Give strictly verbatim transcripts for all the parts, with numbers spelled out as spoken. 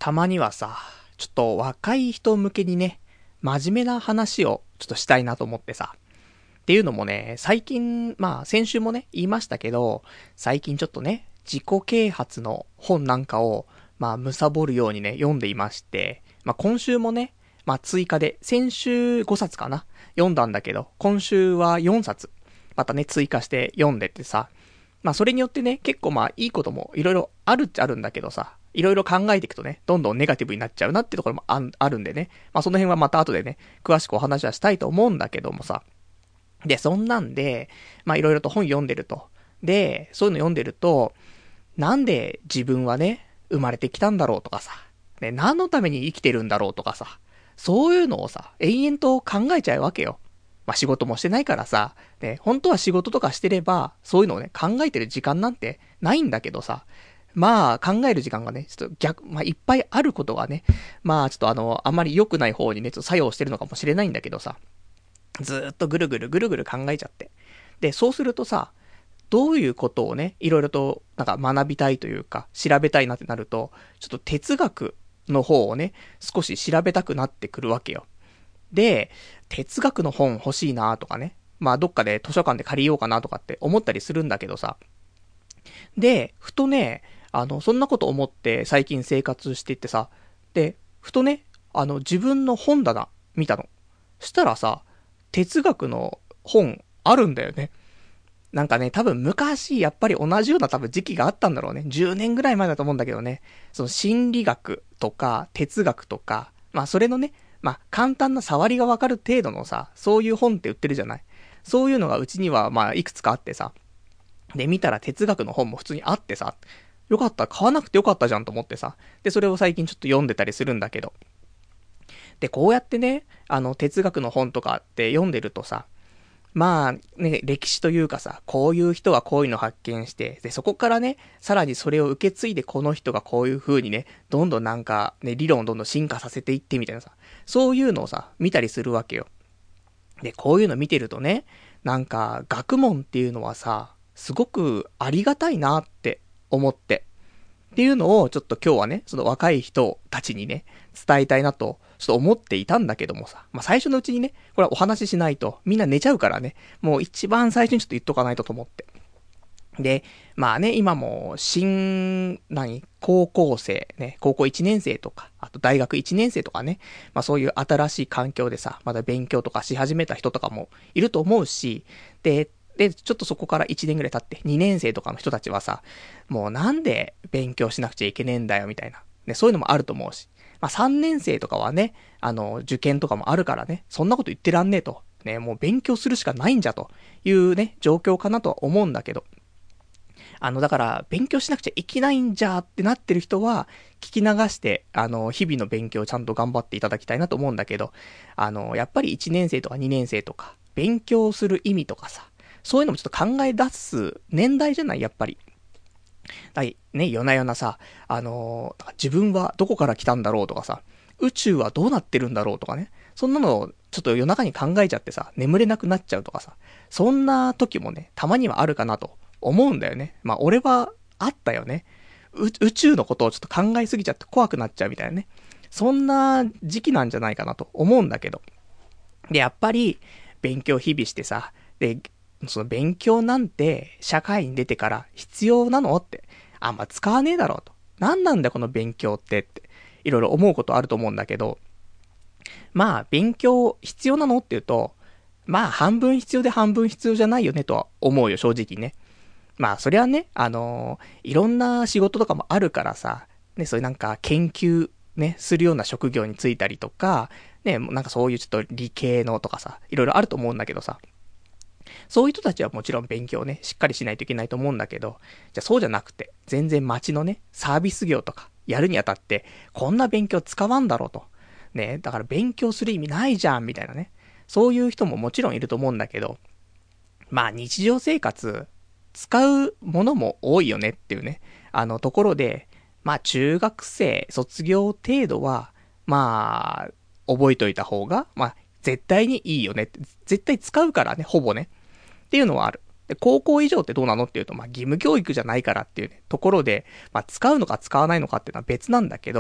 たまにはさ、ちょっと若い人向けにね、真面目な話をちょっとしたいなと思ってさ。っていうのもね、最近、まあ先週もね、言いましたけど、最近ちょっとね、自己啓発の本なんかを、まあ貪るようにね、読んでいまして、まあ今週もね、まあ追加で、先週ごさつかな読んだんだけど、今週はよんさつ、またね、追加して読んでってさ、まあそれによってね、結構まあいいこともいろいろあるっちゃあるんだけどさ、いろいろ考えていくとね、どんどんネガティブになっちゃうなってところも あ, あるんでね、まあその辺はまた後でね、詳しくお話はしたいと思うんだけどもさ。で、そんなんで、まあいろいろと本読んでると。で、そういうの読んでると、なんで自分はね、生まれてきたんだろうとかさ、ね、何のために生きてるんだろうとかさ、そういうのをさ、延々と考えちゃうわけよ。まあ仕事もしてないからさ、ね、本当は仕事とかしてれば、そういうのをね、考えてる時間なんてないんだけどさ、まあ考える時間がね、ちょっと逆、まあいっぱいあることはね、まあちょっとあの、あんまり良くない方にね、ちょっと作用してるのかもしれないんだけどさ、ずーっとぐるぐるぐるぐる考えちゃって。で、そうするとさ、どういうことをね、いろいろとなんか学びたいというか、調べたいなってなると、ちょっと哲学の方をね、少し調べたくなってくるわけよ。で、哲学の本欲しいなとかね。まあどっかで図書館で借りようかなとかって思ったりするんだけどさ。で、ふとね、あの、そんなこと思って最近生活していってさ。で、ふとね、あの、自分の本棚見たの。したらさ、哲学の本あるんだよね。なんかね、多分昔、やっぱり同じような多分時期があったんだろうね。じゅうねんぐらい前だと思うんだけどね。その心理学とか哲学とか、まあそれのね、まあ簡単な触りがわかる程度のさ、そういう本って売ってるじゃない。そういうのがうちにはまあいくつかあってさ。で、見たら哲学の本も普通にあってさ。よかった、買わなくてよかったじゃんと思ってさ。で、それを最近ちょっと読んでたりするんだけど。で、こうやってね、あの、哲学の本とかって読んでるとさ、まあね、歴史というかさ、こういう人がこういうの発見して、で、そこからね、さらにそれを受け継いでこの人がこういう風にね、どんどんなんかね、理論をどんどん進化させていってみたいなさ、そういうのをさ、見たりするわけよ。で、こういうの見てるとね、なんか学問っていうのはさ、すごくありがたいなって思って。っていうのをちょっと今日はね、その若い人たちにね、伝えたいなと、ちょっと思っていたんだけどもさ。まあ、最初のうちにね、これはお話ししないと、みんな寝ちゃうからね、もう一番最初にちょっと言っとかないとと思って。で、まあね、今も、新、何、高校生、ね、高校いちねん生とか、あと大学いちねん生とかね、まあそういう新しい環境でさ、まだ勉強とかし始めた人とかもいると思うし、で、で、ちょっとそこからいちねんぐらい経ってにねん生とかの人たちはさ、もうなんで勉強しなくちゃいけねえんだよみたいな。ね、そういうのもあると思うし。まあさんねん生とかはね、あの、受験とかもあるからね、そんなこと言ってらんねえと。ね、もう勉強するしかないんじゃというね、状況かなとは思うんだけど。あの、だから、勉強しなくちゃいけないんじゃってなってる人は、聞き流して、あの、日々の勉強をちゃんと頑張っていただきたいなと思うんだけど、あの、やっぱりいちねん生とかにねん生とか、勉強する意味とかさ、そういうのもちょっと考え出す年代じゃないやっぱり。だい、ね、夜な夜なさ、あのー、自分はどこから来たんだろうとかさ、宇宙はどうなってるんだろうとかね、そんなのをちょっと夜中に考えちゃってさ、眠れなくなっちゃうとかさ、そんな時もね、たまにはあるかなと思うんだよね。まあ俺はあったよね。宇宙のことをちょっと考えすぎちゃって怖くなっちゃうみたいなね。そんな時期なんじゃないかなと思うんだけど。で、やっぱり勉強日々してさ、で、その勉強なんて社会に出てから必要なのって、あんま使わねえだろうと。なんなんだこの勉強ってって、いろいろ思うことあると思うんだけど、まあ勉強必要なのって言うと、まあ半分必要で半分必要じゃないよねとは思うよ、正直ね。まあそれはね、あのー、いろんな仕事とかもあるからさ、ね、そういうなんか研究ね、するような職業に就いたりとか、ね、なんかそういうちょっと理系のとかさ、いろいろあると思うんだけどさ、そういう人たちはもちろん勉強ね、しっかりしないといけないと思うんだけど、じゃあそうじゃなくて、全然街のね、サービス業とかやるにあたって、こんな勉強使わんだろうと。ね、だから勉強する意味ないじゃん、みたいなね。そういう人ももちろんいると思うんだけど、まあ日常生活、使うものも多いよねっていうね、あのところで、まあ中学生卒業程度は、まあ、覚えといた方が、まあ絶対にいいよねって、絶対使うからね、ほぼね。っていうのはある。で、高校以上ってどうなのっていうと、まあ義務教育じゃないからっていうね、ところで、まあ使うのか使わないのかっていうのは別なんだけど、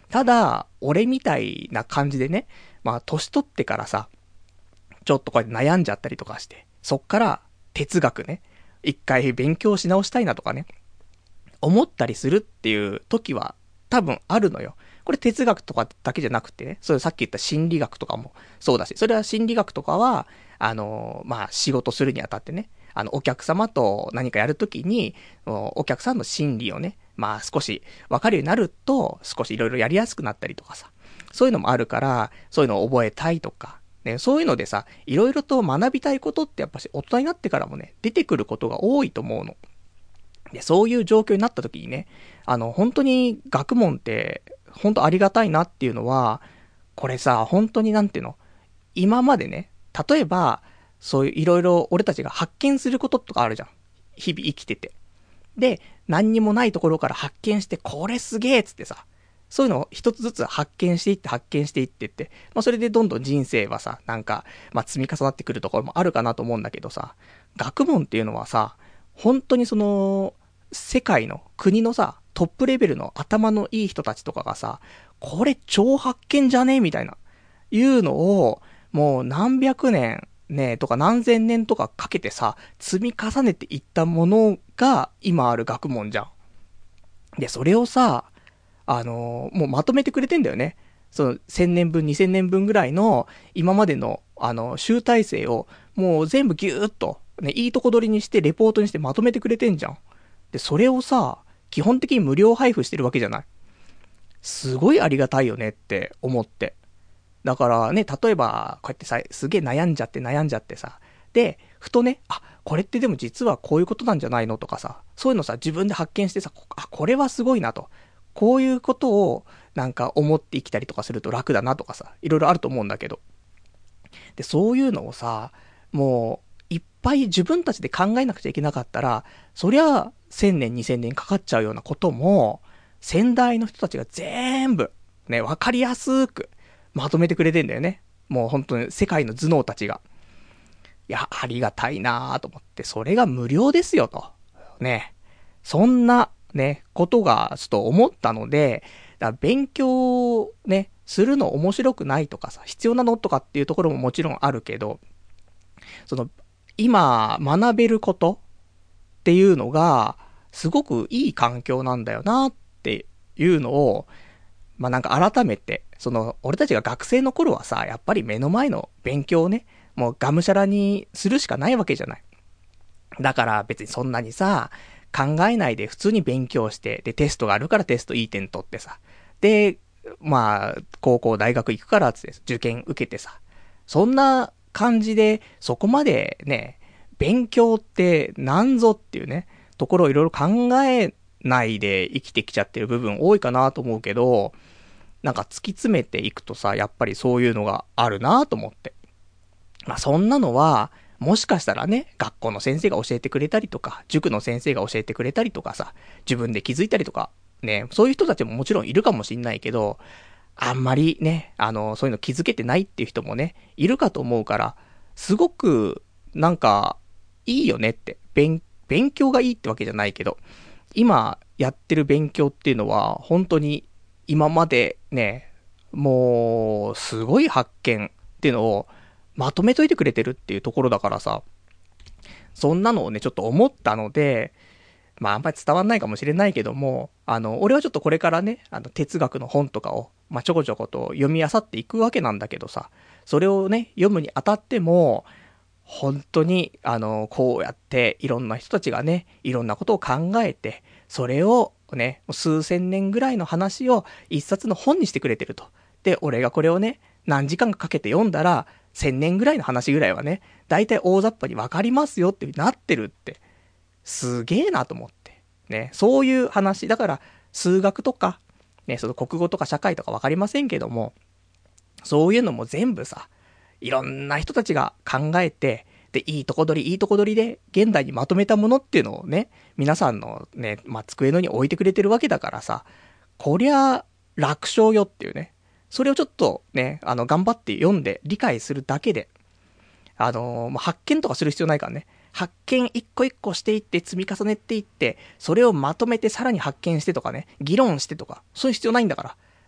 ただ、俺みたいな感じでね、まあ、年取ってからさ、ちょっとこうやって悩んじゃったりとかして、そっから哲学ね、一回勉強し直したいなとかね、思ったりするっていう時は多分あるのよ。これ哲学とかだけじゃなくてね、それさっき言った心理学とかもそうだし、それは心理学とかは、あのー、まあ、仕事するにあたってね、あの、お客様と何かやるときに、お客さんの心理をね、まあ少し分かるようになると、少しいろいろやりやすくなったりとかさ、そういうのもあるから、そういうのを覚えたいとか、ね、そういうのでさ、いろいろと学びたいことってやっぱし大人になってからもね、出てくることが多いと思うの。で、そういう状況になった時にね、あの、本当に学問って、本当ありがたいなっていうのは、これさ、本当になんていうの、今までね、例えば、そういういろいろ俺たちが発見することとかあるじゃん。日々生きてて。で、何にもないところから発見して、これすげえっつってさ、そういうのを一つずつ発見していって発見していってって、まあそれでどんどん人生はさ、なんか、まあ積み重なってくるところもあるかなと思うんだけどさ、学問っていうのはさ、本当にその、世界の国のさ、トップレベルの頭のいい人たちとかがさ、これ超発見じゃねえみたいな、いうのを、もう何百年、ね、とか何千年とかかけてさ、積み重ねていったものが今ある学問じゃん。で、それをさ、あのー、もうまとめてくれてんだよね。その千年分、二千年分ぐらいの今までの、あの、集大成をもう全部ギューッと、ね、いいとこ取りにしてレポートにしてまとめてくれてんじゃん。で、それをさ、基本的に無料配布してるわけじゃない。すごいありがたいよねって思って。だからね、例えば、こうやってさ、すげえ悩んじゃって悩んじゃってさ、で、ふとね、あ、これってでも実はこういうことなんじゃないのとかさ、そういうのさ、自分で発見してさ、あ、これはすごいなと。こういうことを、なんか思って生きたりとかすると楽だなとかさ、いろいろあると思うんだけど。で、そういうのをさ、もう、いっぱい自分たちで考えなくちゃいけなかったら、そりゃ、千年、二千年かかっちゃうようなことも、先代の人たちが全部、ね、わかりやすく、まとめてくれてんだよね。もう本当に世界の頭脳たちが。いや、ありがたいなぁと思って、それが無料ですよと。ね。そんな、ね、ことが、ちょっと思ったので、だから勉強、ね、するの面白くないとかさ、必要なのとかっていうところももちろんあるけど、その、今、学べることっていうのが、すごくいい環境なんだよなっていうのを、まあ、なんか改めて、その、俺たちが学生の頃はさ、やっぱり目の前の勉強をね、もうがむしゃらにするしかないわけじゃない。だから別にそんなにさ、考えないで普通に勉強して、で、テストがあるからテストいい点取ってさ、で、まあ、高校、大学行くからつって受験受けてさ、そんな感じで、そこまでね、勉強ってなんぞっていうね、ところをいろいろ考えないで生きてきちゃってる部分多いかなと思うけど、なんか突き詰めていくとさ、やっぱりそういうのがあるなと思って。まあそんなのは、もしかしたらね、学校の先生が教えてくれたりとか、塾の先生が教えてくれたりとかさ、自分で気づいたりとか、ね、そういう人たちももちろんいるかもしんないけど、あんまりね、あの、そういうの気づけてないっていう人もね、いるかと思うから、すごく、なんか、いいよねって、勉、勉強がいいってわけじゃないけど、今やってる勉強っていうのは、本当に今までね、もう、すごい発見っていうのをまとめといてくれてるっていうところだからさ、そんなのをね、ちょっと思ったので、まああんまり伝わんないかもしれないけども、あの、俺はちょっとこれからね、あの、哲学の本とかを、まあちょこちょこと読み漁っていくわけなんだけどさ、それをね、読むにあたっても、本当に、あの、こうやっていろんな人たちがね、いろんなことを考えて、それをね、数千年ぐらいの話を一冊の本にしてくれてると。で、俺がこれをね、何時間かかけて読んだら、千年ぐらいの話ぐらいはね、だいたい大雑把にわかりますよってなってるって、すげえなと思って。ね、そういう話。だから、数学とか、ね、その国語とか社会とかわかりませんけども、そういうのも全部さ、いろんな人たちが考えて、で、いいとこ取り、いいとこ取りで、現代にまとめたものっていうのをね、皆さんのね、まあ、机の上に置いてくれてるわけだからさ、こりゃ、楽勝よっていうね。それをちょっとね、あの、頑張って読んで理解するだけで、あのー、まあ、発見とかする必要ないからね。発見一個一個していって積み重ねていって、それをまとめてさらに発見してとかね、議論してとか、そういう必要ないんだから。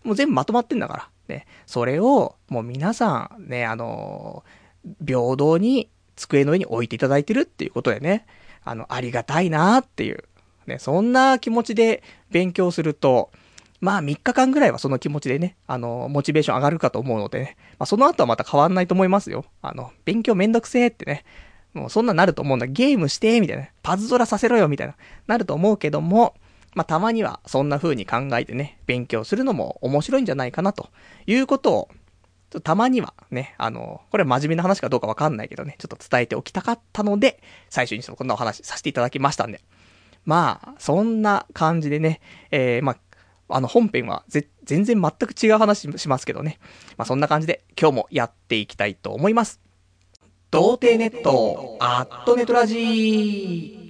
もう全部まとまってんだから。ね。それを、もう皆さん、ね、あのー、平等に机の上に置いていただいてるっていうことでね、あの、ありがたいなーっていう。ね、そんな気持ちで勉強すると、まあみっかかんぐらいはその気持ちでね、あの、モチベーション上がるかと思うのでね、まあその後はまた変わんないと思いますよ。あの、勉強めんどくせーってね、もうそんななると思うんだ。ゲームしてーみたいな。パズドラさせろよみたいな。なると思うけども、まあたまにはそんな風に考えてね、勉強するのも面白いんじゃないかなということを、ちょっとたまにはね、あの、これは真面目な話かどうかわかんないけどね、ちょっと伝えておきたかったので、最初にそんなお話させていただきましたんで。まあ、そんな感じでね、えー、まあ、あの本編はぜ全然全く違う話しますけどね。まあそんな感じで今日もやっていきたいと思います。童貞ネット、アットネトラジー。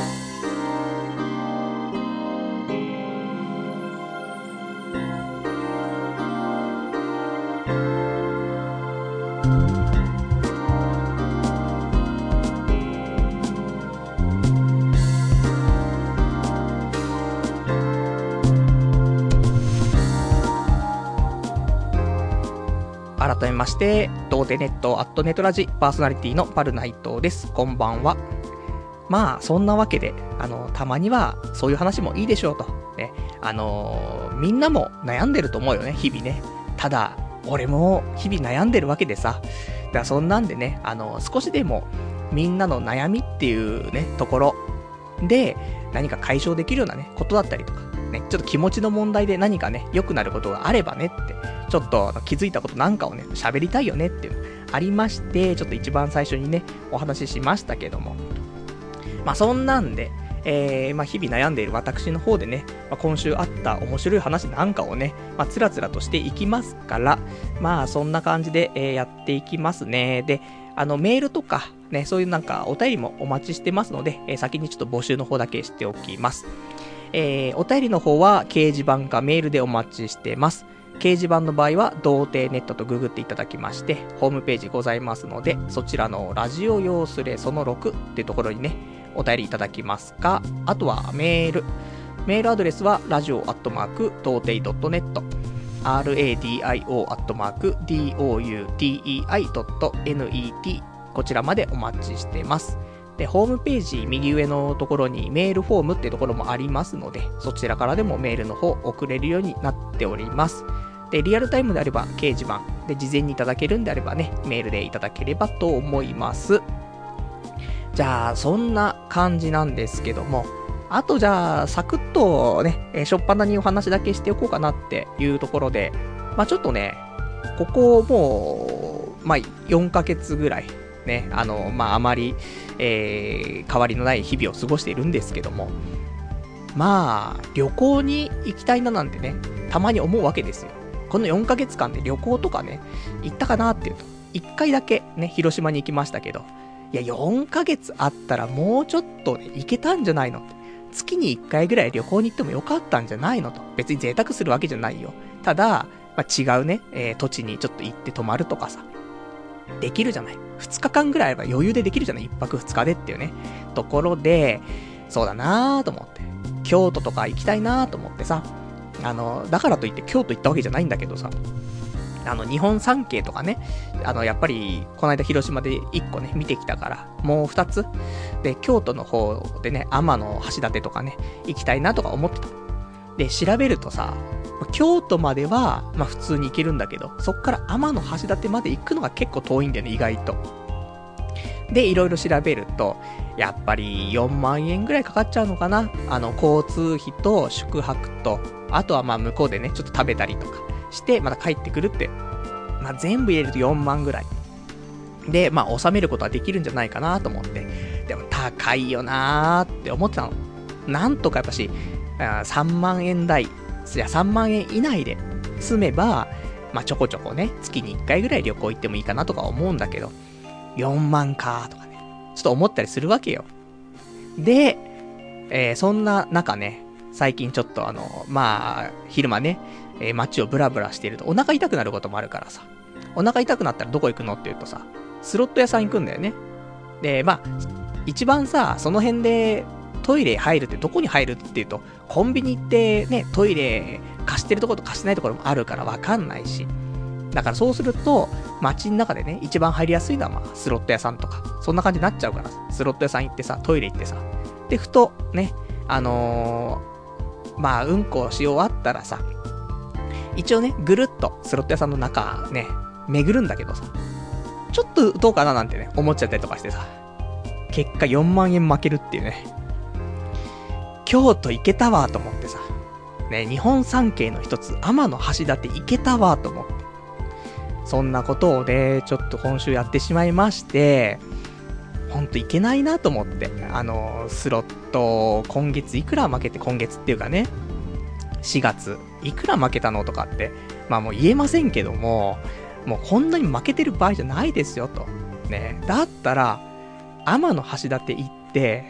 改めまして、童貞ネットアットネトラジパーソナリティのパルナイトです。こんばんは。まあ、そんなわけで、あの、たまにはそういう話もいいでしょうと。ね。あのー、みんなも悩んでると思うよね、日々ね。ただ、俺も日々悩んでるわけでさ。だからそんなんでね、あのー、少しでもみんなの悩みっていうね、ところで何か解消できるようなね、ことだったりとか。ね、ちょっと気持ちの問題で何かね、良くなることがあればねって、ちょっと気づいたことなんかをね、喋りたいよねっていうのありまして、ちょっと一番最初にね、お話ししましたけども。まあそんなんで、えー、まあ日々悩んでいる私の方でね、まあ、今週あった面白い話なんかをね、まあつらつらとしていきますから、まあそんな感じで、えー、やっていきますね。で、あのメールとか、ね、そういうなんかお便りもお待ちしてますので、えー、先にちょっと募集の方だけしておきます。えー、お便りの方は掲示板かメールでお待ちしてます。掲示板の場合は童貞ネットとググっていただきまして、ホームページございますので、そちらのラジオ用スレそのろくっていうところにね、お便りいただきますか、あとはメール。メールアドレスはラジオアットマーク童貞 .net、ラディオ アットマーク ドゥテイ ドットネット、こちらまでお待ちしてます。で、ホームページ右上のところにメールフォームっていうところもありますので、そちらからでもメールの方送れるようになっております。で、リアルタイムであれば掲示板で事前にいただけるんであればね、メールでいただければと思います。じゃあ、そんな感じなんですけども、あとじゃあ、サクッとね、えー、しょっぱなにお話だけしておこうかなっていうところで、まあちょっとね、ここもう、まあよんかげつぐらい、ね、あの、まあ、あまり、えー、変わりのない日々を過ごしているんですけども、まあ、旅行に行きたいななんてね、たまに思うわけですよ。このよんかげつかんで旅行とかね、行ったかなっていうと、いっかいだけね、広島に行きましたけど、いや、よんかげつあったらもうちょっとね、行けたんじゃないのって。月にいっかいぐらい旅行に行ってもよかったんじゃないのと。別に贅沢するわけじゃないよ。ただ、まあ、違うね、えー、土地にちょっと行って泊まるとかさ、できるじゃない。ふつかかんぐらいあれば余裕でできるじゃない。いっぱくふつかでっていうね。ところで、そうだなーと思って。京都とか行きたいなーと思ってさ。あの、だからといって京都行ったわけじゃないんだけどさ。あの、日本三景とかね。あの、やっぱり、この間広島でいっこね、見てきたから、もうふたつ。で、京都の方でね、天の橋立とかね、行きたいなとか思ってた。で、調べるとさ、京都までは、まあ普通に行けるんだけど、そっから天の橋立まで行くのが結構遠いんだよね、意外と。で、いろいろ調べると、やっぱりよんまんえんぐらいかかっちゃうのかな。あの、交通費と宿泊と、あとはまあ向こうでね、ちょっと食べたりとかして、また帰ってくるって。まあ全部入れるとよんまんぐらい。で、まあ収めることはできるんじゃないかなと思って。でも高いよなーって思ってたの。なんとかやっぱし、さんまんえん台、じゃあさんまんえん以内で済めば、まあちょこちょこね、月にいっかいぐらい旅行行ってもいいかなとか思うんだけど、よんまんかーとかね、ちょっと思ったりするわけよ。で、えー、そんな中ね、最近ちょっとあの、まあ、昼間ね、えー、街をブラブラしているとお腹痛くなることもあるからさ、お腹痛くなったらどこ行くのって言うとさ、スロット屋さん行くんだよね。で、まあ、一番さ、その辺でトイレ入るってどこに入るって言うと、コンビニ行ってね、トイレ貸してるところと貸してないところもあるからわかんないし。だからそうすると、街の中でね、一番入りやすいのはまあ、スロット屋さんとか、そんな感じになっちゃうから、スロット屋さん行ってさ、トイレ行ってさ、で、ふと、ね、あのー、まあ、うんこし終わったらさ、一応ね、ぐるっと、スロット屋さんの中、ね、巡るんだけどさ、ちょっとどうかななんてね、思っちゃったりとかしてさ、結果よんまんえん負けるっていうね。京都行けたわと思ってさ、ね、日本三景の一つ、天橋立行けたわと思って。そんなことをね、ちょっと今週やってしまいまして、ほんといけないなと思って。あの、スロット、今月いくら負けて、今月っていうかね、しがつ、いくら負けたのとかって、まあもう言えませんけども、もうこんなに負けてる場合じゃないですよと。ね、だったら、天橋立行って、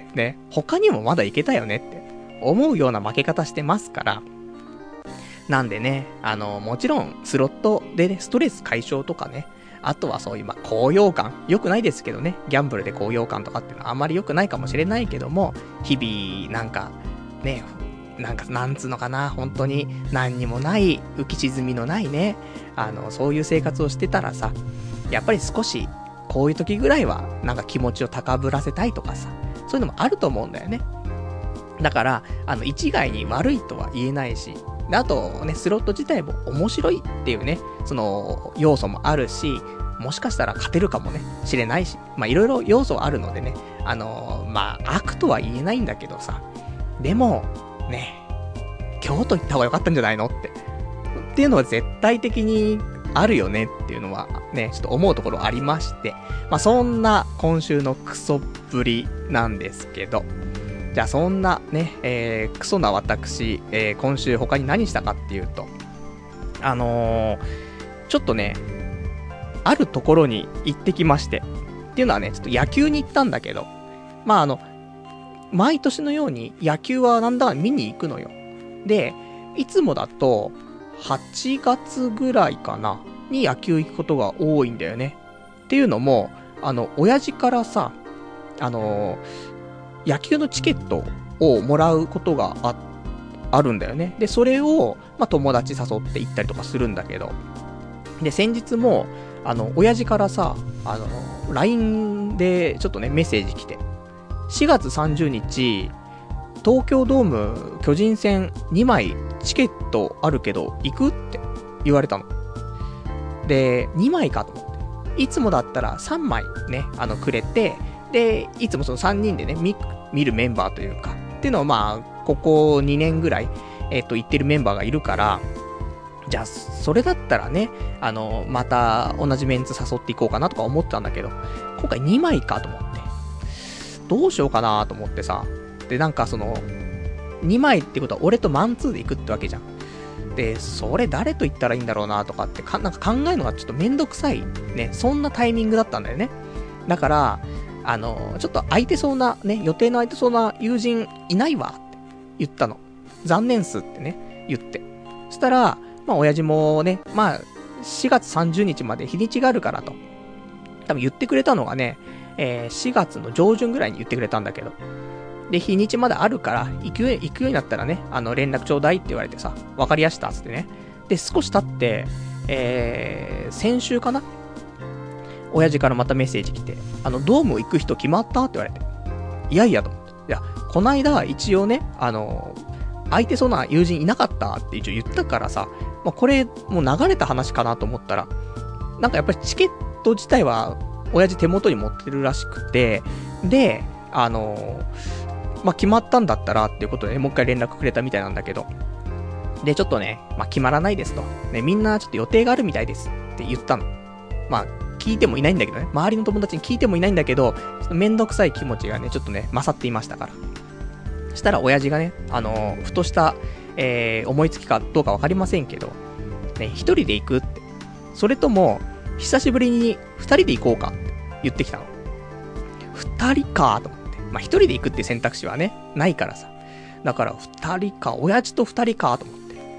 ね、他にもまだ行けたよねって思うような負け方してますから、なんでね、あの、もちろん、スロットでね、ストレス解消とかね、あとはそういう、まあ、高揚感。良くないですけどね、ギャンブルで高揚感とかっていうのはあんまり良くないかもしれないけども、日々、なんか、ね、なんか、なんつうのかな、本当に、何にもない、浮き沈みのないね、あの、そういう生活をしてたらさ、やっぱり少し、こういう時ぐらいは、なんか気持ちを高ぶらせたいとかさ、そういうのもあると思うんだよね。だから、あの、一概に悪いとは言えないし、で、あとね、スロット自体も面白いっていうね、その、要素もあるし、もしかしたら勝てるかもね、しれないし、まあ、いろいろ要素あるのでね、あのー、まあ、悪とは言えないんだけどさ、でも、ね、京都行った方が良かったんじゃないのって、っていうのは絶対的にあるよねっていうのはね、ちょっと思うところありまして、まあ、そんな今週のクソっぷりなんですけど、じゃあそんなね、えー、クソな私、えー、今週他に何したかっていうと、あのー、ちょっとね、あるところに行ってきまして、っていうのはね、ちょっと野球に行ったんだけど、まああの、毎年のように野球はなんだか見に行くのよ。で、いつもだと、はちがつぐらいかな、に野球行くことが多いんだよね。っていうのも、あの、親父からさ、あのー、野球のチケットをもらうことが あ, あるんだよね。で、それを、まあ、友達誘って行ったりとかするんだけど。で、先日も、あの、親父からさ、あの、ライン でちょっとね、メッセージ来て。しがつさんじゅうにち、東京ドーム巨人戦にまいチケットあるけど、行くって言われたの。で、にまいかと思って。いつもだったらさんまいね、あの、くれて、で、いつもそのさんにんでね、見、見るメンバーというか、っていうのはまあ、ここにねんぐらい、えっと、行ってるメンバーがいるから、じゃあ、それだったらね、あの、また同じメンツ誘っていこうかなとか思ったんだけど、今回にまいかと思って、どうしようかなと思ってさ、で、なんかその、にまいってことは俺とマンツーで行くってわけじゃん。で、それ誰と行ったらいいんだろうなとかってか、なんか考えるのがちょっとめんどくさい、ね、そんなタイミングだったんだよね。だから、あの、ちょっと空いてそうな、ね、予定の空いてそうな友人いないわって言ったの。残念っすってね、言って。そしたら、まあ親父もね、まあ、しがつさんじゅうにちまで日にちがあるからと。多分言ってくれたのがね、えー、しがつの上旬ぐらいに言ってくれたんだけど。で、日にちまであるから、行くように、行くようになったらね、あの、連絡ちょうだいって言われてさ、わかりやしたっつってね。で、少し経って、えー、先週かな親父からまたメッセージ来て、あの、ドーム行く人決まったって言われて。いやいやと思って。いや、こないだ一応ね、あの、空いてそうな友人いなかったって一応言ったからさ、まあ、これ、もう流れた話かなと思ったら、なんかやっぱりチケット自体は、親父手元に持ってるらしくて、で、あの、まあ、決まったんだったらっていうことで、ね、もう一回連絡くれたみたいなんだけど、で、ちょっとね、まあ、決まらないですと。ね、みんなちょっと予定があるみたいですって言ったの。まあ、聞いてもいないんだけどね。周りの友達に聞いてもいないんだけど、ちょっとめんどくさい気持ちがね、ちょっとね、勝っていましたから。そしたら親父がね、あのー、ふとした、えー、思いつきかどうかわかりませんけど、ね、一人で行くって。それとも、久しぶりに二人で行こうかって言ってきたの。二人かと思って。まあ、一人で行くっていう選択肢はね、ないからさ。だから二人か、親父と二人かと思って。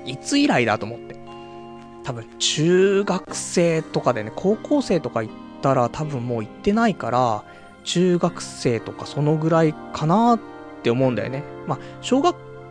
いつ以来だと思って。多分中学生とかでね、高校生とか行ったら多分もう行ってないから、中学生とかそのぐらいかなって思うんだよね。まあ、小学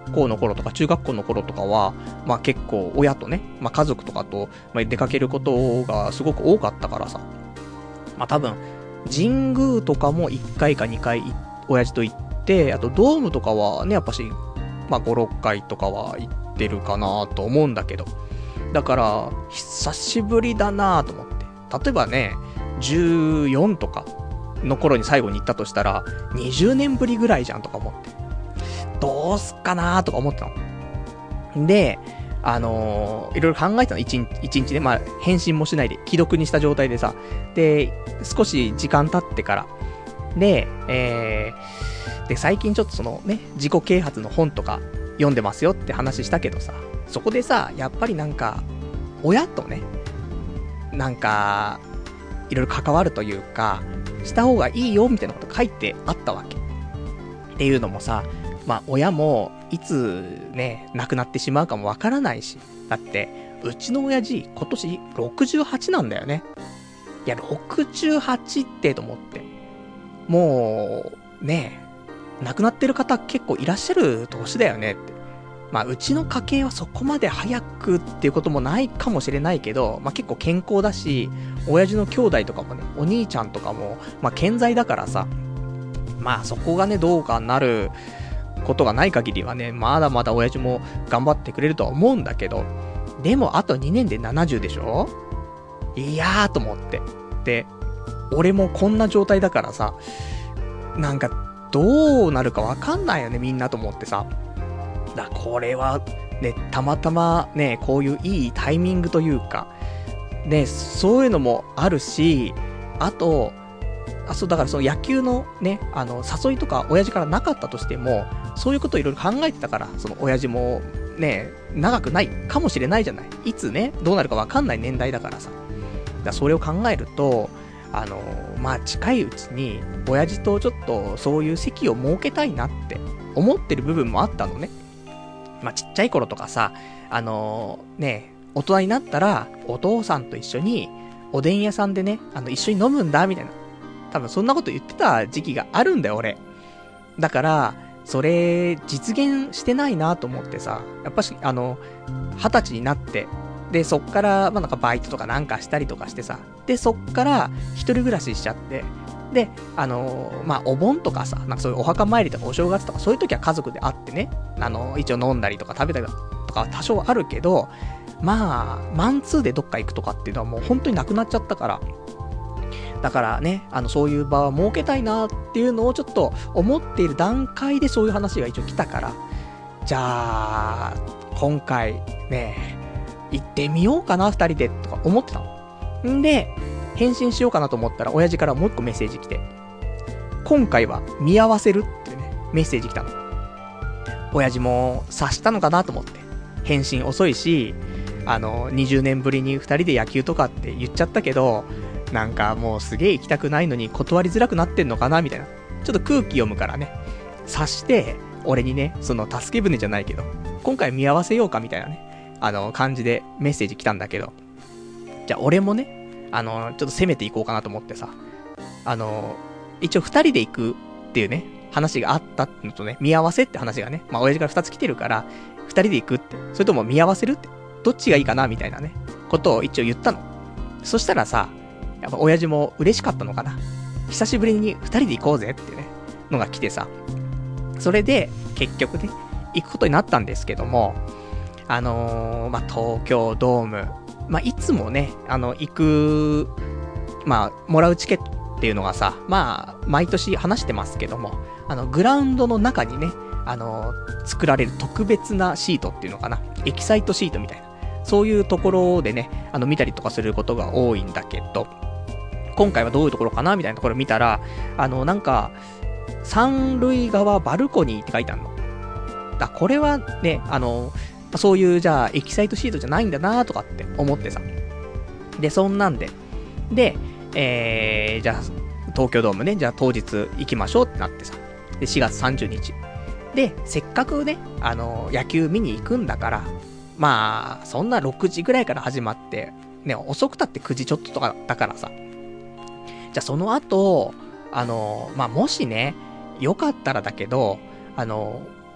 校の頃とか中学校の頃とかは、まあ結構親とね、まあ家族とかと、まあ、出かけることがすごく多かったからさ。まあ多分、神宮とかもいっかいかにかい親父と行って、あとドームとかはね、やっぱし、まあご、ろっかいとかは行ってるかなと思うんだけど。だから、久しぶりだなと思って。例えばね、じゅうよんとかの頃に最後に行ったとしたら、にじゅうねんぶりぐらいじゃんとか思って。どうすっかなとか思ったの。で、あのー、いろいろ考えたの。一日、一日ね、まあ、返信もしないで、既読にした状態でさ。で、少し時間経ってから。で、えー、で、最近ちょっとそのね、自己啓発の本とか読んでますよって話したけどさ、そこでさ、やっぱりなんか、親とね、なんか、いろいろ関わるというか、した方がいいよみたいなこと書いてあったわけ。っていうのもさ、まあ親もいつね、亡くなってしまうかもわからないし、だって、うちの親父今年ろくじゅうはちなんだよね。いや、ろくじゅうはちってと思って。もう、ね、亡くなってる方結構いらっしゃる年だよねって。まあ、うちの家系はそこまで早くっていうこともないかもしれないけど、まあ結構健康だし、親父の兄弟とかもね、お兄ちゃんとかも、まあ健在だからさ、まあそこがね、どうかなることがない限りはね、まだまだ親父も頑張ってくれるとは思うんだけど、でもあとにねんでななじゅうでしょ？いやーと思って。で、俺もこんな状態だからさ、なんかどうなるかわかんないよね、みんなと思ってさ。だこれはね、たまたまね、こういういいタイミングというか、ね、そういうのもあるし、あと、あ、そう、だからその野球のね、あの、誘いとか親父からなかったとしても、そういうことをいろいろ考えてたから、その親父もね、長くないかもしれないじゃない。いつね、どうなるかわかんない年代だからさ。だからそれを考えると、あの、まあ、近いうちに、親父とちょっとそういう席を設けたいなって思ってる部分もあったのね。まあ、ちっちゃい頃とかさ、あのー、ね、大人になったら、お父さんと一緒に、おでん屋さんでね、あの、一緒に飲むんだ、みたいな。多分そんなこと言ってた時期があるんだよ、俺。だから、それ、実現してないなと思ってさ、やっぱし、あの、二十歳になって、で、そっから、まあ、なんかバイトとかなんかしたりとかしてさ、で、そっから、一人暮らししちゃって、で、あのー、まあ、お盆とかさ、なんかそういうお墓参りとかお正月とかそういう時は家族で会ってね、あのー、一応飲んだりとか食べたりとかは多少あるけど、まあ、マンツーでどっか行くとかっていうのはもう本当になくなっちゃったから、だからね、あの、そういう場は設けたいなっていうのをちょっと思っている段階でそういう話が一応来たから、じゃあ、今回ね、行ってみようかな、二人で、とか思ってたの。んで、返信しようかなと思ったら、親父からもう一個メッセージ来て、今回は見合わせるっていうね、メッセージ来たの。親父も察したのかなと思って。返信遅いし、あの、にじゅうねんぶりに二人で野球とかって言っちゃったけど、なんかもうすげえ行きたくないのに断りづらくなってんのかなみたいな。ちょっと空気読むからね。察して、俺にね、その助け舟じゃないけど、今回見合わせようかみたいなね、あの、感じでメッセージ来たんだけど、じゃあ俺もね、あの、ちょっと攻めていこうかなと思ってさ、あの、一応二人で行くっていうね、話があったのとね、見合わせって話がね、まあ親父から二つ来てるから、二人で行くって、それとも見合わせるって、どっちがいいかなみたいなね、ことを一応言ったの。そしたらさ、やっぱ親父も嬉しかったのかな。久しぶりに二人で行こうぜってね、のが来てさ、それで結局ね、行くことになったんですけども、あのー、まあ東京ドーム、まあ、いつもね、あの、行く、まあ、もらうチケットっていうのがさ、まあ、毎年話してますけども、あの、グラウンドの中にね、あの、作られる特別なシートっていうのかな、エキサイトシートみたいな、そういうところでね、あの、見たりとかすることが多いんだけど、今回はどういうところかなみたいなところ見たら、あの、なんか、三塁側バルコニーって書いてあるの。だ、これはね、あの、そういうじゃあエキサイトシートじゃないんだなとかって思ってさ。で、そんなんで。で、えー、じゃあ、東京ドームね、じゃあ当日行きましょうってなってさ。で、しがつさんじゅうにち。で、せっかくね、あの、野球見に行くんだから、まあ、そんなろくじぐらいから始まって、ね、遅くたってくじちょっととかだからさ。じゃあその後、あの、まあ、もしね、よかったらだけど、あの、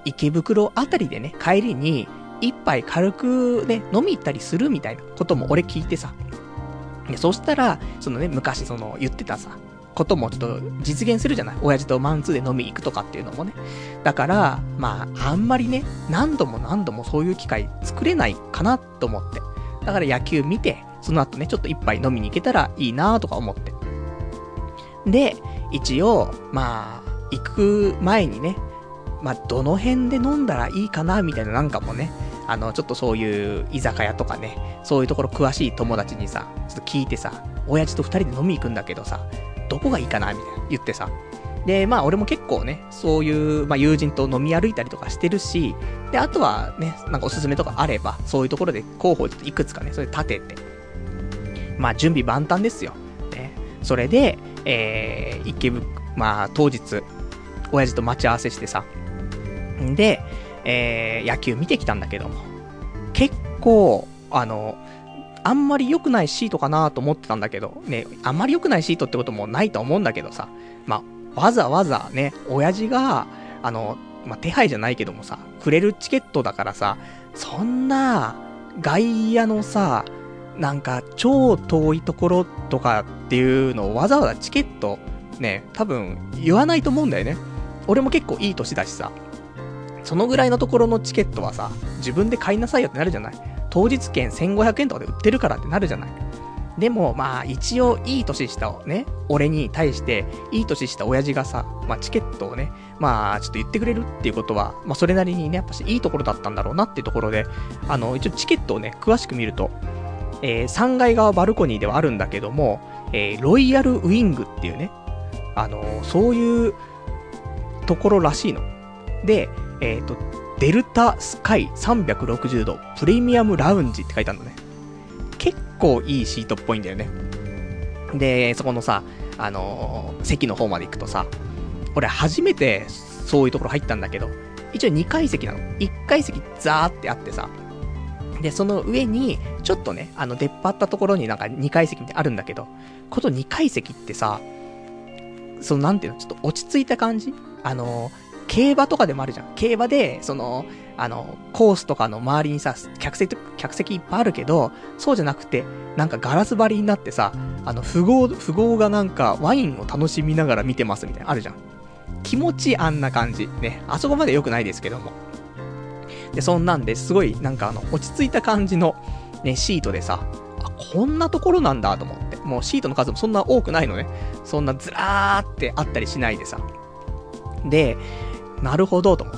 池袋あたりでね、帰りに、一杯軽くね、飲み行ったりするみたいなことも俺聞いてさ。で、そしたら、そのね、昔その言ってたさ、こともちょっと実現するじゃない。親父とマンツーで飲み行くとかっていうのもね。だから、まあ、あんまりね、何度も何度もそういう機会作れないかなと思って。だから野球見て、その後ね、ちょっと一杯飲みに行けたらいいなとか思って。で、一応、まあ、行く前にね、まあ、どの辺で飲んだらいいかなみたいななんかもね、あの、ちょっとそういう居酒屋とかね、そういうところ詳しい友達にさ、ちょっと聞いてさ、親父と二人で飲み行くんだけどさ、どこがいいかなみたいな言ってさ。で、まあ俺も結構ね、そういう、まあ友人と飲み歩いたりとかしてるし、で、あとはね、なんかおすすめとかあれば、そういうところで候補いくつかね、それ立てて、まあ準備万端ですよ。ね。それで、えー、池袋、まあ当日、親父と待ち合わせしてさ、んで、えー、野球見てきたんだけども、結構、あの、あんまり良くないシートかなと思ってたんだけど、ね、あんまり良くないシートってこともないと思うんだけどさ、まあ、わざわざね、親父が、あの、まあ、手配じゃないけどもさ、くれるチケットだからさ、そんな、外野のさ、なんか、超遠いところとかっていうのをわざわざチケット、ね、多分、言わないと思うんだよね。俺も結構いい年だしさ、そのぐらいのところのチケットはさ、自分で買いなさいよってなるじゃない。当日券せんごひゃくえんとかで売ってるからってなるじゃない。でも、まあ、一応、いい年したね、俺に対して、いい年した親父がさ、まあ、チケットをね、まあ、ちょっと言ってくれるっていうことは、まあ、それなりにね、やっぱし、いいところだったんだろうなっていうところで、あの、一応チケットをね、詳しく見ると、えー、さんがい側バルコニーではあるんだけども、えー、ロイヤルウィングっていうね、あのー、そういうところらしいの。で、えっと、デルタスカイさんびゃくろくじゅうどプレミアムラウンジって書いてあるのね。結構いいシートっぽいんだよね。で、そこのさ、あのー、席の方まで行くとさ、俺初めてそういうところ入ったんだけど、一応にかい席なの。いっかい席ザーってあってさ、で、その上に、ちょっとね、あの、出っ張ったところになんかにかい席ってあるんだけど、このにかい席ってさ、そのなんていうの、ちょっと落ち着いた感じ？あのー、競馬とかでもあるじゃん。競馬で、その、あの、コースとかの周りにさ、客席、客席いっぱいあるけど、そうじゃなくて、なんかガラス張りになってさ、あの、富豪、富豪がなんかワインを楽しみながら見てますみたいな、あるじゃん。気持ちあんな感じ。ね。あそこまで良くないですけども。で、そんなんですごい、なんかあの、落ち着いた感じの、ね、シートでさ、あ、こんなところなんだと思って。もうシートの数もそんな多くないのね。そんなずらーってあったりしないでさ。で、なるほどと思って。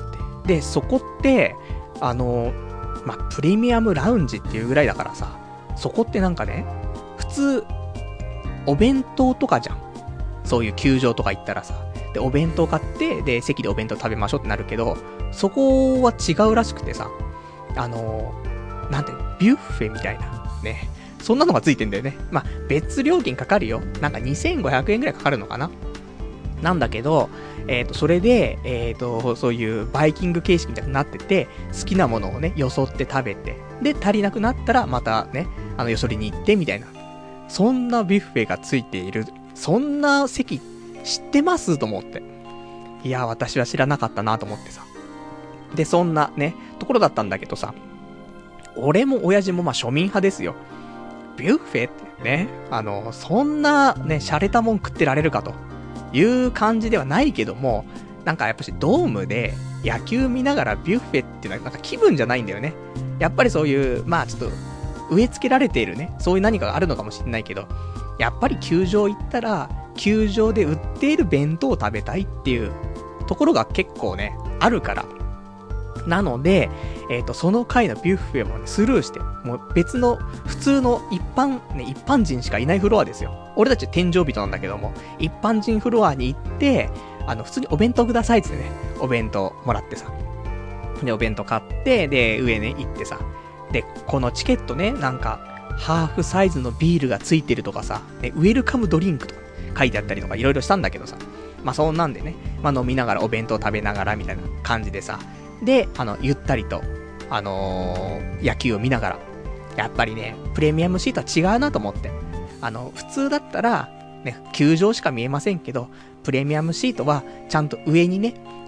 で、そこって、あの、まあ、プレミアムラウンジっていうぐらいだからさ、そこってなんかね、普通、お弁当とかじゃん。そういう球場とか行ったらさ。で、お弁当買って、で、席でお弁当食べましょうってなるけど、そこは違うらしくてさ、あの、なんていうの、ビュッフェみたいな、ね。そんなのがついてんだよね。まあ、別料金かかるよ。なんかにせんごひゃくえんぐらいかかるのかな。なんだけど、えっと、それで、えっと、そういうバイキング形式みたいになってて、好きなものをね、よそって食べて、で、足りなくなったらまたね、あの、よそりに行ってみたいな。そんなビュッフェがついている。そんな席、知ってますと思って。いや、私は知らなかったなと思ってさ。で、そんなね、ところだったんだけどさ、俺も親父もまあ庶民派ですよ。ビュッフェってね、あの、そんなね、洒落たもん食ってられるかと。いう感じではないけども、なんかやっぱしドームで野球見ながらビュッフェっていうのはなんか気分じゃないんだよね。やっぱりそういう、まあちょっと植え付けられているね、そういう何かがあるのかもしれないけど、やっぱり球場行ったら、球場で売っている弁当を食べたいっていうところが結構ね、あるから。なので、えっと、その回のビュッフェもね、スルーして、もう別の、普通の一般、ね、一般人しかいないフロアですよ。俺たち天井人なんだけども、一般人フロアに行って、あの、普通にお弁当くださいってね、お弁当もらってさ。で、お弁当買って、で、上ね、行ってさ。で、このチケットね、なんか、ハーフサイズのビールがついてるとかさ、ね、ウェルカムドリンクとか書いてあったりとかいろいろしたんだけどさ。まあ、そんなんでね、まあ、飲みながらお弁当食べながらみたいな感じでさ。で、あの、ゆったりと、あのー、野球を見ながら、やっぱりね、プレミアムシートは違うなと思って。あの、普通だったら、ね、球場しか見えませんけど、プレミアムシートは、ちゃんと上にね、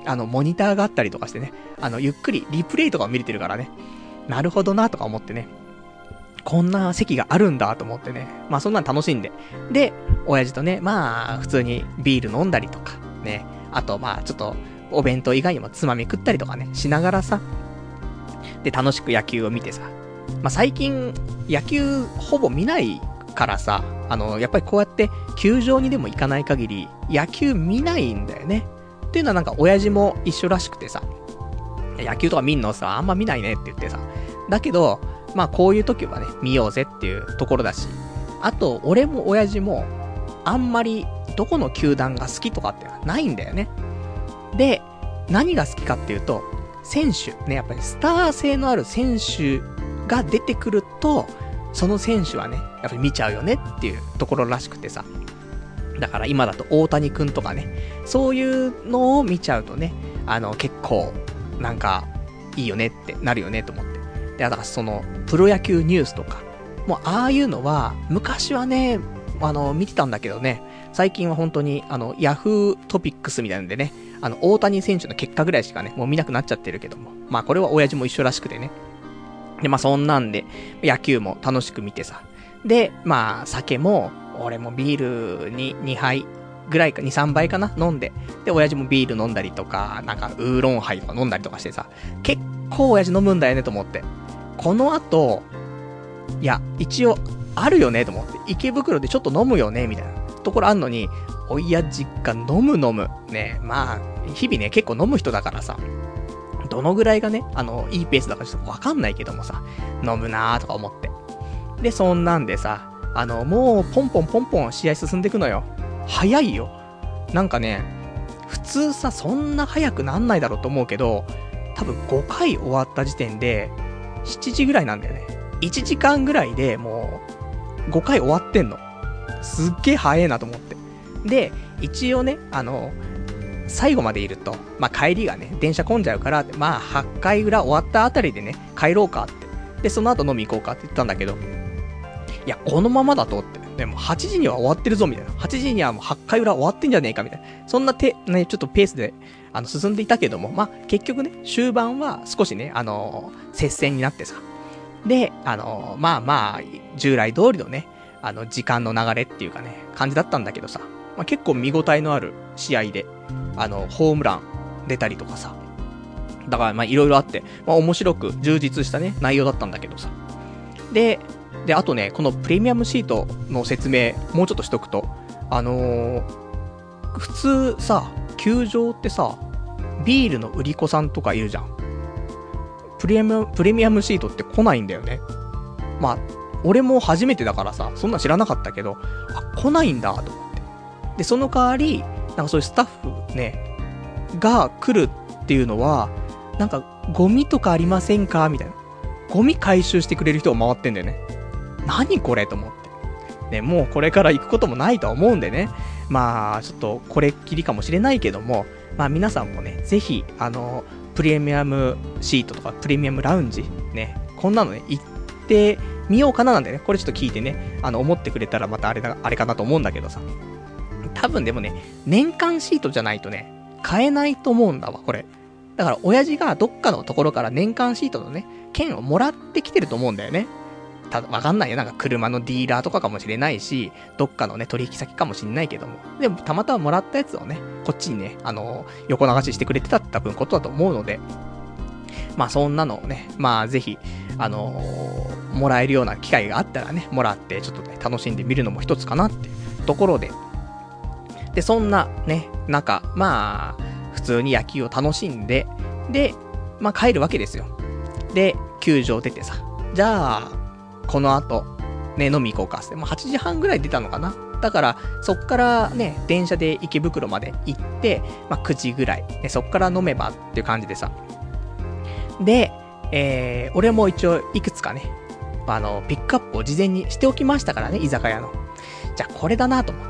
あの、モニターがあったりとかしてね、あの、ゆっくりリプレイとかを見れてるからね、なるほどなとか思ってね、こんな席があるんだと思ってね、まあそんなの楽しんで。で、親父とね、まあ、普通にビール飲んだりとか、ね、あとまあちょっと、お弁当以外にもつまみ食ったりとかね、しながらさ、で、楽しく野球を見てさ、まあ最近、野球ほぼ見ないからさ、あの、やっぱりこうやって球場にでも行かない限り、野球見ないんだよね。っていうのはなんか親父も一緒らしくてさ、野球とか見んのさ、あんま見ないねって言ってさ、だけど、まあこういう時はね、見ようぜっていうところだし、あと、俺も親父も、あんまりどこの球団が好きとかってないんだよね。で、何が好きかっていうと、選手、ね、やっぱりスター性のある選手が出てくると、その選手はね、やっぱり見ちゃうよねっていうところらしくてさ。だから今だと大谷くんとかね、そういうのを見ちゃうとね、あの、結構、なんか、いいよねってなるよねと思って。で、だからその、プロ野球ニュースとか、もうああいうのは、昔はね、あの、見てたんだけどね、最近は本当に、あの、ヤフートピックスみたいなんでね、あの、大谷選手の結果ぐらいしかね、もう見なくなっちゃってるけども。まあこれは親父も一緒らしくてね。で、まあそんなんで、野球も楽しく見てさ。で、まあ酒も、俺もビールににはいぐらいか、に、さんばいかな飲んで。で、親父もビール飲んだりとか、なんかウーロンハイとか飲んだりとかしてさ、結構親父飲むんだよねと思って。この後、いや、一応、あるよねと思って。池袋でちょっと飲むよねみたいなところあんのに、親父が飲む飲む。ね、まあ、日々ね、結構飲む人だからさ、どのぐらいがね、あの、いいペースだかちょっとわかんないけどもさ、飲むなーとか思って。で、そんなんでさ、あの、もう、ポンポンポンポン試合進んでいくのよ。早いよ。なんかね、普通さ、そんな早くなんないだろうと思うけど、多分ごかい終わった時点で、しちじぐらいなんだよね。いちじかんぐらいでもう、ごかい終わってんの。すっげえ早いなと思って。で、一応ね、あの、最後までいると、まあ、帰りがね、電車混んじゃうからって、まあ、はっかい裏終わったあたりでね、帰ろうかって。で、その後飲み行こうかって言ったんだけど、いや、このままだとって、でもはちじには終わってるぞ、みたいな。はちじにはもうはっかい裏終わってんじゃねえか、みたいな。そんなて、ね、ちょっとペースで、あの、進んでいたけども、まあ、結局ね、終盤は少しね、あのー、接戦になってさ。で、あのー、まあまあ、従来通りのね、あの、時間の流れっていうかね、感じだったんだけどさ。まあ、結構見応えのある試合で、あの、ホームラン出たりとかさ。だから、まあ、いろいろあって、まあ、面白く充実したね、内容だったんだけどさ。で、で、あとね、このプレミアムシートの説明、もうちょっとしとくと、あのー、普通さ、球場ってさ、ビールの売り子さんとかいるじゃん。プレミアム、プレミアムシートって来ないんだよね。まあ、俺も初めてだからさ、そんな知らなかったけど、あ、来ないんだ、と思って。で、その代わり、なんかそういうスタッフね、が来るっていうのは、なんか、ゴミとかありませんかみたいな。ゴミ回収してくれる人が回ってんだよね。何これと思って。ね、もうこれから行くこともないとは思うんでね。まあ、ちょっとこれっきりかもしれないけども、まあ皆さんもね、ぜひ、あの、プレミアムシートとかプレミアムラウンジ、ね、こんなのね、行ってみようかななんでね、これちょっと聞いてね、あの、思ってくれたらまたあれだ、あれかなと思うんだけどさ。多分でもね、年間シートじゃないとね、買えないと思うんだわ、これ。だから親父がどっかのところから年間シートのね、券をもらってきてると思うんだよね。ただ、わかんないよ。なんか車のディーラーとかかもしれないし、どっかのね、取引先かもしれないけども。でも、たまたまもらったやつをね、こっちにね、あのー、横流ししてくれてたって多分ことだと思うので、まあそんなのをね、まあぜひ、あのー、もらえるような機会があったらね、もらって、ちょっとね、楽しんでみるのも一つかなっていうところで。で、そんなね、中、まあ、普通に野球を楽しんで、で、まあ帰るわけですよ。で、球場出てさ、じゃあ、この後、ね、飲み行こうかって。もうはちじはんぐらい出たのかな。だから、そっからね、電車で池袋まで行って、まあくじぐらい、ね、そっから飲めばっていう感じでさ。で、えー、俺も一応いくつかね、あの、ピックアップを事前にしておきましたからね、居酒屋の。じゃあこれだなと思って。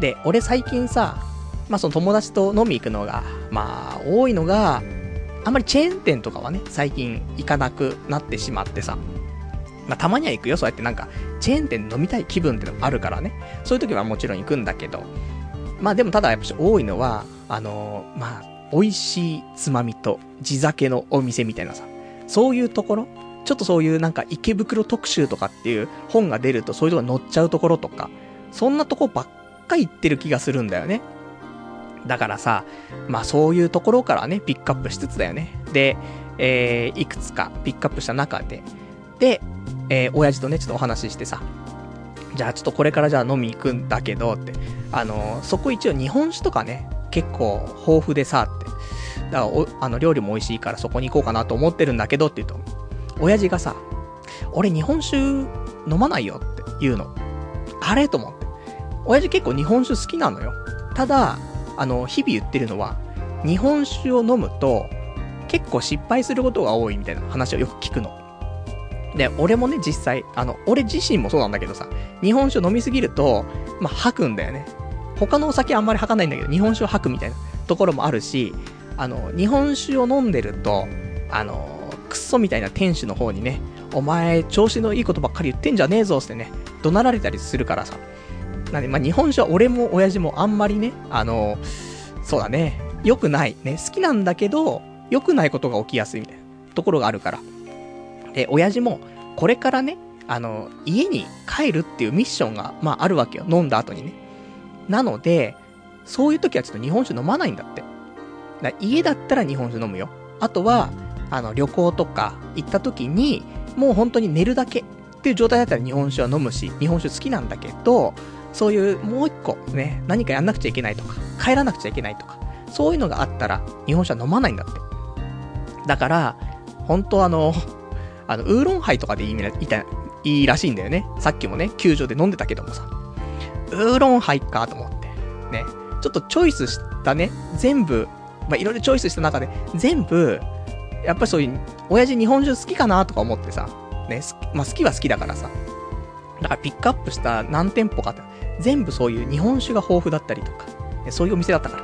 で、俺最近さ、まあその友達と飲み行くのが、まあ多いのが、あんまりチェーン店とかはね、最近行かなくなってしまってさ。まあたまには行くよ、そうやってなんか、チェーン店飲みたい気分ってのがあるからね。そういう時はもちろん行くんだけど。まあでもただやっぱし多いのは、あのー、まあ、 美味しいつまみと地酒のお店みたいなさ、そういうところ、ちょっとそういうなんか池袋特集とかっていう本が出るとそういうとこ載っちゃうところとか、そんなとこばっか行ってる気がするんだよね。だからさ、まあそういうところからね、ピックアップしつつだよね。で、えー、いくつかピックアップした中で、で、えー、親父とね、ちょっとお話ししてさ、じゃあちょっとこれからじゃあ飲み行くんだけどって、あのー、そこ一応日本酒とかね、結構豊富でさ、って。だからお、あの、料理も美味しいからそこに行こうかなと思ってるんだけどって言うと、親父がさ、俺日本酒飲まないよって言うの。あれと思って。親父結構日本酒好きなのよ。ただ、あの、日々言ってるのは、日本酒を飲むと、結構失敗することが多いみたいな話をよく聞くの。で、俺もね、実際、あの、俺自身もそうなんだけどさ、日本酒飲みすぎると、まあ、吐くんだよね。他のお酒あんまり吐かないんだけど、日本酒を吐くみたいなところもあるし、あの、日本酒を飲んでると、あの、クッソみたいな店主の方にね、お前、調子のいいことばっかり言ってんじゃねえぞってね、怒鳴られたりするからさ。なんで、まあ、日本酒は俺も親父もあんまりね、あの、そうだね、良くない。ね、好きなんだけど、良くないことが起きやすいみたいなところがあるから。で、親父も、これからね、あの、家に帰るっていうミッションが、まあ、あるわけよ。飲んだ後にね。なので、そういう時はちょっと日本酒飲まないんだって。だ家だったら日本酒飲むよ。あとは、あの、旅行とか行った時に、もう本当に寝るだけっていう状態だったら日本酒は飲むし、日本酒好きなんだけど、そういうもう一個ね、何かやんなくちゃいけないとか、帰らなくちゃいけないとか、そういうのがあったら日本酒は飲まないんだって。だから、本当あの、あの、ウーロンハイとかでいい、いた、いいらしいんだよね。さっきもね、球場で飲んでたけどもさ。ウーロンハイかと思って。ね。ちょっとチョイスしたね、全部、まあ、いろいろチョイスした中で、全部、やっぱりそういう、親父日本酒好きかなとか思ってさ。ね、まあ、好きは好きだからさ。だからピックアップした何店舗かって、全部そういう日本酒が豊富だったりとか、そういうお店だったから、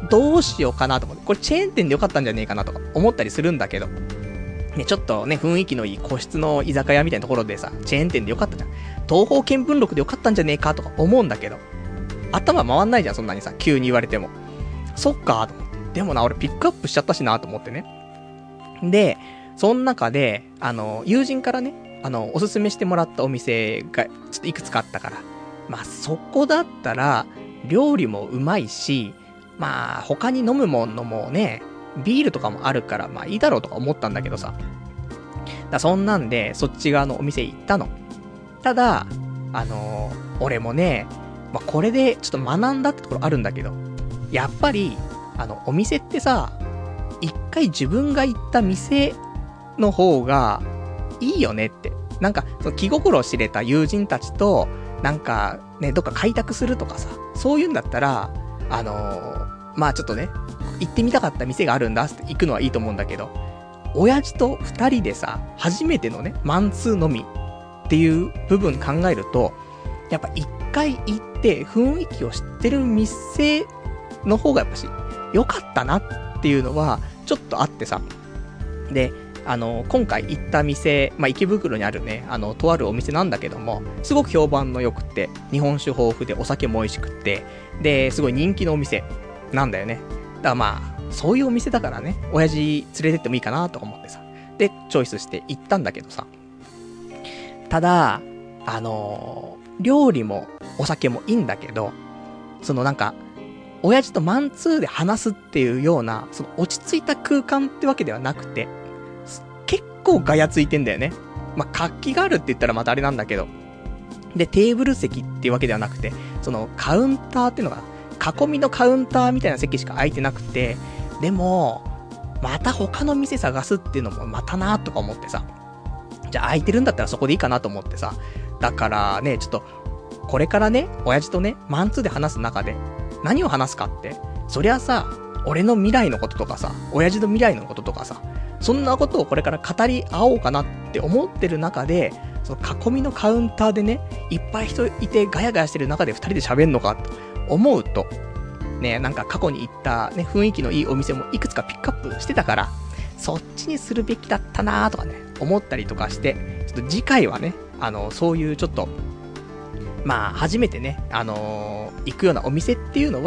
どうしようかなと思って、これチェーン店でよかったんじゃねえかなとか思ったりするんだけど、ね、ちょっとね、雰囲気のいい個室の居酒屋みたいなところでさ、チェーン店でよかったじゃん。東方見聞録でよかったんじゃねえかとか思うんだけど、頭回んないじゃん、そんなにさ、急に言われても。そっかーと思って。でもな、俺ピックアップしちゃったしなと思ってね。で、その中で、あの、友人からね、あの、おすすめしてもらったお店が、ちょっといくつかあったから、まあ、そこだったら、料理もうまいし、まあ、他に飲むものもね、ビールとかもあるから、まあいいだろうとか思ったんだけどさ。だそんなんで、そっち側のお店行ったの。ただ、あのー、俺もね、まあこれでちょっと学んだってところあるんだけど、やっぱり、あの、お店ってさ、一回自分が行った店の方がいいよねって。なんか、その気心を知れた友人たちと、なんか、ね、どっか開拓するとかさ、そういうんだったら、あのー、まあちょっとね、行ってみたかった店があるんだって行くのはいいと思うんだけど、親父と二人でさ、初めてのね、マンツー飲みっていう部分考えると、やっぱ一回行って雰囲気を知ってる店の方がやっぱし良かったなっていうのはちょっとあってさ。で、あの、今回行った店、まあ、池袋にあるね、あの、とあるお店なんだけども、すごく評判の良くって、日本酒豊富でお酒も美味しくって、で、すごい人気のお店なんだよね。だからまあ、そういうお店だからね、親父連れてってもいいかなとか思ってさ。で、チョイスして行ったんだけどさ。ただ、あのー、料理もお酒もいいんだけど、そのなんか、親父とマンツーで話すっていうような、その落ち着いた空間ってわけではなくて、結構ガヤついてんだよね。まあ、活気があるって言ったらまたあれなんだけど。で、テーブル席っていうわけではなくて、そのカウンターっていうのが、囲みのカウンターみたいな席しか空いてなくて、でも、また他の店探すっていうのもまたなーとか思ってさ。じゃあ空いてるんだったらそこでいいかなと思ってさ。だからね、ちょっと、これからね、親父とね、マンツーで話す中で、何を話すかって、そりゃさ、俺の未来のこととかさ、親父の未来のこととかさ、そんなことをこれから語り合おうかなって思ってる中で、その囲みのカウンターでね、いっぱい人いてガヤガヤしてる中で二人で喋んのかと思うと、ね、なんか過去に行ったね、雰囲気のいいお店もいくつかピックアップしてたから、そっちにするべきだったなーとかね、思ったりとかして、ちょっと次回はね、あの、そういうちょっと、まあ、初めてね、あのー、行くようなお店っていうのは、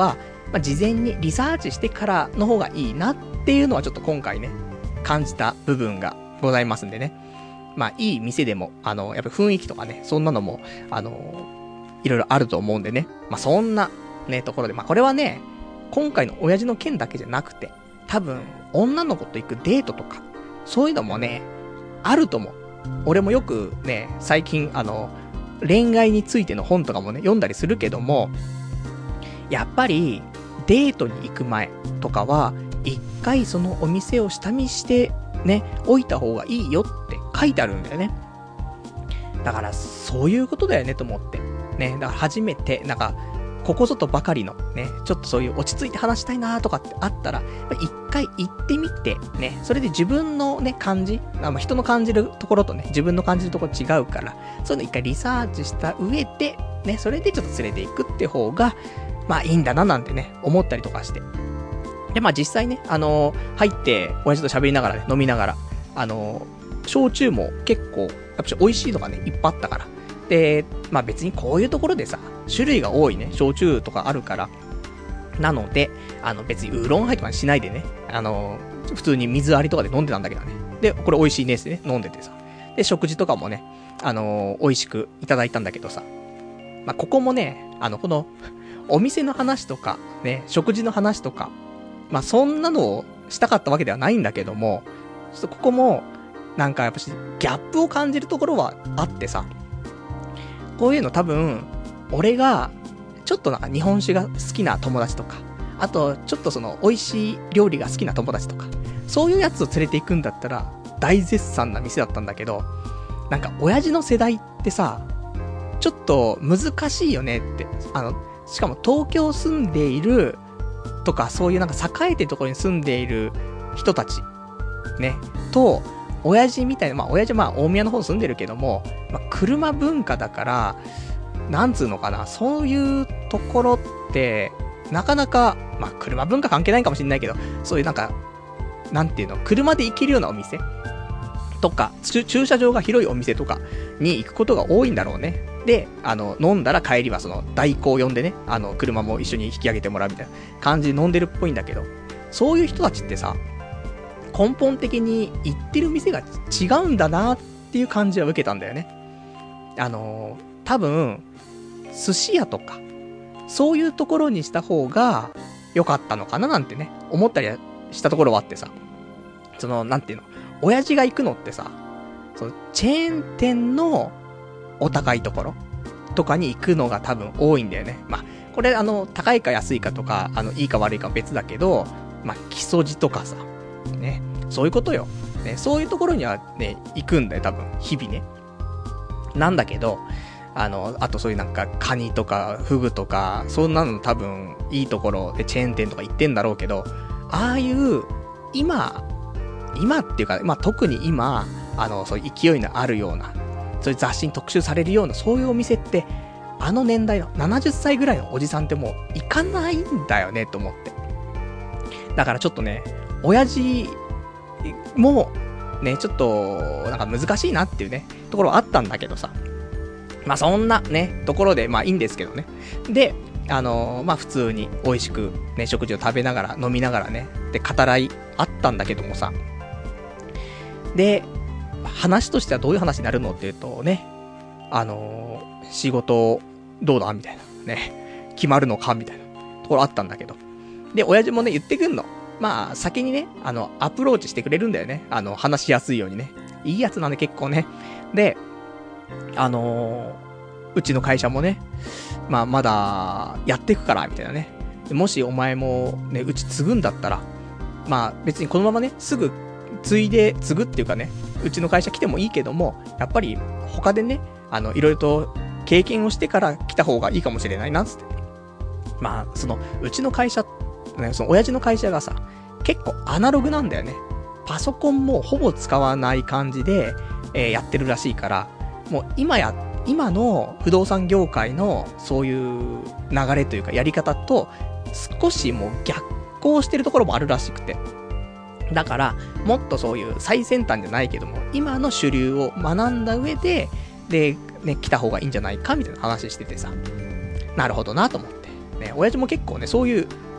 まあ、事前にリサーチしてからの方がいいなっていうのはちょっと今回ね、感じた部分がございますんでね。まあ、いい店でも、あの、やっぱ雰囲気とかね、そんなのも、あの、いろいろあると思うんでね。まあ、そんな、ね、ところで、まあ、これはね、今回の親父の件だけじゃなくて、多分、女の子と行くデートとか、そういうのもね、あると思う。俺もよくね、最近、あの、恋愛についての本とかもね、読んだりするけども、やっぱり、デートに行く前とかは、一回そのお店を下見して、ね、置いた方がいいよって書いてあるんだよね。だから、そういうことだよねと思って。ね、だから初めて、なんか、ここぞとばかりの、ね、ちょっとそういう落ち着いて話したいなとかってあったら、一回行ってみて、ね、それで自分のね、感じ、あの人の感じるところとね、自分の感じるところ違うから、そういうの一回リサーチした上で、ね、それでちょっと連れて行くって方が、まあいいんだななんてね、思ったりとかして。で、まあ実際ね、あのー、入って、親父と喋りながらね、飲みながら、あのー、焼酎も結構、やっぱり美味しいのがね、いっぱいあったから。で、まあ別にこういうところでさ、種類が多いね、焼酎とかあるから。なので、あの別にウーロンハイとかにしないでね、あのー、普通に水割りとかで飲んでたんだけどね。で、これ美味しいねってね、飲んでてさ。で、食事とかもね、あのー、美味しくいただいたんだけどさ。まあここもね、あの、この、お店の話とか、ね、食事の話とか、まあそんなのをしたかったわけではないんだけども、ちょっとここも、なんかやっぱし、ギャップを感じるところはあってさ、こういうの多分、俺が、ちょっとなんか日本酒が好きな友達とか、あと、ちょっとその、美味しい料理が好きな友達とか、そういうやつを連れて行くんだったら、大絶賛な店だったんだけど、なんか、親父の世代ってさ、ちょっと難しいよねって、あの、しかも東京住んでいる、とか、そういうなんか栄えてるところに住んでいる人たち、ね、と、親父みたいな、まあ、親父はまあ、大宮の方住んでるけども、まあ、車文化だから、なんつうのかな、そういうところって、なかなか、まあ、車文化関係ないかもしれないけど、そういうなんか、なんていうの、車で行けるようなお店とか、駐車場が広いお店とかに行くことが多いんだろうね。で、あの、飲んだら帰りはその、代行を呼んでね、あの、車も一緒に引き上げてもらうみたいな感じで飲んでるっぽいんだけど、そういう人たちってさ、根本的に行ってる店が違うんだなっていう感じは受けたんだよね。あのー、多分、寿司屋とか、そういうところにした方が良かったのかななんてね、思ったりしたところはあってさ、その、なんていうの、親父が行くのってさ、その、チェーン店のお高いところとかに行くのが多分多いんだよね。まあ、これあの、高いか安いかとか、あの、いいか悪いかは別だけど、まあ、木曽路とかさ、ね、そういうことよ。ね、そういうところにはね、行くんだよ、多分、日々ね。なんだけど、あの、あとそういうなんか、カニとか、フグとか、そんなの多分、いいところでチェーン店とか行ってんだろうけど、ああいう、今、今っていうか、まあ、特に今、あの、そういう勢いのあるような、そういう雑誌に特集されるような、そういうお店って、あの年代のななじゅっさいぐらいのおじさんってもう行かないんだよね、と思って。だからちょっとね、親父も、ね、ちょっと、なんか難しいなっていうね、ところはあったんだけどさ。まあそんなね、ところで、まあいいんですけどね。で、あのー、まあ普通に美味しくね、食事を食べながら、飲みながらね、で、語らいあったんだけどもさ。で、話としてはどういう話になるのっていうとね、あのー、仕事どうだみたいな。ね、決まるのかみたいなところあったんだけど。で、親父もね、言ってくんの。まあ、先にね、あの、アプローチしてくれるんだよね。あの、話しやすいようにね。いいやつなんで結構ね。で、あのー、うちの会社もね、まあ、まだ、やっていくから、みたいなね。もしお前も、ね、うち継ぐんだったら、まあ、別にこのままね、すぐ、継いで、継ぐっていうかね、うちの会社来てもいいけども、やっぱり、他でね、あの、いろいろと、経験をしてから来た方がいいかもしれないな、つって。まあ、その、うちの会社、ね、その親父の会社がさ、結構アナログなんだよね。パソコンもほぼ使わない感じで、えー、やってるらしいから、もう今や、今の不動産業界のそういう流れというかやり方と少しもう逆行してるところもあるらしくて。だから、もっとそういう最先端じゃないけども、今の主流を学んだ上で、で、ね、来た方がいいんじゃないかみたいな話しててさ。なるほどなと思って。ね、親父も結構ね、そういう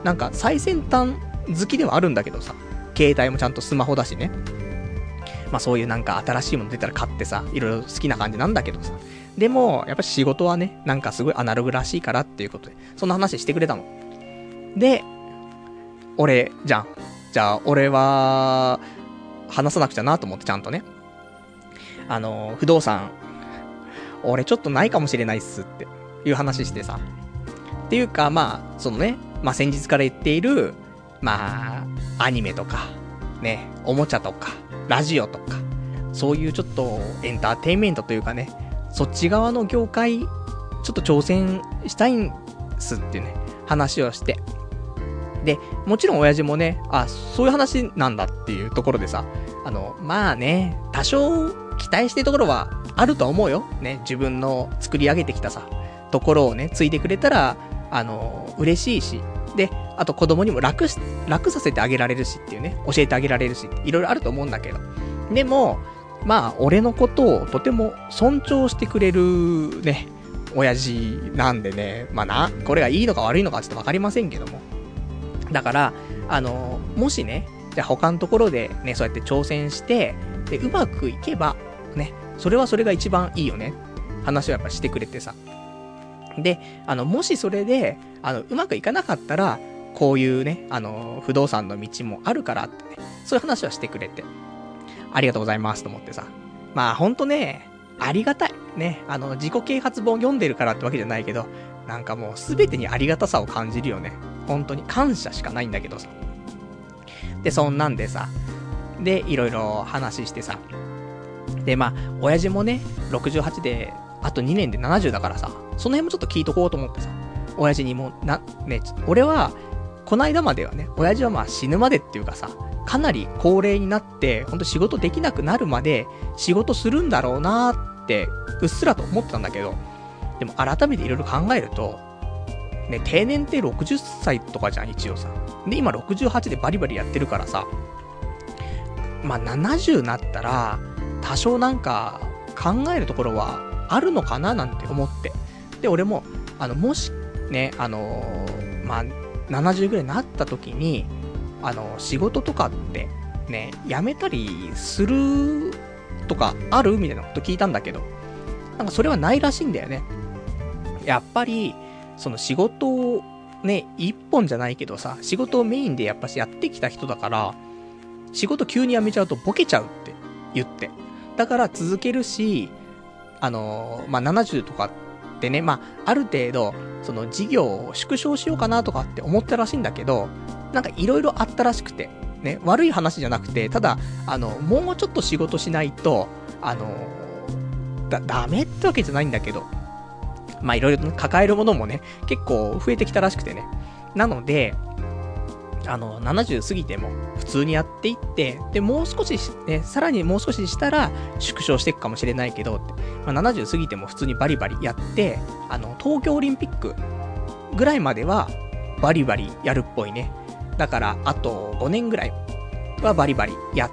なんか最先端好きではあるんだけどさ、携帯もちゃんとスマホだしね。まあそういうなんか新しいもの出たら買ってさ、いろいろ好きな感じなんだけどさ。でも、やっぱ仕事はね、なんかすごいアナログらしいからっていうことで、そんな話してくれたの。で、俺、じゃん。じゃあ、俺は、話さなくちゃなと思ってちゃんとね。あの、不動産、俺ちょっとないかもしれないっすっていう話してさ。っていうか、まあ、そのね、まあ先日から言っている、まあ、アニメとか、ね、おもちゃとか、ラジオとか、そういうちょっとエンターテインメントというかね、そっち側の業界、ちょっと挑戦したいんすっていうね、話をして。で、もちろん親父もね、あ、そういう話なんだっていうところでさ、あの、まあね、多少期待してるところはあるとは思うよ。ね、自分の作り上げてきたさ、ところをね、ついてくれたら、あの、嬉しいし、で、あと子供にも楽し、楽させてあげられるしっていうね、教えてあげられるし、いろいろあると思うんだけど。でも、まあ、俺のことをとても尊重してくれるね、親父なんでね、まあな、これがいいのか悪いのかちょっとわかりませんけども。だから、あの、もしね、じゃあ他のところでね、そうやって挑戦して、で、うまくいけば、ね、それはそれが一番いいよね。話をやっぱしてくれてさ。で、あの、もしそれで、あの、うまくいかなかったら、こういうね、あの、不動産の道もあるからってね、そういう話はしてくれて、ありがとうございますと思ってさ。まあ、ほんとね、ありがたい。ね、あの、自己啓発本読んでるからってわけじゃないけど、なんかもうすべてにありがたさを感じるよね。本当に感謝しかないんだけどさ。で、そんなんでさ、で、いろいろ話してさ。で、まあ、親父もね、ろくじゅうはちで、あとにねんでななじゅうだからさ、その辺もちょっと聞いとこうと思ってさ、親父にも、な、ね、俺は、こないだまではね、親父はまあ死ぬまでっていうかさ、かなり高齢になって、ほんと仕事できなくなるまで仕事するんだろうなーって、うっすらと思ってたんだけど、でも改めていろいろ考えると、ね、定年ってろくじゅっさいとかじゃん、一応さ。で、今ろくじゅうはちでバリバリやってるからさ、まあななじゅうになったら、多少なんか考えるところはあるのかななんて思って。で、俺も、あの、もしね、あのー、まあ、ななじゅうぐらいになった時に、あの、仕事とかって、ね、辞めたりするとかあるみたいなこと聞いたんだけど、なんかそれはないらしいんだよね。やっぱり、その仕事をね、一本じゃないけどさ、仕事をメインでやっぱしやってきた人だから、仕事急に辞めちゃうとボケちゃうって言って。だから続けるし、あのー、まあ、ななじゅうとかってね、まあ、ある程度、その事業を縮小しようかなとかって思ったらしいんだけど、なんかいろいろあったらしくて、ね、悪い話じゃなくて、ただ、あの、もうちょっと仕事しないと、あのー、だ、ダメってわけじゃないんだけど、まあいろいろ抱えるものもね、結構増えてきたらしくてね。なので、あの、ななじゅう過ぎても普通にやっていって、で、もう少しね、さらにもう少ししたら縮小していくかもしれないけど、まあ、ななじゅう過ぎても普通にバリバリやって、あの、東京オリンピックぐらいまではバリバリやるっぽいね。だから、あとごねんぐらいはバリバリやって、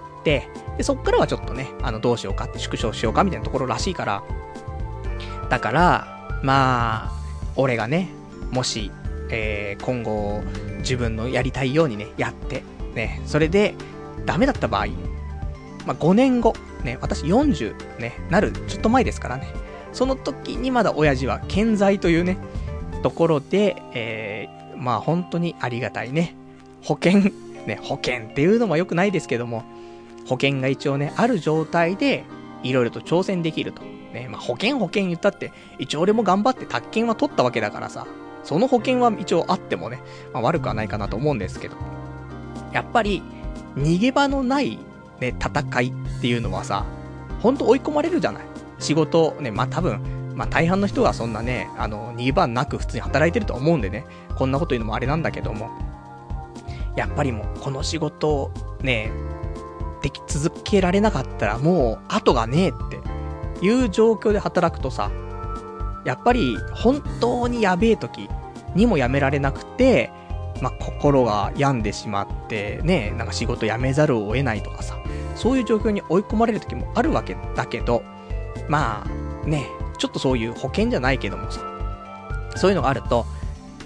で、そっからはちょっとね、あの、どうしようかって縮小しようかみたいなところらしいから、だから、まあ、俺がね、もし、えー、今後、自分のやりたいようにね、やって、ね、それで、ダメだった場合、まあ、ごねんご、ね、私よんじゅう、ね、なる、ちょっと前ですからね、その時にまだ親父は健在というね、ところで、えー、まあ、本当にありがたいね、保険、ね、保険っていうのも良くないですけども、保険が一応ね、ある状態で、いろいろと挑戦できると。ね、まあ、保険保険言ったって、一応俺も頑張って宅建は取ったわけだからさ、その保険は一応あってもね、まあ、悪くはないかなと思うんですけど、やっぱり、逃げ場のない、ね、戦いっていうのはさ、ほんと追い込まれるじゃない。仕事、ね、まあ、多分、まあ、大半の人はそんなね、あの、逃げ場なく普通に働いてると思うんでね、こんなこと言うのもあれなんだけども、やっぱりもう、この仕事をね、でき続けられなかったらもう、後がねえっていう状況で働くとさ、やっぱり本当にやべえ時にもやめられなくて、まあ、心が病んでしまってね、なんか仕事辞めざるを得ないとかさ、そういう状況に追い込まれる時もあるわけだけど、まあね、ちょっとそういう保険じゃないけどもさ、そういうのがあると、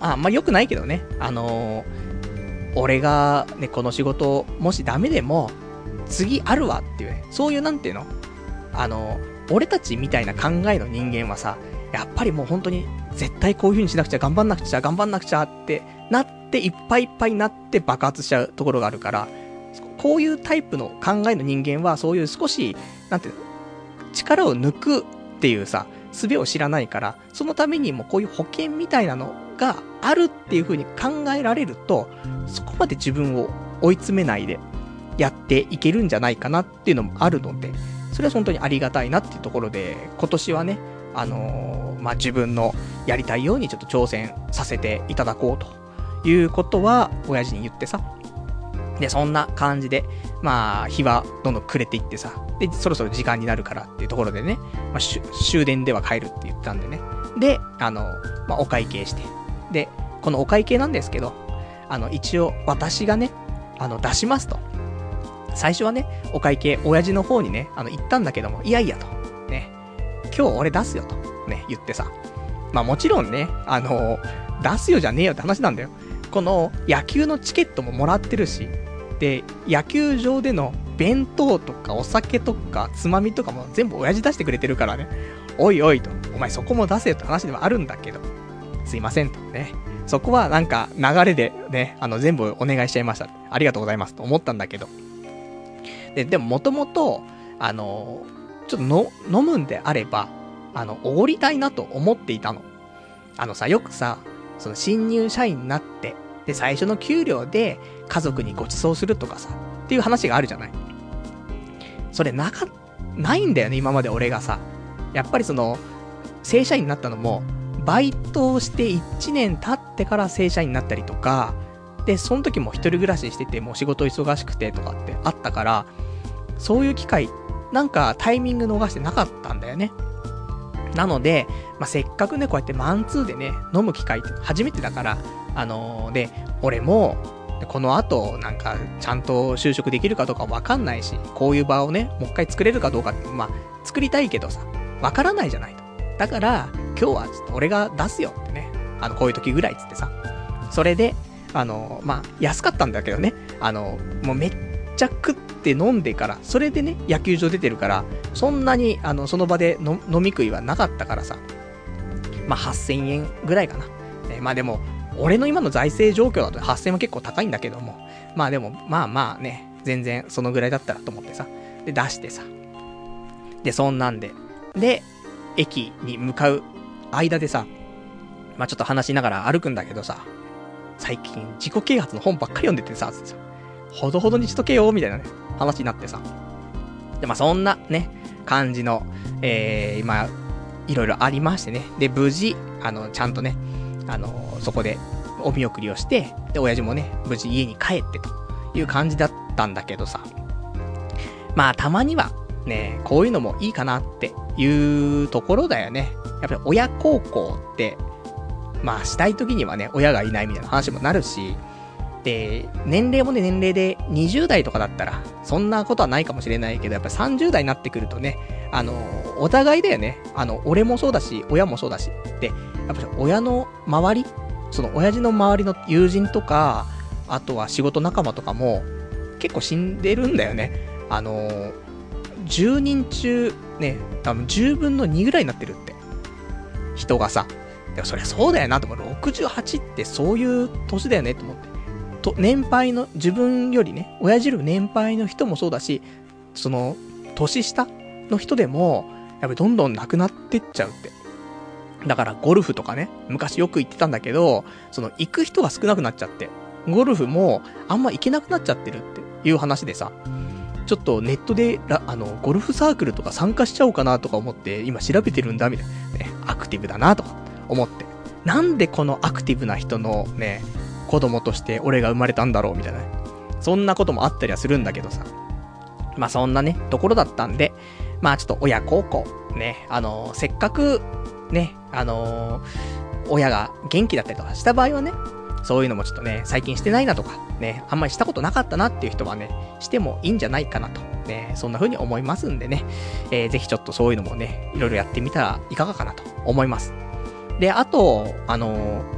あ、あんまり良くないけどね、あのー、俺がね、この仕事、もしダメでも、次あるわっていうね、そういうなんていうのあのー、俺たちみたいな考えの人間はさ、やっぱりもう本当に、絶対こういう風にしなくちゃ、頑張んなくちゃ、頑張んなくちゃってなって、いっぱいいっぱいになって爆発しちゃうところがあるから、こういうタイプの考えの人間は、そういう少し、なんていうの、力を抜くっていうさ、術を知らないから、そのためにもこういう保険みたいなのがあるっていう風に考えられると、そこまで自分を追い詰めないでやっていけるんじゃないかなっていうのもあるので、それは本当にありがたいなっていうところで、今年はね、あのー、まあ、自分のやりたいようにちょっと挑戦させていただこうということは、親父に言ってさ、で、そんな感じで、まあ、日はどんどん暮れていってさ、で、そろそろ時間になるからっていうところでね、まあ、終電では帰るって言ったんでね。で、あの、まあ、お会計して。で、このお会計なんですけど、あの、一応、私がね、あの、出しますと。最初はね、お会計、親父の方にね、あの、言ったんだけども、いやいやと。ね、今日俺出すよと。ね、言ってさ。まあ、もちろんね、あの、出すよじゃねえよって話なんだよ。この、野球のチケットももらってるし、で、野球場での弁当とかお酒とかつまみとかも全部親父出してくれてるからね。おいおいと、お前そこも出せよって話ではあるんだけど、すいませんとね。そこはなんか流れでね、あの全部お願いしちゃいました。ありがとうございますと思ったんだけど。で、でももともと、あの、ちょっとの飲むんであれば、あの、おごりたいなと思っていたの。あのさ、よくさ、その新入社員になって、で、最初の給料で家族にご馳走するとかさ、っていう話があるじゃない。それなか、ないんだよね、今まで俺がさ。やっぱりその、正社員になったのも、バイトをしていちねん経ってから正社員になったりとか、で、その時も一人暮らししてて、もう仕事忙しくてとかってあったから、そういう機会、なんかタイミング逃してなかったんだよね。なので、まあ、せっかくね、こうやってマンツーでね、飲む機会って初めてだから、あのー、で、俺も、この後、なんか、ちゃんと就職できるかどうかわかんないし、こういう場をね、もう一回作れるかどうかって、まあ、作りたいけどさ、わからないじゃないと。だから、今日はちょっと俺が出すよってね、あの、こういう時ぐらいっつってさ、それで、あのー、まあ、安かったんだけどね、あのー、もうめっちゃ食って飲んでから、それでね、野球場出てるから、そんなに、あの、その場での飲み食いはなかったからさ、まあ、はっせんえんぐらいかな。えー、まあでも、俺の今の財政状況だとはっせんえんは結構高いんだけども、まあでも、まあまあね、全然そのぐらいだったらと思ってさ、で、出してさ、で、そんなんで、で、駅に向かう間でさ、まあちょっと話しながら歩くんだけどさ、最近自己啓発の本ばっかり読んでてさ、ほどほどにしとけよ、みたいなね、話になってさ、で、まあそんなね、感じの、えー、今、いろいろありましてね、で、無事、あの、ちゃんとね、あの、そこでお見送りをして、で、親父もね、無事家に帰ってという感じだったんだけどさ。まあ、たまには、ね、こういうのもいいかなっていうところだよね。やっぱり親孝行って、まあ、したい時にはね、親がいないみたいな話もなるし、で、年齢もね、年齢でにじゅう代とかだったら、そんなことはないかもしれないけど、やっぱりさんじゅう代になってくるとね、あの、お互いだよね。あの、俺もそうだし、親もそうだし。で、やっぱり親の周り、その親父の周りの友人とか、あとは仕事仲間とかも、結構死んでるんだよね。あの、じゅうにん中、ね、多分じゅうぶんのにぐらいになってるって。人がさ。でもそりゃそうだよなと思う。ろくじゅうはちってそういう年だよねと思って。と、年配の、自分よりね、親父より年配の人もそうだし、その、年下の人でも、やっぱりどんどん亡くなってっちゃうって。だからゴルフとかね、昔よく行ってたんだけど、その行く人が少なくなっちゃって、ゴルフもあんま行けなくなっちゃってるっていう話でさ、ちょっとネットで、あの、ゴルフサークルとか参加しちゃおうかなとか思って、今調べてるんだ、みたいな。ね、アクティブだなとか思って。なんでこのアクティブな人のね、子供として俺が生まれたんだろうみたいなね。そんなこともあったりはするんだけどさ。まあそんなね、ところだったんで、まあちょっと親孝行、ね、あのー、せっかく、ね、あのー、親が元気だったりとかした場合はね、そういうのもちょっとね、最近してないなとか、ね、あんまりしたことなかったなっていう人はね、してもいいんじゃないかなと、ね、そんな風に思いますんでね、えー、ぜひちょっとそういうのもね、いろいろやってみたらいかがかなと思います。で、あと、あのー、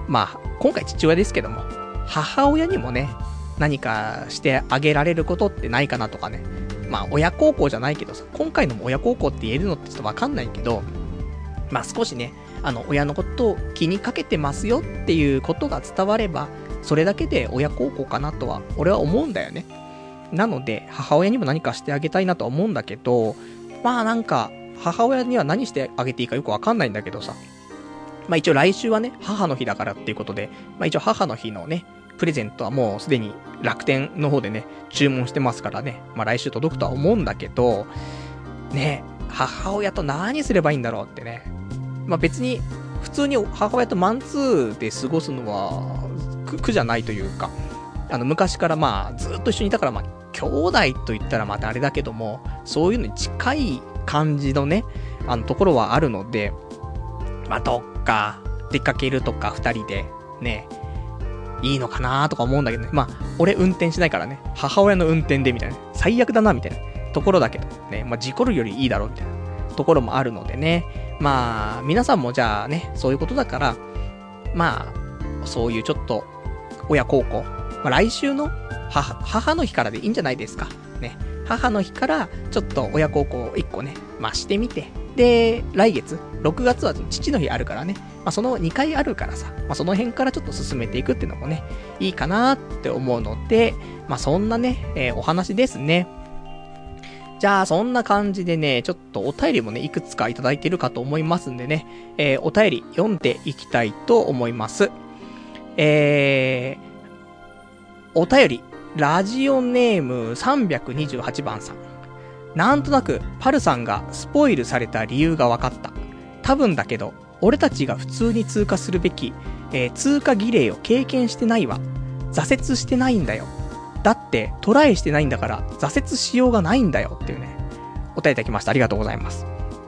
まあ、今回父親ですけども、母親にもね、何かしてあげられることってないかなとかね。まあ、親孝行じゃないけどさ、今回のも親孝行って言えるのってちょっとわかんないけど、まあ少しね、あの、親のことを気にかけてますよっていうことが伝われば、それだけで親孝行かなとは、俺は思うんだよね。なので、母親にも何かしてあげたいなとは思うんだけど、まあなんか、母親には何してあげていいかよくわかんないんだけどさ。まあ一応来週はね、母の日だからっていうことで、まあ一応母の日のね、プレゼントはもうすでに楽天の方でね、注文してますからね、まあ来週届くとは思うんだけど、ね、母親と何すればいいんだろうってね。まあ別に、普通に母親とマンツーで過ごすのは苦、苦じゃないというか、あの昔からまあずっと一緒にいたから、まあ兄弟と言ったらまたあれだけども、そういうのに近い感じのね、あのところはあるので、まあどっか出かけるとか二人でね、いいのかなーとか思うんだけどね。まあ俺運転しないからね、母親の運転でみたいな、最悪だなみたいなところだけどね、まあ事故るよりいいだろうみたいなところもあるのでね、まあ皆さんもじゃあね、そういうことだから、まあそういうちょっと親孝行、まあ、来週の 母, 母の日からでいいんじゃないですかね。母の日からちょっと親孝行いっこね、まあしてみて、で来月ろくがつは父の日あるからね、まあそのにかいあるからさ、まあその辺からちょっと進めていくっていうのもね、いいかなって思うので、まあそんなね、えー、お話ですね。じゃあそんな感じでね、ちょっとお便りもね、いくつかいただいているかと思いますんでね、えー、お便り読んでいきたいと思います。えー、お便り、ラジオネームさんびゃくにじゅうはちばんさん。なんとなくパルさんがスポイルされた理由が分かった。多分だけど、俺たちが普通に通過するべき、えー、通過儀礼を経験してないわ。挫折してないんだよ。だってトライしてないんだから挫折しようがないんだよっていうね、お便りいただきました。ありがとうございます。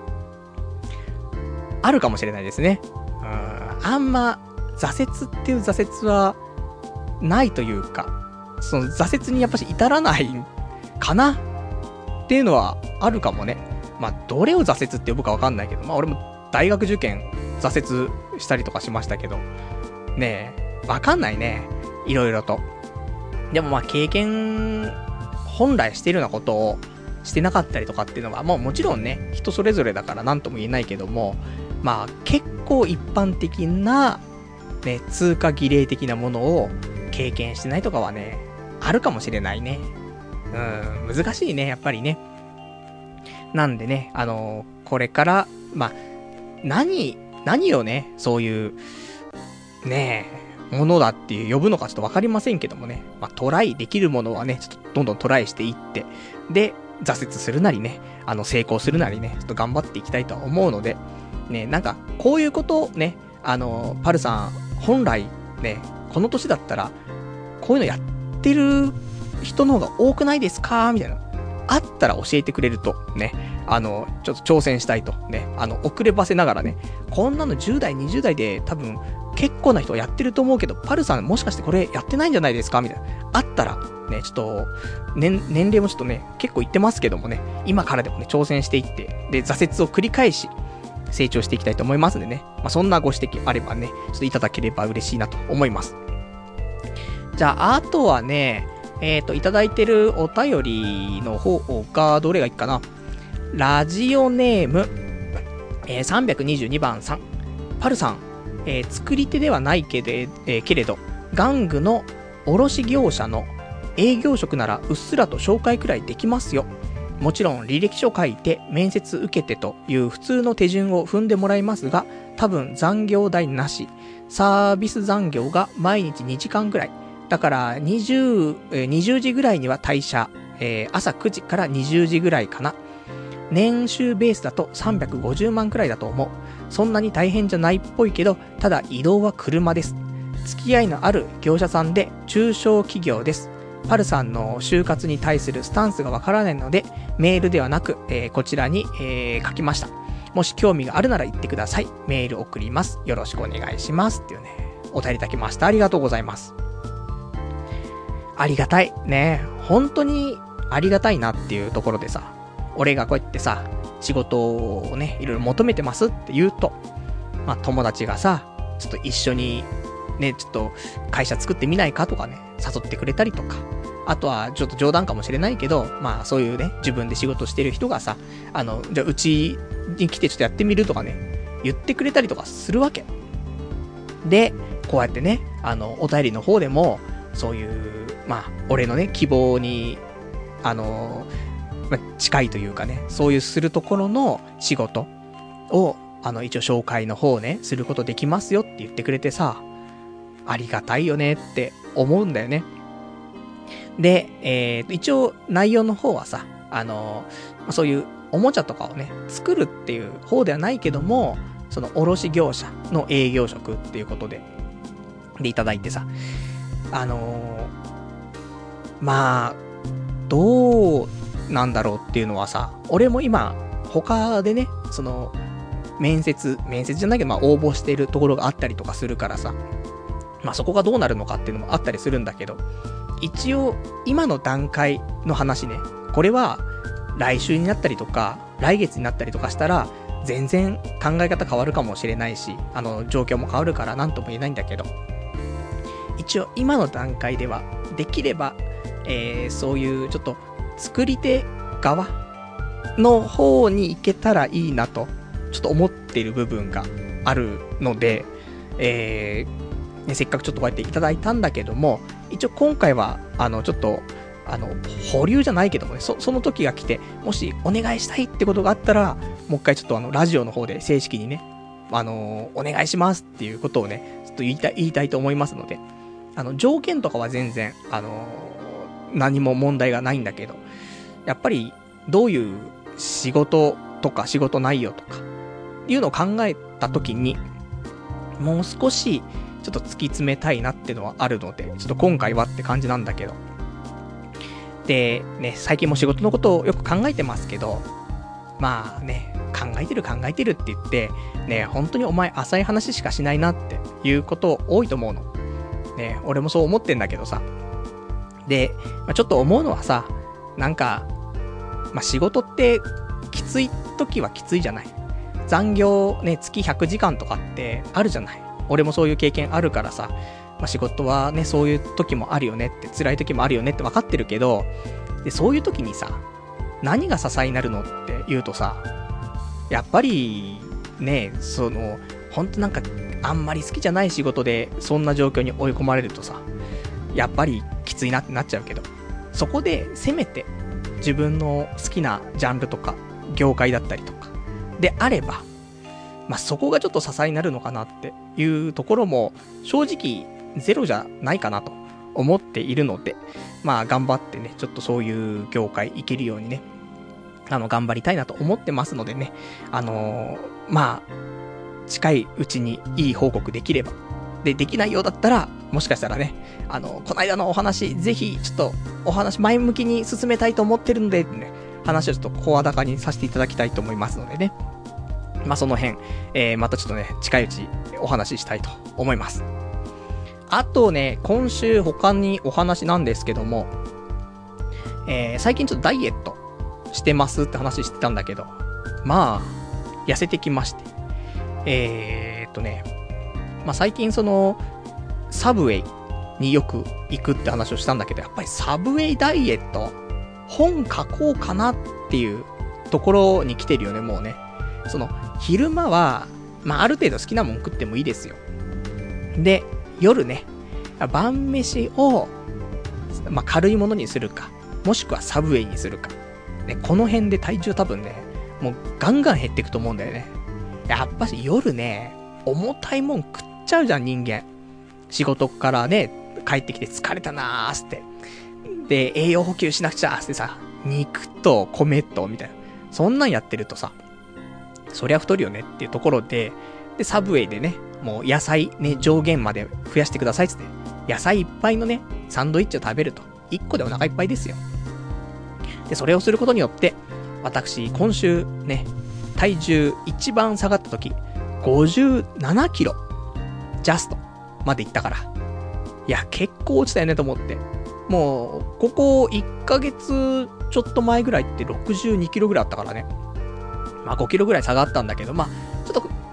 あるかもしれないですね。うーん、あんま挫折っていう挫折はないというか、その挫折にやっぱし至らないかなっていうのはあるかもね。まあどれを挫折って呼ぶかわかんないけど、まあ俺も大学受験挫折したりとかしましたけどねえ、わかんないね、いろいろと。でもまあ経験本来しているようなことをしてなかったりとかっていうのはもうもちろんね、人それぞれだから何とも言えないけども、まあ結構一般的なね、通過儀礼的なものを経験してないとかはね、あるかもしれないね。うん、難しいね、やっぱりね。なんでね、あのー、これからまあ何何をね、そういうねえものだっていう呼ぶのかちょっとわかりませんけどもね、まあトライできるものはね、ちょっとどんどんトライしていって、で挫折するなりね、あの成功するなりね、ちょっと頑張っていきたいとは思うのでね、なんかこういうことをね、あのパルさん本来ね、この年だったらこういうのやってる人の方が多くないですかみたいな、あったら教えてくれるとね、あのちょっと挑戦したいとね、あの遅ればせながらね、こんなのじゅう代にじゅう代で多分結構な人やってると思うけど、パルさんもしかしてこれやってないんじゃないですかみたいな、あったらね、ちょっと年年齢もちょっとね結構いってますけどもね、今からでもね挑戦していって、で挫折を繰り返し成長していきたいと思いますんでね、まあ、そんなご指摘あればね、ちょっといただければ嬉しいなと思います。じゃああとはね、えっといただいてるお便りの方がどれがいいかな。ラジオネーム、えー、さんびゃくにじゅうにばんさん。パルさん、えー、作り手ではないけれ、えー、けれど玩具の卸業者の営業職ならうっすらと紹介くらいできますよ。もちろん履歴書書いて面接受けてという普通の手順を踏んでもらいますが、多分残業代なし、サービス残業が毎日にじかんぐらいだから、にじゅう、えー、にじゅうじぐらいには退社、えー、朝くじからにじゅうじぐらいかな。年収ベースだとさんびゃくごじゅうまんくらいだと思う。そんなに大変じゃないっぽいけど、ただ移動は車です。付き合いのある業者さんで中小企業です。パルさんの就活に対するスタンスがわからないので、メールではなく、えー、こちらに、えー、書きました。もし興味があるなら言ってください。メール送ります。よろしくお願いします。っていうね、お便りいただきました。ありがとうございます。ありがたい。ね、本当にありがたいなっていうところでさ、俺がこうやってさ、仕事をね、いろいろ求めてますって言うと、まあ友達がさ、ちょっと一緒にね、ちょっと会社作ってみないかとかね、誘ってくれたりとか、あとはちょっと冗談かもしれないけど、まあそういうね、自分で仕事してる人がさ、あの、じゃあうちに来てちょっとやってみるとかね、言ってくれたりとかするわけ。で、こうやってね、あの、お便りの方でも、そういう、まあ、俺のね、希望に、あの、まあ、近いというかね、そういうするところの仕事を、あの、一応紹介の方ね、することできますよって言ってくれてさ、ありがたいよねって思うんだよね。で、えー、一応内容の方はさ、あの、そういうおもちゃとかをね、作るっていう方ではないけども、その卸業者の営業職っていうことで、でいただいてさ、あのー、まあ、どうなんだろうっていうのはさ、俺も今、他でね、その、面接、面接じゃないけど、まあ応募しているところがあったりとかするからさ、まあそこがどうなるのかっていうのもあったりするんだけど、一応、今の段階の話ね、これは、来週になったりとか、来月になったりとかしたら、全然考え方変わるかもしれないし、あの、状況も変わるから何とも言えないんだけど、一応今の段階では、できれば、えー、そういうちょっと、作り手側の方に行けたらいいなと、ちょっと思っている部分があるので、えー、ね、せっかくちょっとこうやっていただいたんだけども、一応今回は、あの、ちょっと、あの、保留じゃないけどもね、そ、その時が来て、もしお願いしたいってことがあったら、もう一回ちょっとあの、ラジオの方で正式にね、あのー、お願いしますっていうことをね、ちょっと言いたい、言いたいと思いますので、あの、条件とかは全然、あのー、何も問題がないんだけど、やっぱり、どういう仕事とか仕事内容とか、いうのを考えた時に、もう少し、ちょっと突き詰めたいなっていうのはあるので、ちょっと今回はって感じなんだけど。で、ね、最近も仕事のことをよく考えてますけど、まあね、考えてる考えてるって言って、ね、本当にお前浅い話しかしないなっていうこと多いと思うの。ね、俺もそう思ってんだけどさ。で、まあ、ちょっと思うのはさ、なんか、まあ仕事ってきつい時はきついじゃない。残業ね、月ひゃくじかんとかってあるじゃない。俺もそういう経験あるからさ、まあ、仕事はね、そういう時もあるよねって、辛い時もあるよねって分かってるけど、で、そういう時にさ、何が支えになるのって言うとさ、やっぱり、ね、その、ほんとなんか、あんまり好きじゃない仕事で、そんな状況に追い込まれるとさ、やっぱりきついなってなっちゃうけど、そこで、せめて、自分の好きなジャンルとか、業界だったりとか、であれば、まあ、そこがちょっと支えになるのかなっていうところも、正直、ゼロじゃないかなと思っているので、まあ頑張ってね、ちょっとそういう業界行けるようにね、あの頑張りたいなと思ってますのでね、あのー、まあ、近いうちにいい報告できれば。で、できないようだったら、もしかしたらね、あの、この間のお話、ぜひちょっとお話前向きに進めたいと思ってるので、ね、話をちょっと声高にさせていただきたいと思いますのでね。まあその辺、えー、またちょっとね、近いうちお話ししたいと思います。あとね、今週他にお話なんですけども、えー、最近ちょっとダイエットしてますって話してたんだけど、まあ、痩せてきまして。えーっとね、まあ最近その、サブウェイによく行くって話をしたんだけど、やっぱりサブウェイダイエット、本書こうかなっていうところに来てるよね、もうね。その、昼間は、まあある程度好きなもん食ってもいいですよ。で、夜ね、晩飯を、まあ、軽いものにするか、もしくはサブウェイにするか。ね、この辺で体重多分ね、もうガンガン減っていくと思うんだよね。やっぱし夜ね、重たいもん食っちゃうじゃん、人間。仕事からね、帰ってきて疲れたなーすって。で、栄養補給しなくちゃーすってさ、肉と米と、みたいな。そんなんやってるとさ、そりゃ太るよねっていうところで、で、サブウェイでね、もう野菜ね、上限まで増やしてくださいっつって、野菜いっぱいのね、サンドイッチを食べると、いっこでお腹いっぱいですよ。で、それをすることによって、私、今週ね、体重一番下がった時、ごじゅうななキロ、ジャストまでいったから。いや、結構落ちたよねと思って。もう、ここいっかげつちょっと前ぐらいってろくじゅうにキロぐらいあったからね。まあごキロぐらい下がったんだけど、まあ、ちょっと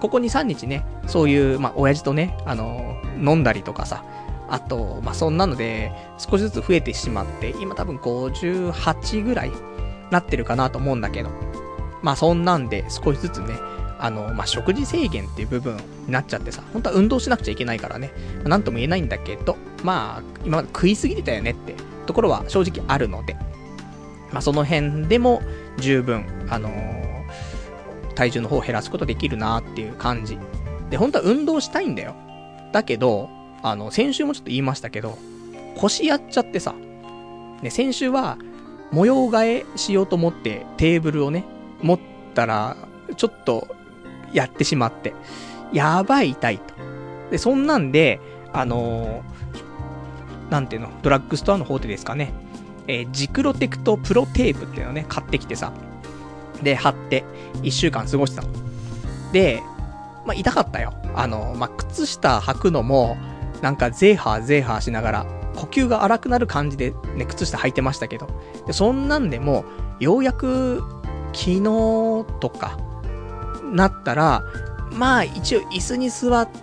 ここに、さんにちね、そういう、まあ、親父とね、あの、飲んだりとかさ、あと、まあ、そんなので、少しずつ増えてしまって、今多分ごじゅうはちぐらいなってるかなと思うんだけど、まあ、そんなんで少しずつね、あの、まあ、食事制限っていう部分になっちゃってさ、本当は運動しなくちゃいけないからね、まあ、なんとも言えないんだけど、まあ、今まで食いすぎてたよねってところは正直あるので、まあ、その辺でも十分、あのー、体重の方を減らすことできるなっていう感じ。で、本当は運動したいんだよ。だけど、あの、先週もちょっと言いましたけど、腰やっちゃってさ、ね、先週は模様替えしようと思ってテーブルをね、持ったら、ちょっとやってしまって、やばい痛いと。で、そんなんで、あのー、なんていうの、ドラッグストアの方でですかね、えー、ジクロテクトプロテープっていうのをね、買ってきてさ、で、貼って、いっしゅうかん過ごしてたの。で、まあ、痛かったよ。あのー、まあ、靴下履くのも、なんかゼーハーゼーハーしながら、呼吸が荒くなる感じでね、靴下履いてましたけど、で、そんなんでも、ようやく、昨日とか、なったら、まあ、一応椅子に座って、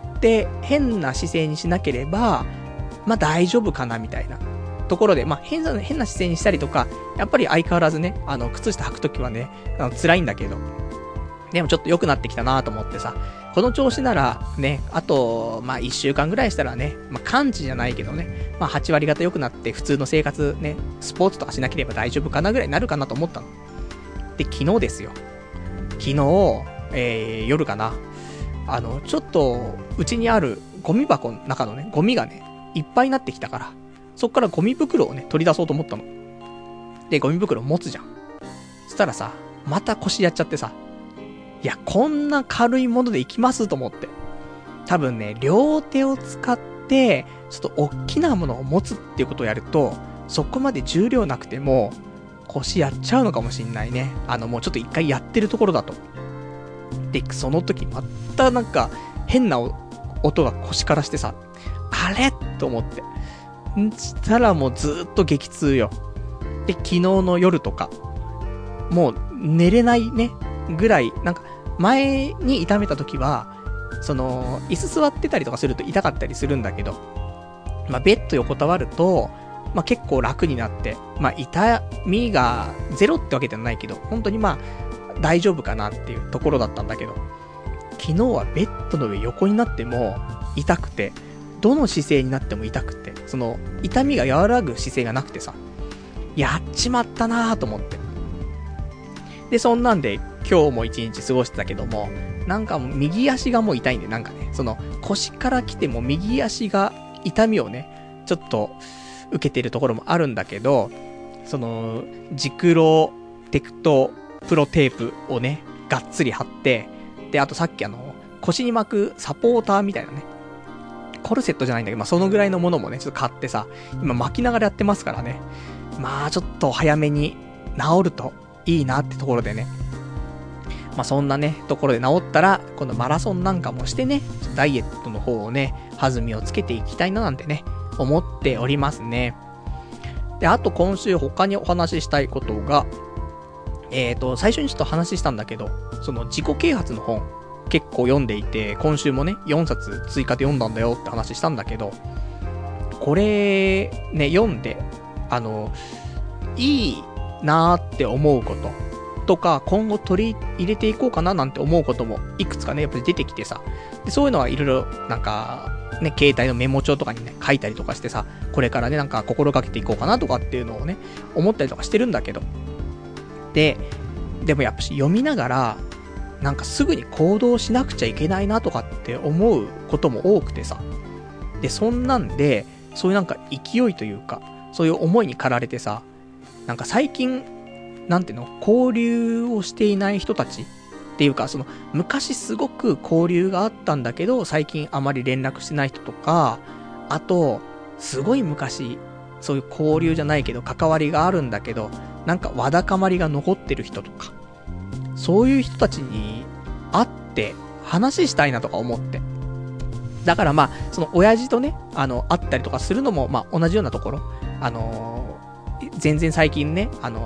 変な姿勢にしなければ、まあ大丈夫かなみたいなところで、まあ変な、変な姿勢にしたりとか、やっぱり相変わらずね、あの、靴下履くときはね、あの辛いんだけど、でもちょっと良くなってきたなと思ってさ、この調子ならね、あと、まあいっしゅうかんぐらいしたらね、まあ完治じゃないけどね、まあはち割方良くなって普通の生活ね、スポーツとかしなければ大丈夫かなぐらいになるかなと思ったの。で、昨日ですよ。昨日、えー、夜かな。あの、ちょっと、うちにあるゴミ箱の中のね、ゴミがね、いっぱいになってきたから、そっからゴミ袋をね、取り出そうと思ったの。で、ゴミ袋持つじゃん。そしたらさ、また腰やっちゃってさ、いや、こんな軽いものでいきますと思って。多分ね、両手を使って、ちょっと大きなものを持つっていうことをやると、そこまで重量なくても、腰やっちゃうのかもしんないね。あの、もうちょっと一回やってるところだと。で、その時またなんか変な音が腰からしてさ、あれと思って。んしたらもうずーっと激痛よ。で、昨日の夜とか、もう寝れないね、ぐらい、なんか前に痛めた時は、その、椅子座ってたりとかすると痛かったりするんだけど、まあベッド横たわると、まあ結構楽になって、まあ痛みがゼロってわけではないけど、本当にまあ大丈夫かなっていうところだったんだけど、昨日はベッドの上横になっても痛くて、どの姿勢になっても痛くて、その痛みが和らぐ姿勢がなくてさ、やっちまったなぁと思って。で、そんなんで今日も一日過ごしてたけども、なんか右足がもう痛いんで、なんかね、その腰から来ても右足が痛みをね、ちょっと受けてるところもあるんだけど、その、ジクロテクトプロテープをね、がっつり貼って、で、あとさっきあの、腰に巻くサポーターみたいなね、コルセットじゃないんだけど、まあ、そのぐらいのものもね、ちょっと買ってさ、今巻きながらやってますからね。まあ、ちょっと早めに治るといいなってところでね。まあ、そんなね、ところで治ったら、今度マラソンなんかもしてね、ダイエットの方をね、弾みをつけていきたいななんてね、思っておりますね。で、あと今週他にお話ししたいことが、えーと、最初にちょっと話したんだけど、その自己啓発の本、結構読んでいて、今週もね、よんさつ追加で読んだんだよって話したんだけど、これ、ね、読んで、あの、いいなーって思うこととか、今後取り入れていこうかななんて思うことも、いくつかね、やっぱり出てきてさ、でそういうのはいろいろ、なんか、ね、携帯のメモ帳とかにね、書いたりとかしてさ、これからね、なんか心がけていこうかなとかっていうのをね、思ったりとかしてるんだけど、で、でもやっぱし読みながら、なんかすぐに行動しなくちゃいけないなとかって思うことも多くてさ。で、そんなんで、そういうなんか勢いというか、そういう思いに駆られてさ、なんか最近、なんていうの、交流をしていない人たちっていうか、その、昔すごく交流があったんだけど、最近あまり連絡してない人とか、あと、すごい昔、そういう交流じゃないけど、関わりがあるんだけど、なんかわだかまりが残ってる人とか、そういう人たちに会って話したいなとか思って。だからまあ、その親父とね、あの、会ったりとかするのも、まあ同じようなところ。あのー、全然最近ね、あの、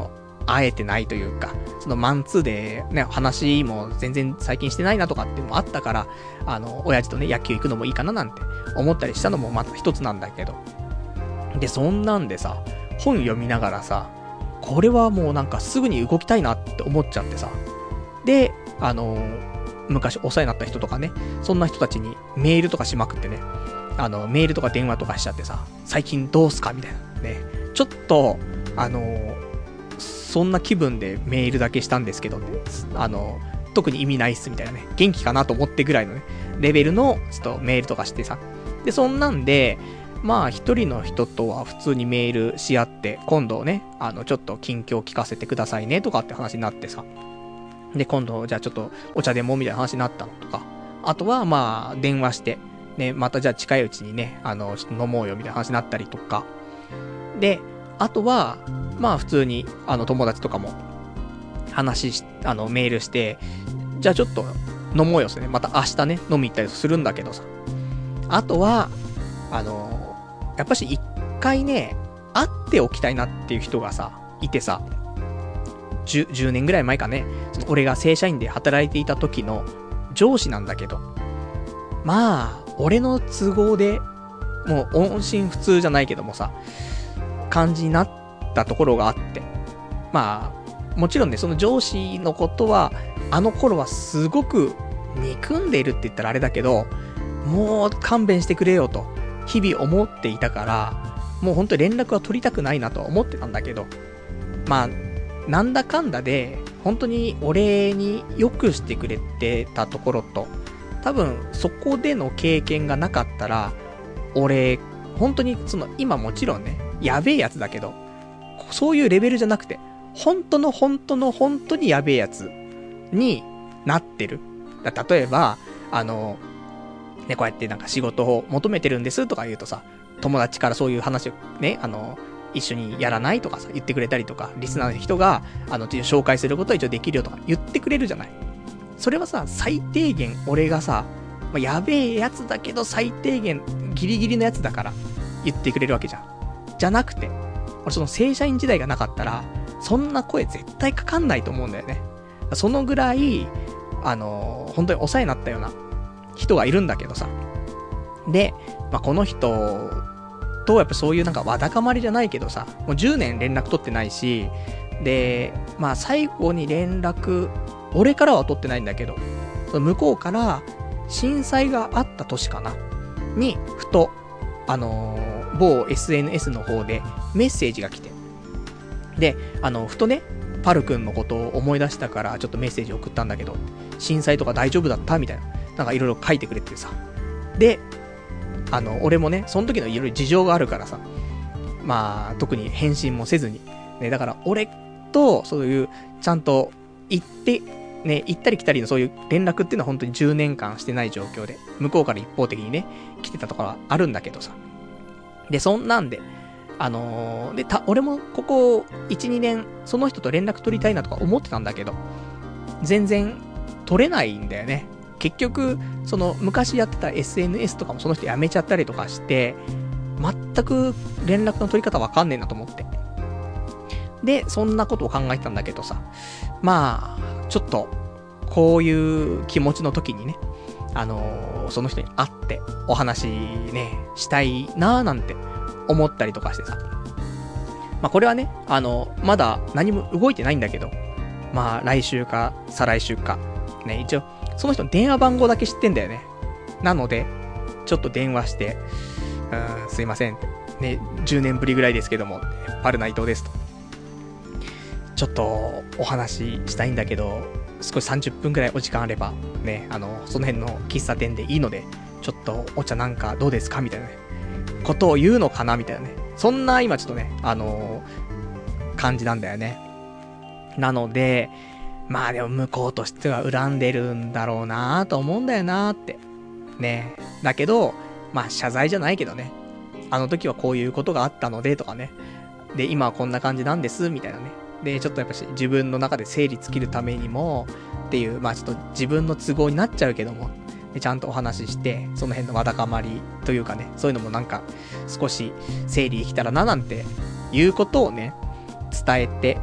会えてないというか、そのマンツーでね、話も全然最近してないなとかっていうのもあったから、あの、親父とね、野球行くのもいいかななんて思ったりしたのもまた一つなんだけど。で、そんなんでさ、本読みながらさ、これはもうなんかすぐに動きたいなって思っちゃってさ。で、あの、昔お世話になった人とかね、そんな人たちにメールとかしまくってね、あの、メールとか電話とかしちゃってさ、最近どうすかみたいなね。ちょっと、あの、そんな気分でメールだけしたんですけど、ね、あの、特に意味ないっすみたいなね、元気かなと思ってぐらいのね、レベルのちょっとメールとかしてさ。で、そんなんで、まあ一人の人とは普通にメールし合って、今度ね、あの、ちょっと近況聞かせてくださいねとかって話になってさ。で、今度、じゃあちょっとお茶でもみたいな話になったのとか。あとは、まあ、電話して、ね、またじゃあ近いうちにね、あの、ちょっと飲もうよみたいな話になったりとか。で、あとは、まあ普通に、あの、友達とかも、話し、あの、メールして、じゃあちょっと飲もうよですね。また明日ね、飲み行ったりするんだけどさ。あとは、あの、やっぱし一回ね、会っておきたいなっていう人がさ、いてさ、じゅうねんぐらい前かね、その俺が正社員で働いていた時の上司なんだけど、まあ、俺の都合で、もう音信不通じゃないけどもさ、感じになったところがあって、まあ、もちろんね、その上司のことは、あの頃はすごく憎んでいるって言ったらあれだけど、もう勘弁してくれよと、日々思っていたから、もう本当に連絡は取りたくないなとは思ってたんだけど、まあ、なんだかんだで、本当に俺に良くしてくれてたところと、多分そこでの経験がなかったら、俺、本当にその、今もちろんね、やべえやつだけど、そういうレベルじゃなくて、本当の本当の本当にやべえやつになってる。だ例えば、あの、ね、こうやってなんか仕事を求めてるんですとか言うとさ、友達からそういう話をね、あの、一緒にやらないとかさ、言ってくれたりとか、リスナーの人が、あの、紹介することは一応できるよとか言ってくれるじゃない。それはさ、最低限俺がさ、まあ、やべえやつだけど最低限ギリギリのやつだから言ってくれるわけじゃん。じゃなくて、俺その正社員時代がなかったら、そんな声絶対かかんないと思うんだよね。そのぐらい、あのー、本当にお世話になったような人がいるんだけどさ。で、まあ、この人とやっぱそういうなんかわだかまりじゃないけどさ、もうじゅうねん連絡取ってないし、で、まあ最後に連絡、俺からは取ってないんだけど、その向こうから震災があった年かなに、ふと、あのー、某 エスエヌエス の方でメッセージが来て、で、あの、ふとね、パル君のことを思い出したからちょっとメッセージ送ったんだけど、震災とか大丈夫だったみたいな、なんかいろいろ書いてくれてさ。で、あの、俺もね、その時のいろいろ事情があるからさ、まあ、特に返信もせずに、ね、だから俺と、そういう、ちゃんと、行って、ね、行ったり来たりのそういう連絡っていうのは本当にじゅうねんかんしてない状況で、向こうから一方的にね、来てたところはあるんだけどさ。で、そんなんで、あのー、で、た、俺もここ、いち、にねん、その人と連絡取りたいなとか思ってたんだけど、全然、取れないんだよね。結局、その、昔やってた エスエヌエス とかもその人辞めちゃったりとかして、全く連絡の取り方わかんねえなと思って。で、そんなことを考えてたんだけどさ、まあ、ちょっと、こういう気持ちの時にね、あのー、その人に会って、お話ね、したいなーなんて思ったりとかしてさ。まあこれはね、あの、まだ何も動いてないんだけど、まあ来週か再来週か、ね、一応、その人の電話番号だけ知ってんだよね。なので、ちょっと電話して、うーん、すいませんって。ね、じゅうねんぶりぐらいですけども、パルナイトですと。ちょっと、お話ししたいんだけど、少しさんじゅっぷんぐらいお時間あれば、ね、あの、その辺の喫茶店でいいので、ちょっとお茶なんかどうですかみたいなね、ことを言うのかなみたいなね。そんな今ちょっとね、あのー、感じなんだよね。なので、まあでも向こうとしては恨んでるんだろうなと思うんだよなって。ね。だけど、まあ謝罪じゃないけどね。あの時はこういうことがあったのでとかね。で、今はこんな感じなんです、みたいなね。で、ちょっとやっぱし自分の中で整理つけるためにも、っていう、まあちょっと自分の都合になっちゃうけども、でちゃんとお話しして、その辺のわだかまりというかね、そういうのもなんか少し整理できたらななんていうことをね、伝えて、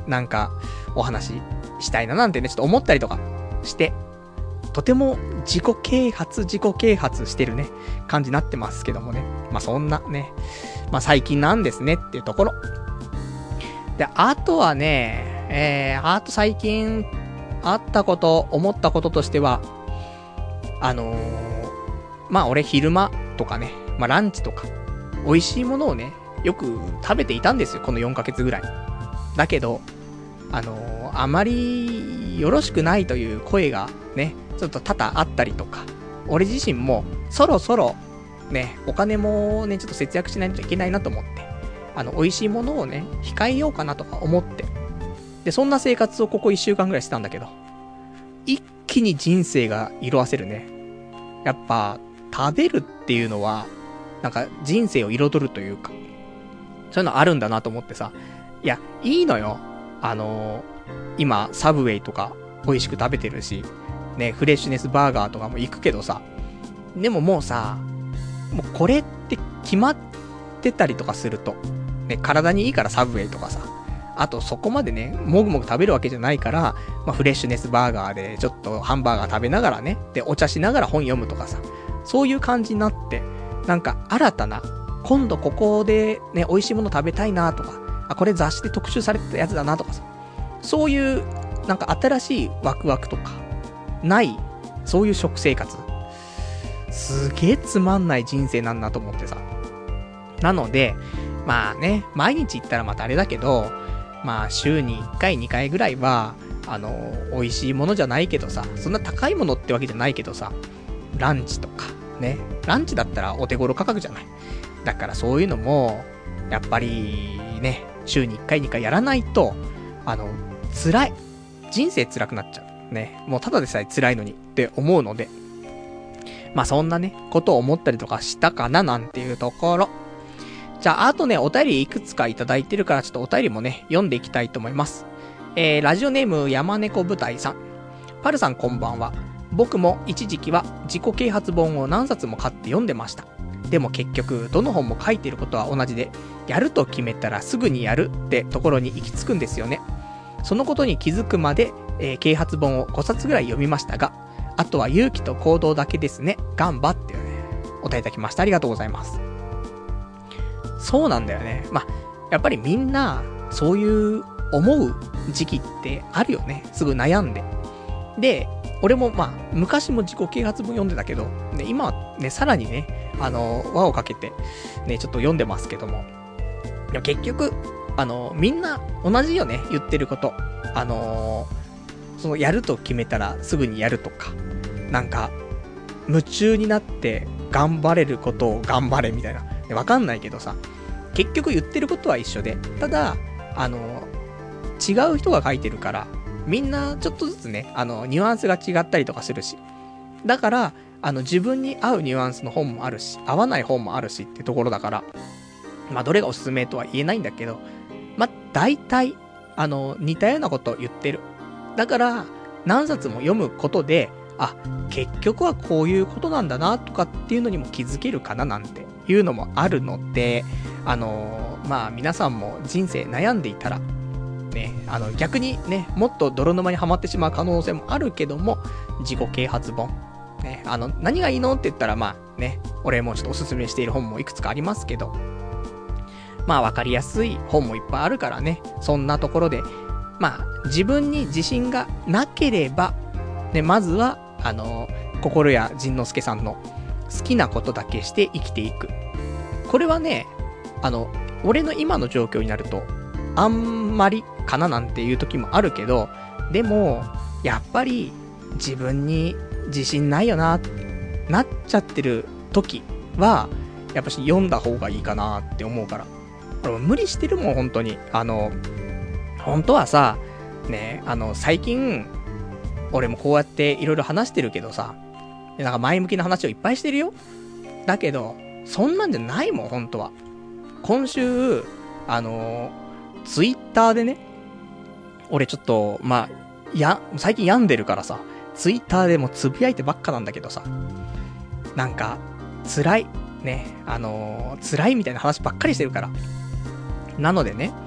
なんか、お話ししたいななんてね、ちょっと思ったりとかして、とても自己啓発、自己啓発してるね、感じになってますけどもね。まあそんなね、まあ最近なんですねっていうところ。で、あとはね、えー、あと最近、あったこと、思ったこととしては、あのー、まあ俺昼間とかね、まあランチとか、美味しいものをね、よく食べていたんですよ、このよんかげつぐらい。だけど、あのー、あまりよろしくないという声がね、ちょっと多々あったりとか、俺自身もそろそろね、お金もね、ちょっと節約しないといけないなと思って、あの、美味しいものをね、控えようかなとか思って、で、そんな生活をここいっしゅうかんぐらいしてたんだけど、一気に人生が色あせるね。やっぱ、食べるっていうのは、なんか人生を彩るというか、そういうのあるんだなと思ってさ、いや、いいのよ。あのー、今、サブウェイとか美味しく食べてるし、ね、フレッシュネスバーガーとかも行くけどさ、でももうさ、もうこれって決まってたりとかすると、ね、体にいいからサブウェイとかさ、あとそこまでね、もぐもぐ食べるわけじゃないから、まあ、フレッシュネスバーガーでちょっとハンバーガー食べながらね、で、お茶しながら本読むとかさ、そういう感じになって、なんか新たな、今度ここでね、美味しいもの食べたいなとか、あ、これ雑誌で特集されてたやつだなとかさ、そういう、なんか新しいワクワクとか、ない、そういう食生活。すげえつまんない人生なんだと思ってさ。なので、まあね、毎日行ったらまたあれだけど、まあ週にいっかいにかいぐらいは、あの、美味しいものじゃないけどさ、そんな高いものってわけじゃないけどさ、ランチとか、ね、ランチだったらお手頃価格じゃない。だからそういうのも、やっぱりね、週にいっかいにかいやらないと、あの、辛い。人生辛くなっちゃう。ね、もうただでさえ辛いのにって思うので、まあそんなね、ことを思ったりとかしたかななんていうところ。じゃあ、あとね、お便りいくつかいただいてるから、ちょっとお便りもね、読んでいきたいと思います。えー、ラジオネーム山猫舞台さん。パルさんこんばんは。僕も一時期は自己啓発本を何冊も買って読んでました。でも結局、どの本も書いてることは同じで、やると決めたらすぐにやるってところに行き着くんですよね。そのことに気づくまで、えー、啓発本をごさつぐらい読みましたが、あとは勇気と行動だけですね。頑張ってよね。お答えいただきました。ありがとうございます。そうなんだよね。まあ、やっぱりみんな、そういう思う時期ってあるよね。すぐ悩んで。で、俺もまあ、昔も自己啓発本読んでたけど、で今はね、さらにね、あの、輪をかけて、ね、ちょっと読んでますけども。いや、結局、あの、みんな同じよね、言ってること。あのー、その、やると決めたらすぐにやるとか、なんか、夢中になって頑張れることを頑張れみたいな。わかんないけどさ、結局言ってることは一緒で、ただ、あの、違う人が書いてるから、みんなちょっとずつね、あの、ニュアンスが違ったりとかするし、だから、あの、自分に合うニュアンスの本もあるし、合わない本もあるしってところだから、まあ、どれがおすすめとは言えないんだけど、まあ、大体、あの、似たようなことを言ってる。だから、何冊も読むことで、あ、結局はこういうことなんだな、とかっていうのにも気づけるかななんていうのもあるので、あのー、まあ、皆さんも人生悩んでいたら、ね、あの、逆にね、もっと泥沼にはまってしまう可能性もあるけども、自己啓発本。ね、あの、何がいいのって言ったら、まあ、ね、俺もちょっとおすすめしている本もいくつかありますけど、まあ、わかりやすい本もいっぱいあるからね、そんなところで、まあ、自分に自信がなければ、ね、まずは、あの、心谷仁之助さんの好きなことだけして生きていく。これはね、あの、俺の今の状況になると、あんまりかななんていう時もあるけど、でも、やっぱり自分に自信ないよな、なっちゃってる時は、やっぱし読んだ方がいいかなって思うから。俺も無理してるもん、本当に。あの、本当はさ、ね、あの、最近、俺もこうやっていろいろ話してるけどさ、なんか前向きな話をいっぱいしてるよ。だけど、そんなんじゃないもん、本当は。今週、あのー、ツイッターでね、俺ちょっと、まあ、や、最近病んでるからさ、ツイッターでもつぶやいてばっかなんだけどさ、なんか、辛い、ね、あのー、辛いみたいな話ばっかりしてるから。なのでね、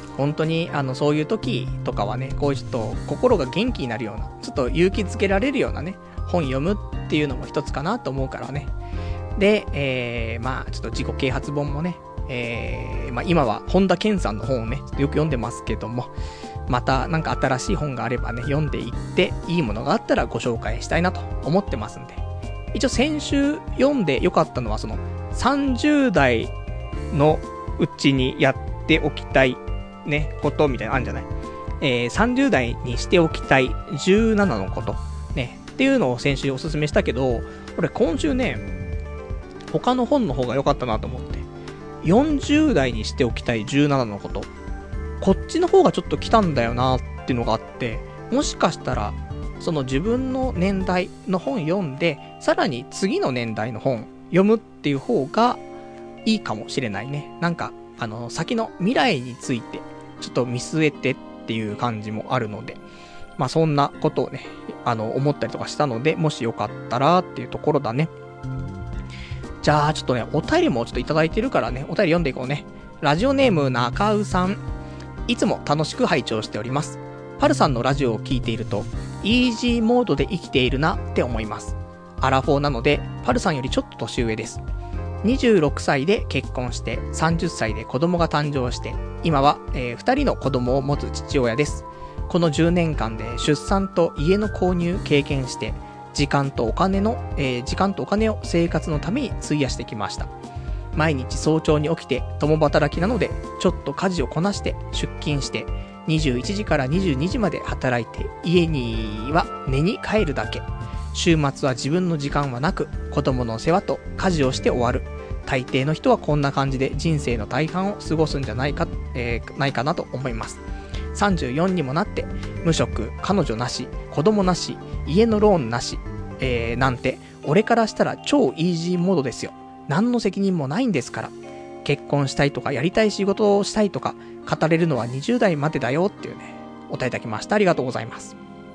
本当に、あの、そういう時とかはね、こういうちょっと心が元気になるような、ちょっと勇気づけられるようなね、本読むっていうのも一つかなと思うからね。で、えー、まあちょっと自己啓発本もね、えー、まあ今は本田健さんの本をね、ちょっとよく読んでますけども、またなんか新しい本があればね、読んでいって、いいものがあったらご紹介したいなと思ってますんで。一応先週読んでよかったのは、そのさんじゅう代のうちにやっておきたいね、ことみたいなのあるんじゃない？えー、さんじゅう代にしておきたいじゅうななのこと。ね。っていうのを先週おすすめしたけど、俺今週ね、他の本の方が良かったなと思って。よんじゅう代にしておきたいじゅうななのこと。こっちの方がちょっと来たんだよなっていうのがあって、もしかしたら、その自分の年代の本読んで、さらに次の年代の本読むっていう方がいいかもしれないね。なんか、あの、先の未来について、ちょっと見据えてっていう感じもあるので、まあそんなことをね、あの、思ったりとかしたので、もしよかったらっていうところだね。じゃあ、ちょっとね、お便りもちょっといただいてるからね、お便り読んでいこうね。ラジオネーム中尾さん。いつも楽しく拝聴しております。パルさんのラジオを聞いていると、イージーモードで生きているなって思います。アラフォーなので、パルさんよりちょっと年上です。にじゅうろくさいで結婚して、さんじゅっさいで子供が誕生して、今は、えー、ふたりの子供を持つ父親です。このじゅうねんかんで出産と家の購入経験して、時間とお金の、えー、時間とお金を生活のために費やしてきました。毎日早朝に起きて共働きなので、ちょっと家事をこなして出勤して、にじゅういちじからにじゅうにじまで働いて、家には寝に帰るだけ。週末は自分の時間はなく、子供の世話と家事をして終わる。大抵の人はこんな感じで人生の大半を過ごすんじゃないか、えー、ないかなと思います。さんじゅうよんにもなって、無職、彼女なし、子供なし、家のローンなし、えー、なんて、俺からしたら超イージーモードですよ。何の責任もないんですから。結婚したいとかやりたい仕事をしたいとか語れるのはにじゅう代までだよっていうね、お答えいただきました。ありがとうございます。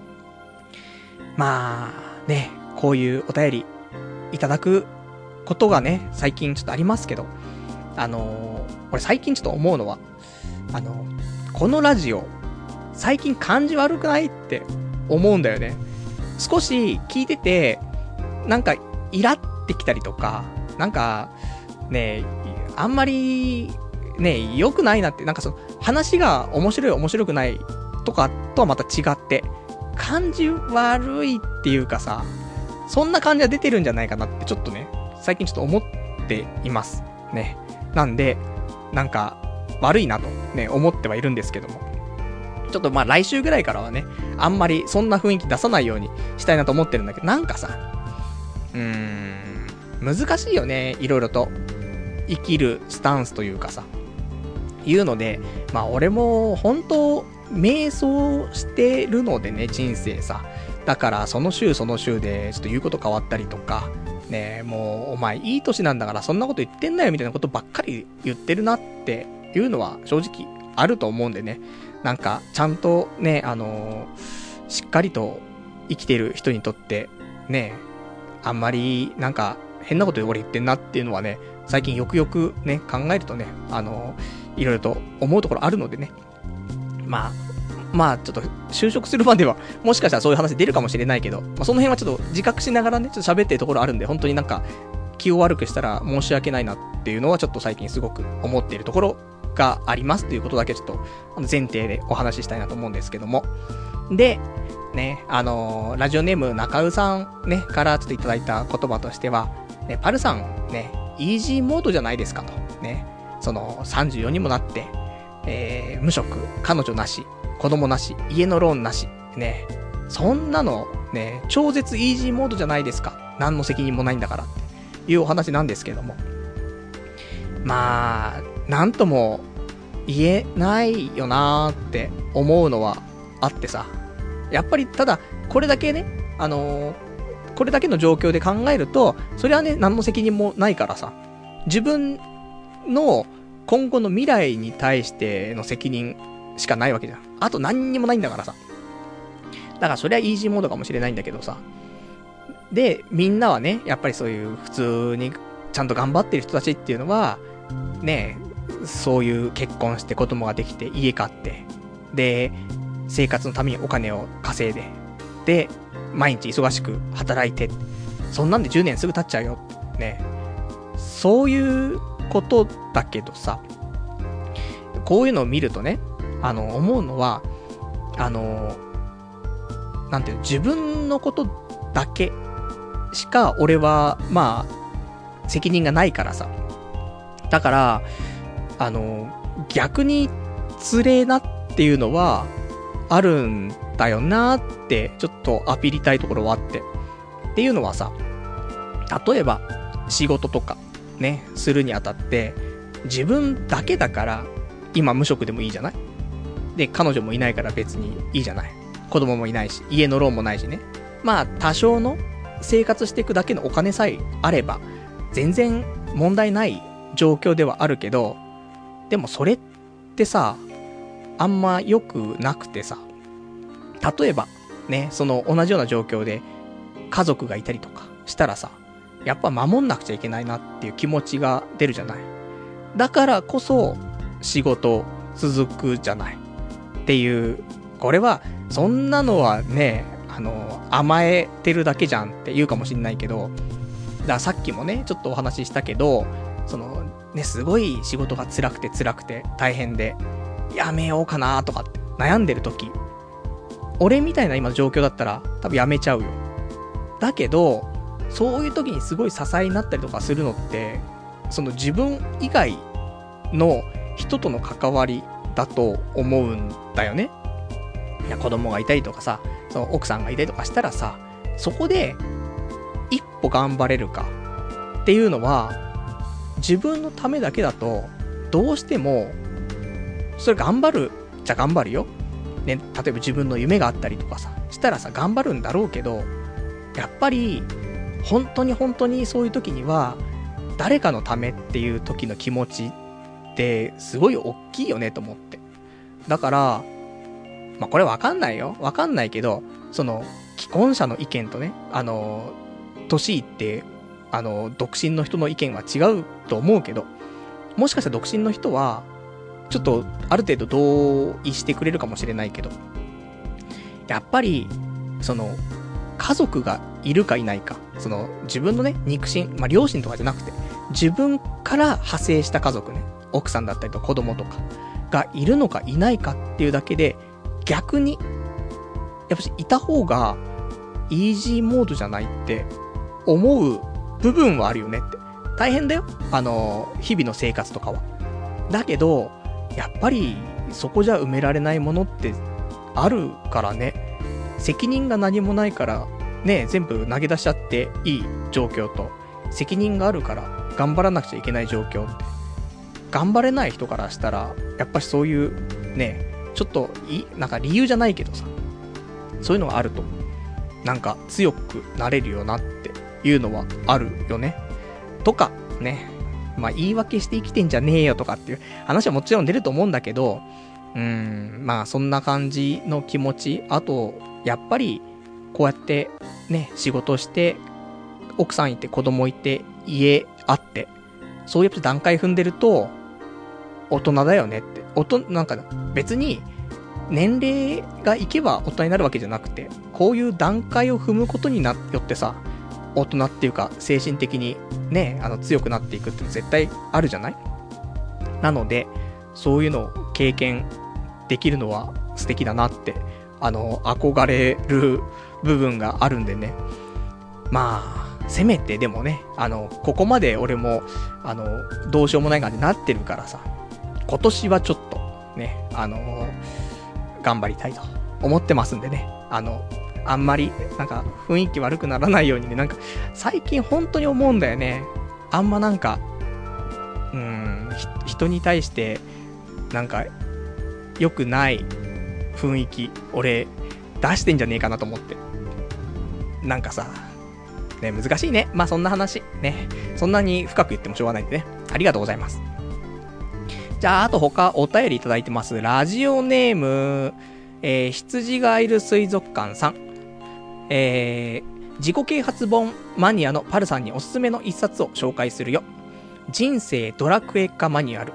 まあね、こういうお便りいただくことがね、最近ちょっとありますけど、あのー、俺最近ちょっと思うのは、あのー、このラジオ最近感じ悪くないって思うんだよね。少し聞いててなんかイラってきたりとか、なんかね、あんまりね、良くないなって、なんかその話が面白い面白くないとかとはまた違って感じ悪いっていうかさ、そんな感じは出てるんじゃないかなってちょっとね、最近ちょっと思っていますね。なんでなんか悪いなとね思ってはいるんですけども、ちょっとまあ来週ぐらいからはね、あんまりそんな雰囲気出さないようにしたいなと思ってるんだけど、なんかさ、うーん難しいよね、いろいろと生きるスタンスというかさ、いうので、まあ俺も本当瞑想してるのでね、人生さ、だからその週その週でちょっと言うこと変わったりとかね、もうお前いい年なんだからそんなこと言ってんなよみたいなことばっかり言ってるなっていうのは正直あると思うんでね、なんかちゃんとね、あのー、しっかりと生きてる人にとってね、あんまりなんか変なこと俺言ってんなっていうのはね、最近よくよくね考えるとね、あのー、いろいろと思うところあるのでね、まあまあちょっと就職するまではもしかしたらそういう話出るかもしれないけど、まあ、その辺はちょっと自覚しながらね、ちょっと喋ってるところあるんで、本当になんか気を悪くしたら申し訳ないなっていうのはちょっと最近すごく思っているところがありますということだけちょっと前提でお話ししたいなと思うんですけども、でね、あのー、ラジオネーム中尾さんねからちょっといただいた言葉としては、ね、パルさんねイージーモードじゃないですかとね、そのさんじゅうよんにもなって、えー、無職、彼女なし、子供なし、家のローンなしね、そんなのね超絶イージーモードじゃないですか、何の責任もないんだからっていうお話なんですけども、まあなんとも言えないよなーって思うのはあってさ、やっぱりただこれだけね、あのー、これだけの状況で考えると、それはね何の責任もないからさ、自分の今後の未来に対しての責任しかないわけじゃん。あと何にもないんだからさ。だからそれはイージーモードかもしれないんだけどさ。で、みんなはね、やっぱりそういう普通にちゃんと頑張ってる人たちっていうのは、ね、 そういう結婚して子供ができて家買って、で、生活のためにお金を稼いで、で、毎日忙しく働いて、そんなんでじゅうねんすぐ経っちゃうよ。ね。そういうことだけどさ、こういうのを見るとね、あの、思うのは、あの、なんていうの、自分のことだけしか俺は、まあ、責任がないからさ。だから、あの、逆につれえなっていうのは、あるんだよなーって、ちょっとアピりたいところはあって。っていうのはさ、例えば、仕事とか、ね、するにあたって、自分だけだから、今無職でもいいじゃない？で、彼女もいないから別にいいじゃない。子供もいないし、家のローンもないしね。まあ、多少の生活していくだけのお金さえあれば、全然問題ない状況ではあるけど、でもそれってさ、あんま良くなくてさ、例えば、ね、その同じような状況で家族がいたりとかしたらさ、やっぱ守んなくちゃいけないなっていう気持ちが出るじゃない。だからこそ仕事続くじゃないっていう、これはそんなのはね、あの甘えてるだけじゃんって言うかもしんないけど、だからさっきもねちょっとお話ししたけど、そのねすごい仕事が辛くて辛くて大変でやめようかなとかって悩んでる時、俺みたいな今の状況だったら多分やめちゃうよ。だけどそういう時にすごい支えになったりとかするのって、その自分以外の人との関わりだと思うんだよね。いや子供がいたりとかさ、その奥さんがいたりとかしたらさ、そこで一歩頑張れるかっていうのは、自分のためだけだとどうしてもそれ頑張るじゃ頑張るよ、ね、例えば自分の夢があったりとかさしたらさ頑張るんだろうけど、やっぱり本当に本当にそういう時には誰かのためっていう時の気持ちってすごい大きいよねと思って。だからまあこれわかんないよ、わかんないけど、その既婚者の意見とね、あの年いってあの独身の人の意見は違うと思うけど、もしかしたら独身の人はちょっとある程度同意してくれるかもしれないけど、やっぱりその家族がいるかいないか、その自分のね肉親、まあ両親とかじゃなくて自分から派生した家族ね、奥さんだったりと子供とかがいるのかいないかっていうだけで、逆にやっぱしいた方がイージーモードじゃないって思う部分はあるよねって。大変だよ、あの日々の生活とかは。だけどやっぱりそこじゃ埋められないものってあるからね。責任が何もないからね、全部投げ出しちゃっていい状況と、責任があるから頑張らなくちゃいけない状況って、頑張れない人からしたらやっぱりそういうね、ちょっといなんか理由じゃないけどさ、そういうのがあるとなんか強くなれるよなっていうのはあるよね。とかね、まあ言い訳して生きてんじゃねえよとかっていう話はもちろん出ると思うんだけど、うーん、まあそんな感じの気持ち。あとやっぱりこうやってね仕事して奥さんいて子供いて家あって、そういう段階踏んでると大人だよねって。大人なんか別に年齢がいけば大人になるわけじゃなくて、こういう段階を踏むことによってさ、大人っていうか精神的にね、あの強くなっていくって絶対あるじゃない。なのでそういうのを経験できるのは素敵だなって、あの憧れる部分があるんでね。まあせめてでもね、あのここまで俺もあのどうしようもない感じになってるからさ、今年はちょっとね、あの頑張りたいと思ってますんでね、あのあんまりなんか雰囲気悪くならないようにね、なんか最近本当に思うんだよね。あんまなんかうーん人に対してなんか良くない雰囲気俺出してんじゃねえかなと思って。なんかさね、難しいね。まあそんな話ね、そんなに深く言ってもしょうがないんでね、ありがとうございます。じゃああと他お便りいただいてます。ラジオネーム、えー、羊がいる水族館さん、えー、自己啓発本マニアのパルさんにおすすめの一冊を紹介するよ。人生ドラクエ化マニュアル。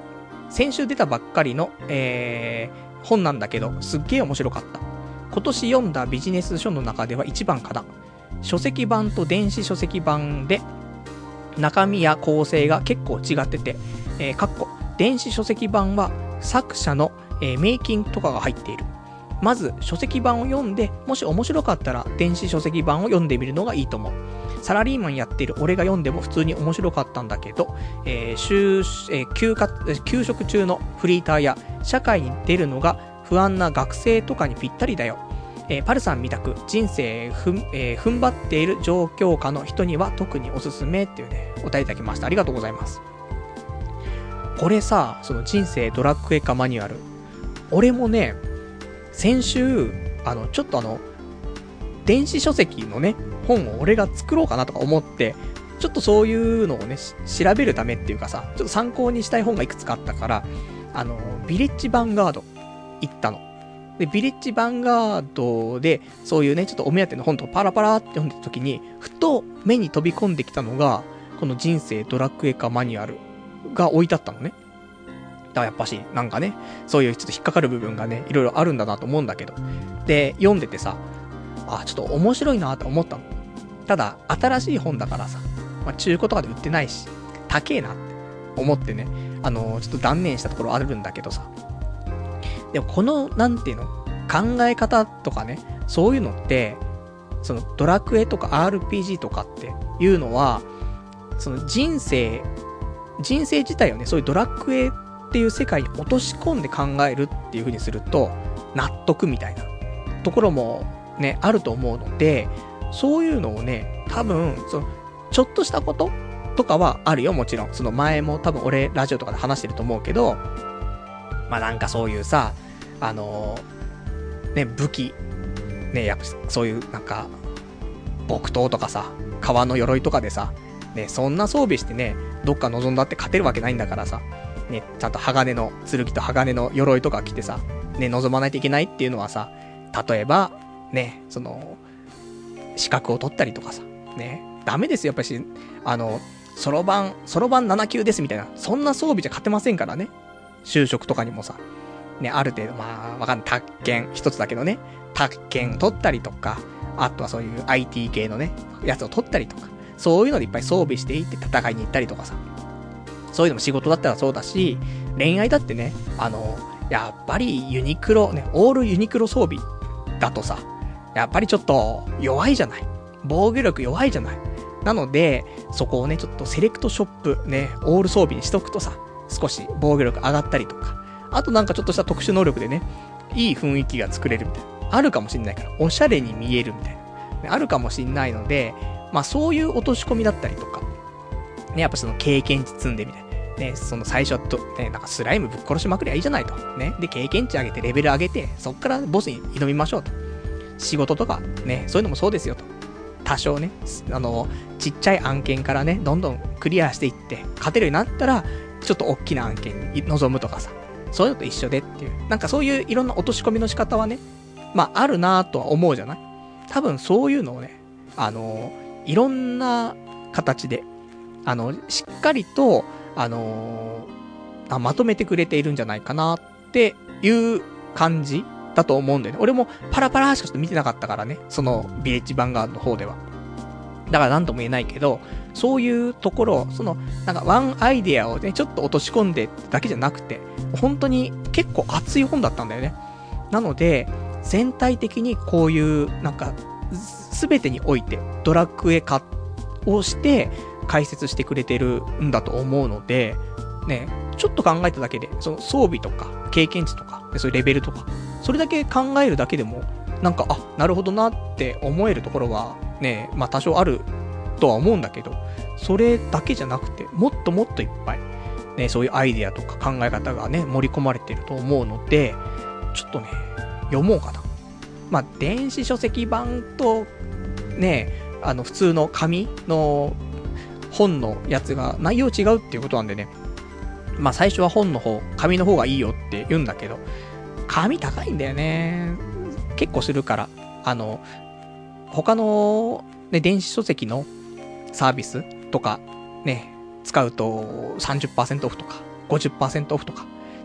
先週出たばっかりの、えー、本なんだけど、すっげー面白かった。今年読んだビジネス書の中では一番かな。書籍版と電子書籍版で、中身や構成が結構違ってて、えー、かっこ、電子書籍版は作者の、えー、メイキングとかが入っている。まず書籍版を読んで、もし面白かったら電子書籍版を読んでみるのがいいと思う。サラリーマンやっている俺が読んでも普通に面白かったんだけど、えー就えー、休暇休職中のフリーターや社会に出るのが不安な学生とかにぴったりだよ。えー、パルさんみたく人生ふん、えー、踏ん張っている状況下の人には特におすすめっていうね、お答えいただきました。ありがとうございます。これさ、その人生ドラッグエカマニュアル。俺もね、先週、あの、ちょっとあの、電子書籍のね、本を俺が作ろうかなとか思って、ちょっとそういうのをね、調べるためっていうかさ、ちょっと参考にしたい本がいくつかあったから、あの、ビレッジヴァンガード行ったの。で、ビレッジヴァンガードで、そういうね、ちょっとお目当ての本とかパラパラって読んでた時に、ふと目に飛び込んできたのが、この人生ドラッグエカマニュアルが置いてあったのね。だからやっぱし、なんかね、そういうちょっと引っかかる部分がね、いろいろあるんだなと思うんだけど。で、読んでてさ、あ、ちょっと面白いなと思ったの。ただ、新しい本だからさ、まあ、中古とかで売ってないし、高えなって思ってね、あのー、ちょっと断念したところあるんだけどさ。でもこの、なんていうの、考え方とかね、そういうのって、そのドラクエとか アールピージー とかっていうのは、その人生、人生自体をね、そういうドラクエっていう世界に落とし込んで考えるっていう風にすると、納得みたいなところもね、あると思うので、そういうのをね、多分、その、ちょっとしたこととかはあるよ、もちろん。その前も多分俺、ラジオとかで話してると思うけど、まあなんかそういうさ、あのー、ね、武器、ね、やっぱそういうなんか、木刀とかさ、革の鎧とかでさ、ね、そんな装備してね、どっか望んだって勝てるわけないんだからさ、ね、ちゃんと鋼の、剣と鋼の鎧とか着てさ、ね、望まないといけないっていうのはさ、例えば、ね、その、資格を取ったりとかさ、ね、ダメですよ、やっぱし、あの、そろばん、そろばんなな級ですみたいな、そんな装備じゃ勝てませんからね。就職とかにもさ、ね、ある程度、まあ、わかんない、宅建、一つだけどね、宅建取ったりとか、あとはそういう アイティー 系のね、やつを取ったりとか、そういうのでいっぱい装備していって戦いに行ったりとかさ、そういうのも仕事だったらそうだし、恋愛だってね、あの、やっぱりユニクロ、ね、オールユニクロ装備だとさ、やっぱりちょっと弱いじゃない。防御力弱いじゃない。なので、そこをね、ちょっとセレクトショップね、オール装備にしとくとさ、少し防御力上がったりとか、あとなんかちょっとした特殊能力でね、いい雰囲気が作れるみたいな。あるかもしんないから、おしゃれに見えるみたいな。あるかもしんないので、まあそういう落とし込みだったりとか、ね、やっぱその経験値積んでみたいな。ね、その最初と、ね、なんかスライムぶっ殺しまくりゃいいじゃないと。ね。で、経験値上げてレベル上げて、そっからボスに挑みましょうと。仕事とか、ね、そういうのもそうですよと。多少ね、あの、ちっちゃい案件からね、どんどんクリアしていって、勝てるようになったら、ちょっと大きな案件に臨むとかさ。そういうのと一緒でっていう。なんかそういういろんな落とし込みの仕方はね、まああるなぁとは思うじゃない？多分そういうのをね、あの、いろんな形で、あの、しっかりと、あのー、あまとめてくれているんじゃないかなっていう感じだと思うんだよね。俺もパラパラしかちょっと見てなかったからね。そのビレッジヴァンガードの方では。だからなんとも言えないけど、そういうところ、その、なんかワンアイデアをね、ちょっと落とし込んでだけじゃなくて、本当に結構熱い本だったんだよね。なので、全体的にこういう、なんか、すべてにおいてドラクエ化をして解説してくれてるんだと思うので、ね、ちょっと考えただけで、その装備とか経験値とか、そういうレベルとか、それだけ考えるだけでも、なんか、あ、なるほどなって思えるところは、ね、まあ多少あるとは思うんだけど、それだけじゃなくて、もっともっといっぱい、ね、そういうアイデアとか考え方がね、盛り込まれてると思うので、ちょっとね、読もうかな。まあ、電子書籍版と、ね、あの、普通の紙の本のやつが内容違うっていうことなんでね、まあ最初は本の方、紙の方がいいよって言うんだけど、紙高いんだよね。結構するから、あの、他の、ね、電子書籍のサービスとか、ね、使うと さんじゅっパーセント オフとか、ごじゅっパーセント オフとか、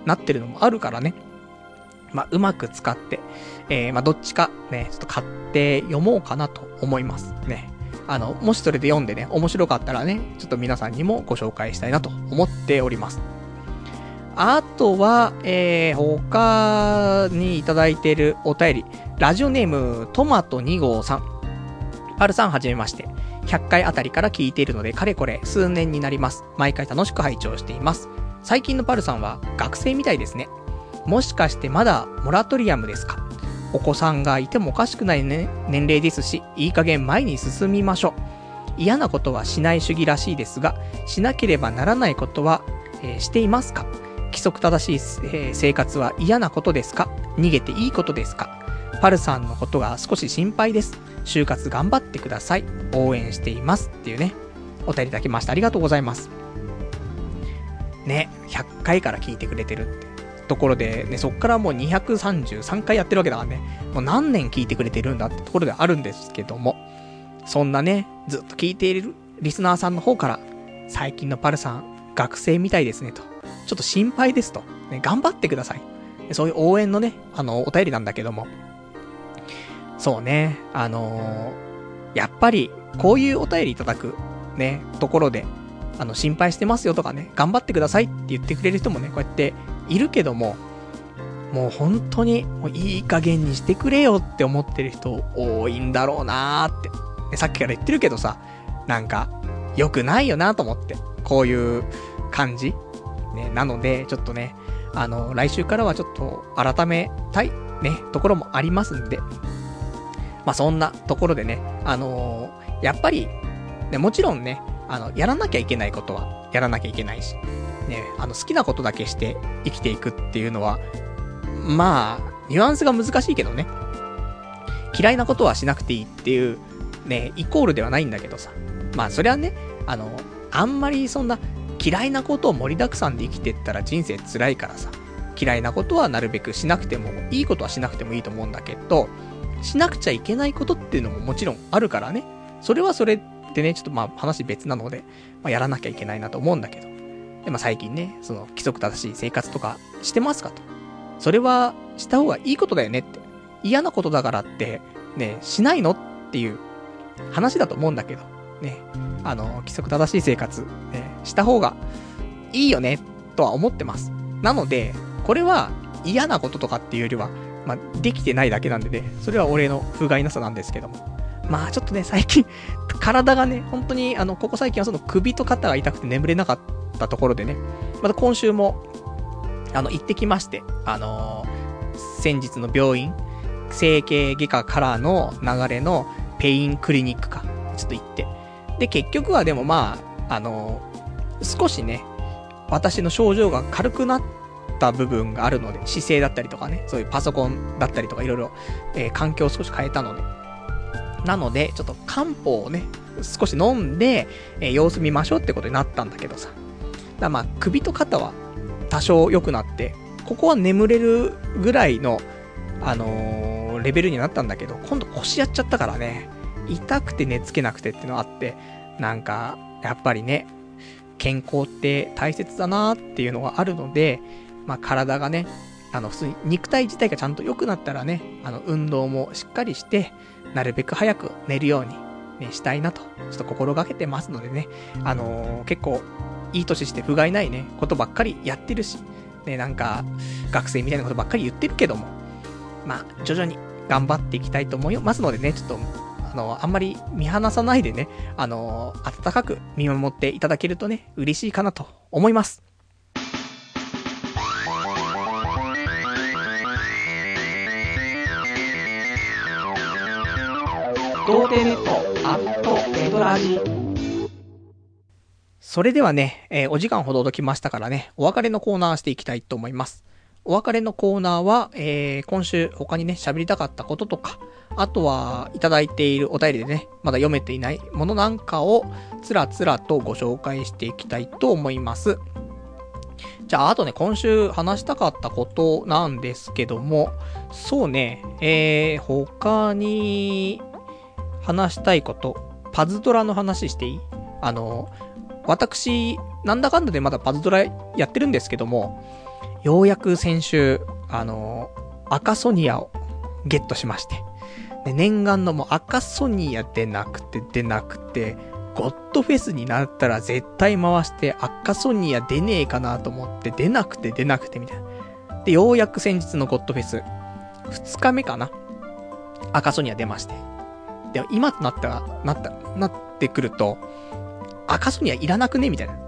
なってるのもあるからね。まあ、うまく使って、えー、まあ、どっちかね、ちょっと買って読もうかなと思いますね。あの、もしそれで読んでね、面白かったらね、ちょっと皆さんにもご紹介したいなと思っております。あとは、えー、他にいただいているお便り、ラジオネーム、トマトに号さん。パルさんはじめまして。ひゃっかいあたりから聞いているので、かれこれ数年になります。毎回楽しく拝聴しています。最近のパルさんは学生みたいですね。もしかしてまだモラトリアムですか？お子さんがいてもおかしくない、ね、年齢ですし、いい加減前に進みましょう。嫌なことはしない主義らしいですが、しなければならないことは、えー、していますか？規則正しい、えー、生活は嫌なことですか？逃げていいことですか？パルさんのことが少し心配です。就活頑張ってください。応援しています。っていうね、お便りいただきました。ありがとうございます。ね、ひゃっかいから聞いてくれてるってところで、ね、そっからもうにひゃくさんじゅうさんかいやってるわけだからね、もう何年聞いてくれてるんだってところであるんですけども、そんなね、ずっと聞いているリスナーさんの方から、最近のパルさん、学生みたいですねと。ちょっと心配ですと。ね、頑張ってください。そういう応援のね、あの、お便りなんだけども。そうね、あのー、やっぱり、こういうお便りいただく、ね、ところで、あの、心配してますよとかね、頑張ってくださいって言ってくれる人もね、こうやっているけども、もう本当に、もういい加減にしてくれよって思ってる人多いんだろうなーって。ね、さっきから言ってるけどさ、なんか、良くないよなと思って。こういう感じ。ね、なので、ちょっとね、あの、来週からはちょっと改めたい、ね、ところもありますんで、まあ、そんなところでね、あのー、やっぱり、ね、もちろんね、あの、やらなきゃいけないことは、やらなきゃいけないし、ね、あの、好きなことだけして生きていくっていうのは、まあ、ニュアンスが難しいけどね、嫌いなことはしなくていいっていう、ね、イコールではないんだけどさ、まあ、それはね、あの、あんまりそんな、嫌いなことを盛りだくさんで生きてったら人生辛いからさ、嫌いなことはなるべくしなくても、いいことはしなくてもいいと思うんだけど、しなくちゃいけないことっていうのももちろんあるからね。それはそれでね、ちょっとまあ話別なので、まあ、やらなきゃいけないなと思うんだけど。で、まあ最近ね、その規則正しい生活とかしてますかと。それはした方がいいことだよねって。嫌なことだからって、ね、しないのっていう話だと思うんだけど、ね、あの、規則正しい生活、ね、した方がいいよね、とは思ってます。なので、これは嫌なこととかっていうよりは、まあ、できてないだけなんでね、それは俺の不甲斐なさなんですけども。まあ、ちょっとね、最近、体がね、本当に、あの、ここ最近はその首と肩が痛くて眠れなかったところでね、また今週も、あの、行ってきまして、あのー、先日の病院、整形外科からの流れのペインクリニックか、ちょっと行って。で、結局はでもまあ、あのー、少しね、私の症状が軽くなって、た部分があるので、姿勢だったりとかね、そういうパソコンだったりとかいろいろ、えー、環境を少し変えたので、なのでちょっと漢方をね少し飲んで、えー、様子見ましょうってことになったんだけどさ、だまあ首と肩は多少良くなって、ここは眠れるぐらいのあのー、レベルになったんだけど、今度腰やっちゃったからね、痛くて寝つけなくてっていうのがあって、なんかやっぱりね健康って大切だなーっていうのがあるので、まあ、体がね、あの、普通に肉体自体がちゃんと良くなったらね、あの、運動もしっかりして、なるべく早く寝るように、ね、したいなと、ちょっと心がけてますのでね、あのー、結構、いい年して不甲斐ないね、ことばっかりやってるし、ね、なんか、学生みたいなことばっかり言ってるけども、まあ、徐々に頑張っていきたいと思いますのでね、ちょっと、あの、あんまり見放さないでね、あのー、温かく見守っていただけるとね、嬉しいかなと思います。童貞ネットアットネトラジ。それではね、えー、お時間ほど届きましたからね、お別れのコーナーしていきたいと思います。お別れのコーナーは、えー、今週他にね喋りたかったこととか、あとはいただいているお便りでねまだ読めていないものなんかをつらつらとご紹介していきたいと思います。じゃああとね、今週話したかったことなんですけども、そうね、えー、他に話したいこと、パズドラの話していい？あの、私、なんだかんだでまだパズドラやってるんですけども、 ようやく先週、あのー、赤ソニアをゲットしまして。で、念願のもう赤ソニア出なくて出なくて、ゴッドフェスになったら絶対回して赤ソニア出ねえかなと思って出なくて出なくてみたいな。で、ようやく先日のゴッドフェス、ふつかめかな、赤ソニア出まして。で、今となったら、なった、なってくると、赤ソニアいらなくねみたいな。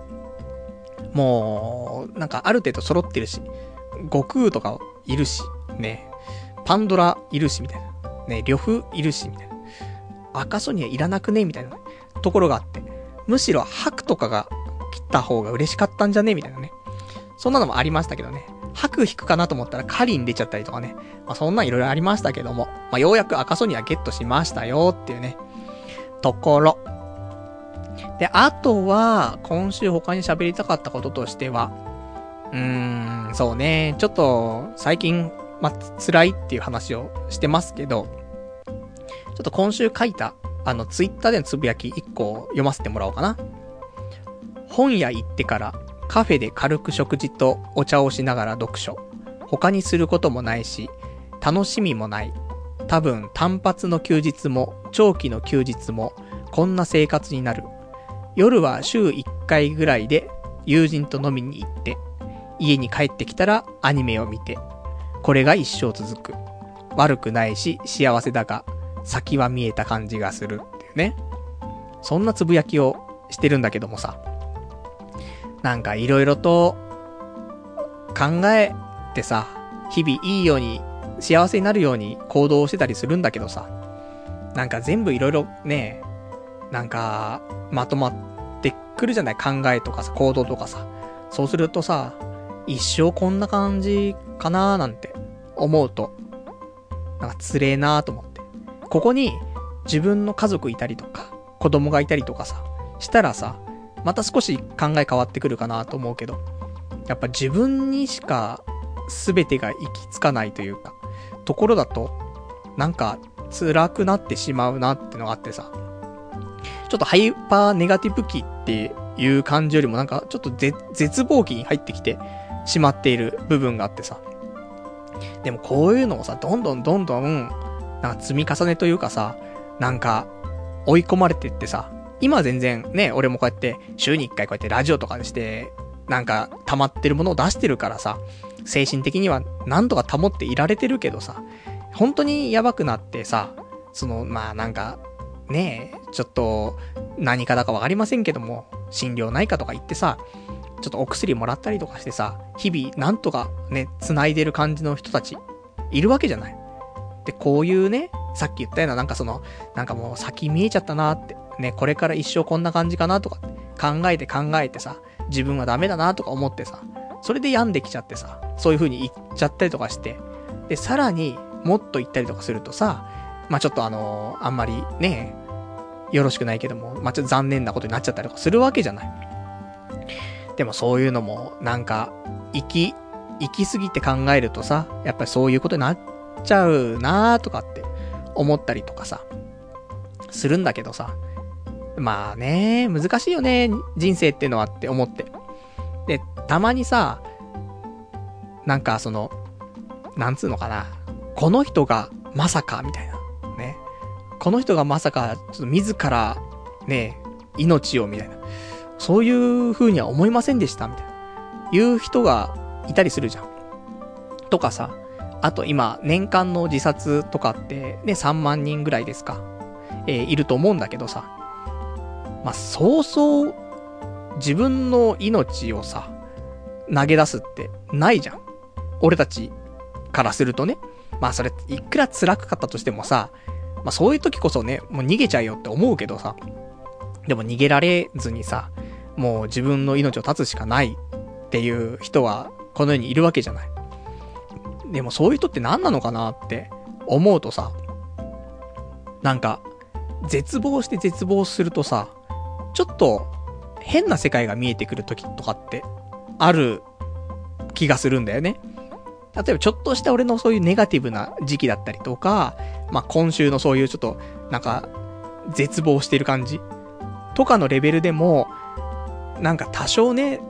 もう、なんかある程度揃ってるし、悟空とかいるし、ね、パンドラいるし、みたいな。ね、呂布いるし、みたいな。赤ソニアいらなくねみたいなところがあって。むしろ白とかが切った方が嬉しかったんじゃねみたいなね。そんなのもありましたけどね。白引くかなと思ったらカリン出ちゃったりとかね。まあそんなんいろいろありましたけども。まあようやく赤ソニアゲットしましたよっていうね。ところ。で、あとは、今週他に喋りたかったこととしては、うーん、そうね。ちょっと、最近、まあ、辛いっていう話をしてますけど、ちょっと今週書いた、あの、ツイッターでのつぶやき一個読ませてもらおうかな。本屋行ってからカフェで軽く食事とお茶をしながら読書。他にすることもないし、楽しみもない。多分単発の休日も長期の休日もこんな生活になる。夜は週いっかいぐらいで友人と飲みに行って、家に帰ってきたらアニメを見て、これが一生続く。悪くないし幸せだが、先は見えた感じがするっていうね。そんなつぶやきをしてるんだけどもさ。なんかいろいろと考えてさ、日々いいように幸せになるように行動してたりするんだけどさ。なんか全部いろいろね、なんかまとまってくるじゃない、考えとかさ、行動とかさ。そうするとさ、一生こんな感じかなーなんて思うと、なんかつれえなーと思って。ここに自分の家族いたりとか、子供がいたりとかさ、したらさ、また少し考え変わってくるかなと思うけど、やっぱ自分にしか全てが行き着かないというか、ところだと、なんか辛くなってしまうなってのがあってさ、ちょっとハイパーネガティブ期っていう感じよりもなんかちょっと絶望期に入ってきてしまっている部分があってさ。でもこういうのをさ、どんどんどんどん、なんか積み重ねというかさ、なんか追い込まれてってさ、今全然ね、俺もこうやって週にいっかいこうやってラジオとかにして、なんか溜まってるものを出してるからさ、精神的にはなんとか保っていられてるけどさ、本当にやばくなってさ、その、まあなんか、ねえ、ちょっと何かだかわかりませんけども、心療内科とか行ってさ、ちょっとお薬もらったりとかしてさ、日々なんとかね、繋いでる感じの人たち、いるわけじゃない。で、こういうね、さっき言ったようななんかその、なんかもう先見えちゃったなって、ね、これから一生こんな感じかなとか、考えて考えてさ、自分はダメだなとか思ってさ、それで病んできちゃってさ、そういう風に言っちゃったりとかして、で、さらにもっと言ったりとかするとさ、まあ、ちょっとあのー、あんまりね、よろしくないけども、まあ、ちょっと残念なことになっちゃったりとかするわけじゃない。でもそういうのも、なんか、行き、行き過ぎて考えるとさ、やっぱりそういうことになっちゃうなーとかって思ったりとかさ、するんだけどさ、まあね、難しいよね、人生っていうのはって思って。で、たまにさ、なんかその、なんつうのかな、この人がまさかみたいな。ね。この人がまさか、ちょっと自ら、ね、命をみたいな。そういう風には思いませんでしたみたいな。いう人がいたりするじゃん。とかさ、あと今、年間の自殺とかってね、さんまんにんぐらいですか。えー、いると思うんだけどさ。まあ、そうそう、自分の命をさ、投げ出すってないじゃん。俺たちからするとね。まあそれ、いくら辛かったとしてもさ、まあそういう時こそね、もう逃げちゃえよって思うけどさ、でも逃げられずにさ、もう自分の命を絶つしかないっていう人はこの世にいるわけじゃない。でもそういう人って何なのかなって思うとさ、なんか、絶望して絶望するとさ、ちょっと変な世界が見えてくる時とかってある気がするんだよね。例えばちょっとした俺のそういうネガティブな時期だったりとか、まあ、今週のそういうちょっと、なんか、絶望してる感じとかのレベルでも、なんか多少ね、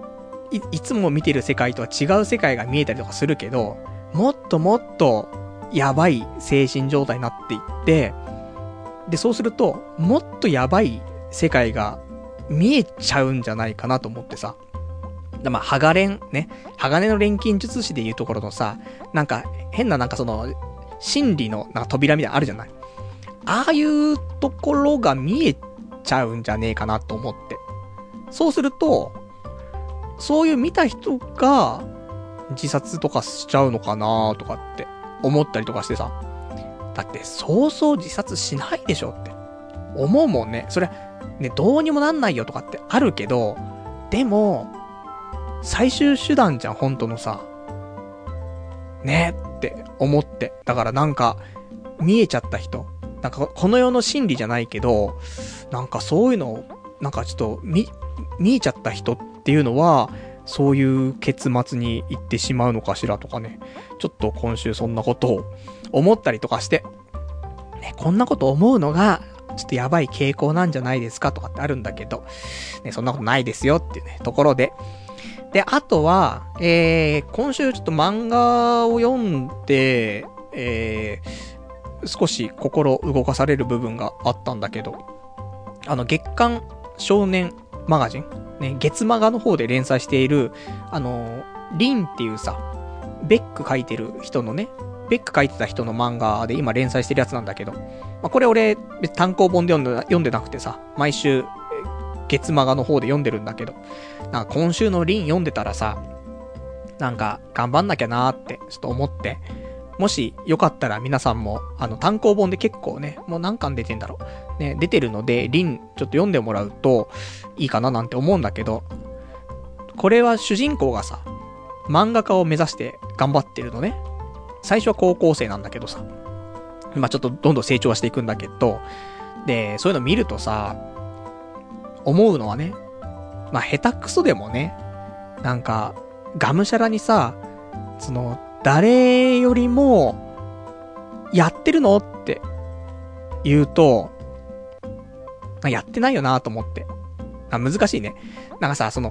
い、いつも見てる世界とは違う世界が見えたりとかするけど、もっともっとやばい精神状態になっていって、で、そうすると、もっとやばい世界が見えちゃうんじゃないかなと思ってさ。だまあ、ハガレン、ね。鋼の錬金術師でいうところのさ、なんか、変ななんかその、心理のなんか扉みたいなのあるじゃない。ああいうところが見えちゃうんじゃねえかなと思って。そうすると、そういう見た人が自殺とかしちゃうのかなとかって思ったりとかしてさ。だってそうそう自殺しないでしょって思うもんね。それね、どうにもなんないよとかってあるけど、でも最終手段じゃん、本当のさ。ねって思って。だからなんか見えちゃった人、なんかこの世の真理じゃないけど、なんかそういうのなんかちょっと見見えちゃった人っていうのはそういう結末に行ってしまうのかしらとかね。ちょっと今週そんなことを思ったりとかして、ね、こんなこと思うのがちょっとやばい傾向なんじゃないですかとかってあるんだけど、ね、そんなことないですよっていうね、ところで。で、あとは、えー、今週ちょっと漫画を読んで、えー、少し心動かされる部分があったんだけど、あの、月刊少年マガジンね、月マガの方で連載している、あの、リンっていうさ、ベック書いてる人のね、ベック書いてた人の漫画で今連載してるやつなんだけど、まあ、これ俺、単行本で読んで、読んでなくてさ、毎週、月マガの方で読んでるんだけど、なんか今週のリン読んでたらさ、なんか頑張んなきゃなーってちょっと思って、もしよかったら皆さんも、あの単行本で結構ね、もう何巻出てんだろう。ね、出てるので、リンちょっと読んでもらうといいかななんて思うんだけど、これは主人公がさ、漫画家を目指して頑張ってるのね。最初は高校生なんだけどさ、まあちょっとどんどん成長はしていくんだけど、で、そういうの見るとさ、思うのはね、まあ下手くそでもね、なんか、がむしゃらにさ、その、誰よりも、やってるのって言うと、やってないよなと思って。あ、難しいね。なんかさ、その、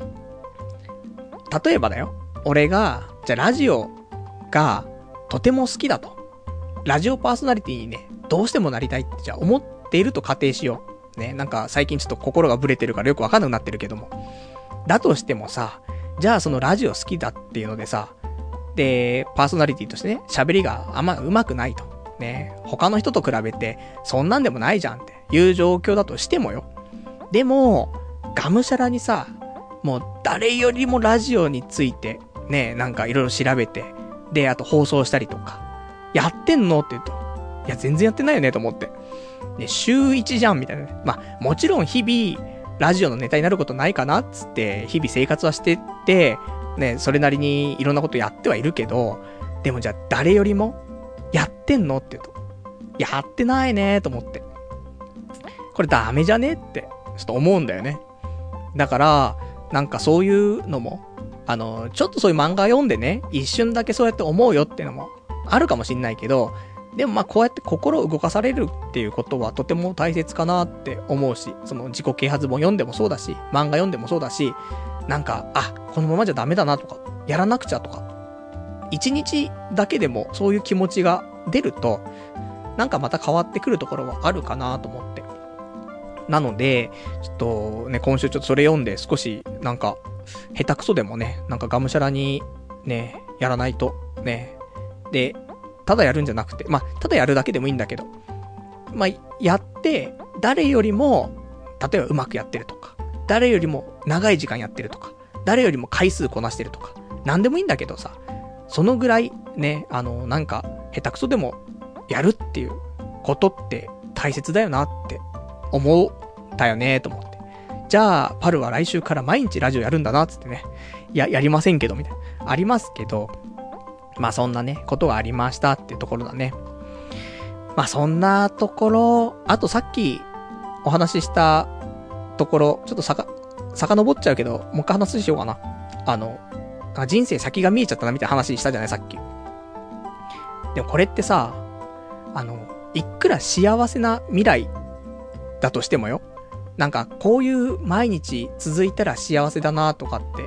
例えばだよ。俺が、じゃあラジオがとても好きだと。ラジオパーソナリティにね、どうしてもなりたいってじゃあ思っていると仮定しよう。ね、なんか最近ちょっと心がブレてるからよくわかんなくなってるけども。だとしてもさ、じゃあそのラジオ好きだっていうのでさ、で、パーソナリティとしてね、喋りがあんま上手くないと。ね、他の人と比べて、そんなんでもないじゃんっていう状況だとしてもよ。でも、がむしゃらにさ、もう誰よりもラジオについて、ね、なんかいろいろ調べて、で、あと放送したりとか、やってんのって言うと、いや全然やってないよねと思って。で、週一じゃんみたいなね。まあ、もちろん日々、ラジオのネタになることないかなっつって、日々生活はしてって、ね、それなりにいろんなことやってはいるけど、でもじゃあ誰よりもやってんのって言うと、やってないねと思って。これダメじゃねってちょっと思うんだよね。だからなんかそういうのも、あのちょっとそういう漫画読んでね、一瞬だけそうやって思うよっていうのもあるかもしんないけど、でもまあこうやって心を動かされるっていうことはとても大切かなって思うし、その自己啓発本読んでもそうだし、漫画読んでもそうだし、なんか、あ、このままじゃダメだなとか、やらなくちゃとか、一日だけでもそういう気持ちが出ると、なんかまた変わってくるところはあるかなと思って。なので、ちょっとね、今週ちょっとそれ読んで少し、なんか、下手くそでもね、なんかがむしゃらに、ね、やらないと、ね。で、ただやるんじゃなくて、まあ、ただやるだけでもいいんだけど、まあ、やって、誰よりも、例えばうまくやってるとか、誰よりも長い時間やってるとか、誰よりも回数こなしてるとか、なんでもいいんだけどさ、そのぐらいね、あの、なんか、下手くそでもやるっていうことって大切だよなって思ったよねと思って。じゃあ、パルは来週から毎日ラジオやるんだなつってね、いや、やりませんけど、みたいな。ありますけど、まあそんなね、ことがありましたっていうところだね。まあそんなところ、あとさっきお話ししたところ、ちょっとさか、遡っちゃうけど、もう一回話しようかな。あの、人生先が見えちゃったなみたいな話したじゃない、さっき。でもこれってさ、あの、いくら幸せな未来だとしてもよ。なんか、こういう毎日続いたら幸せだなとかって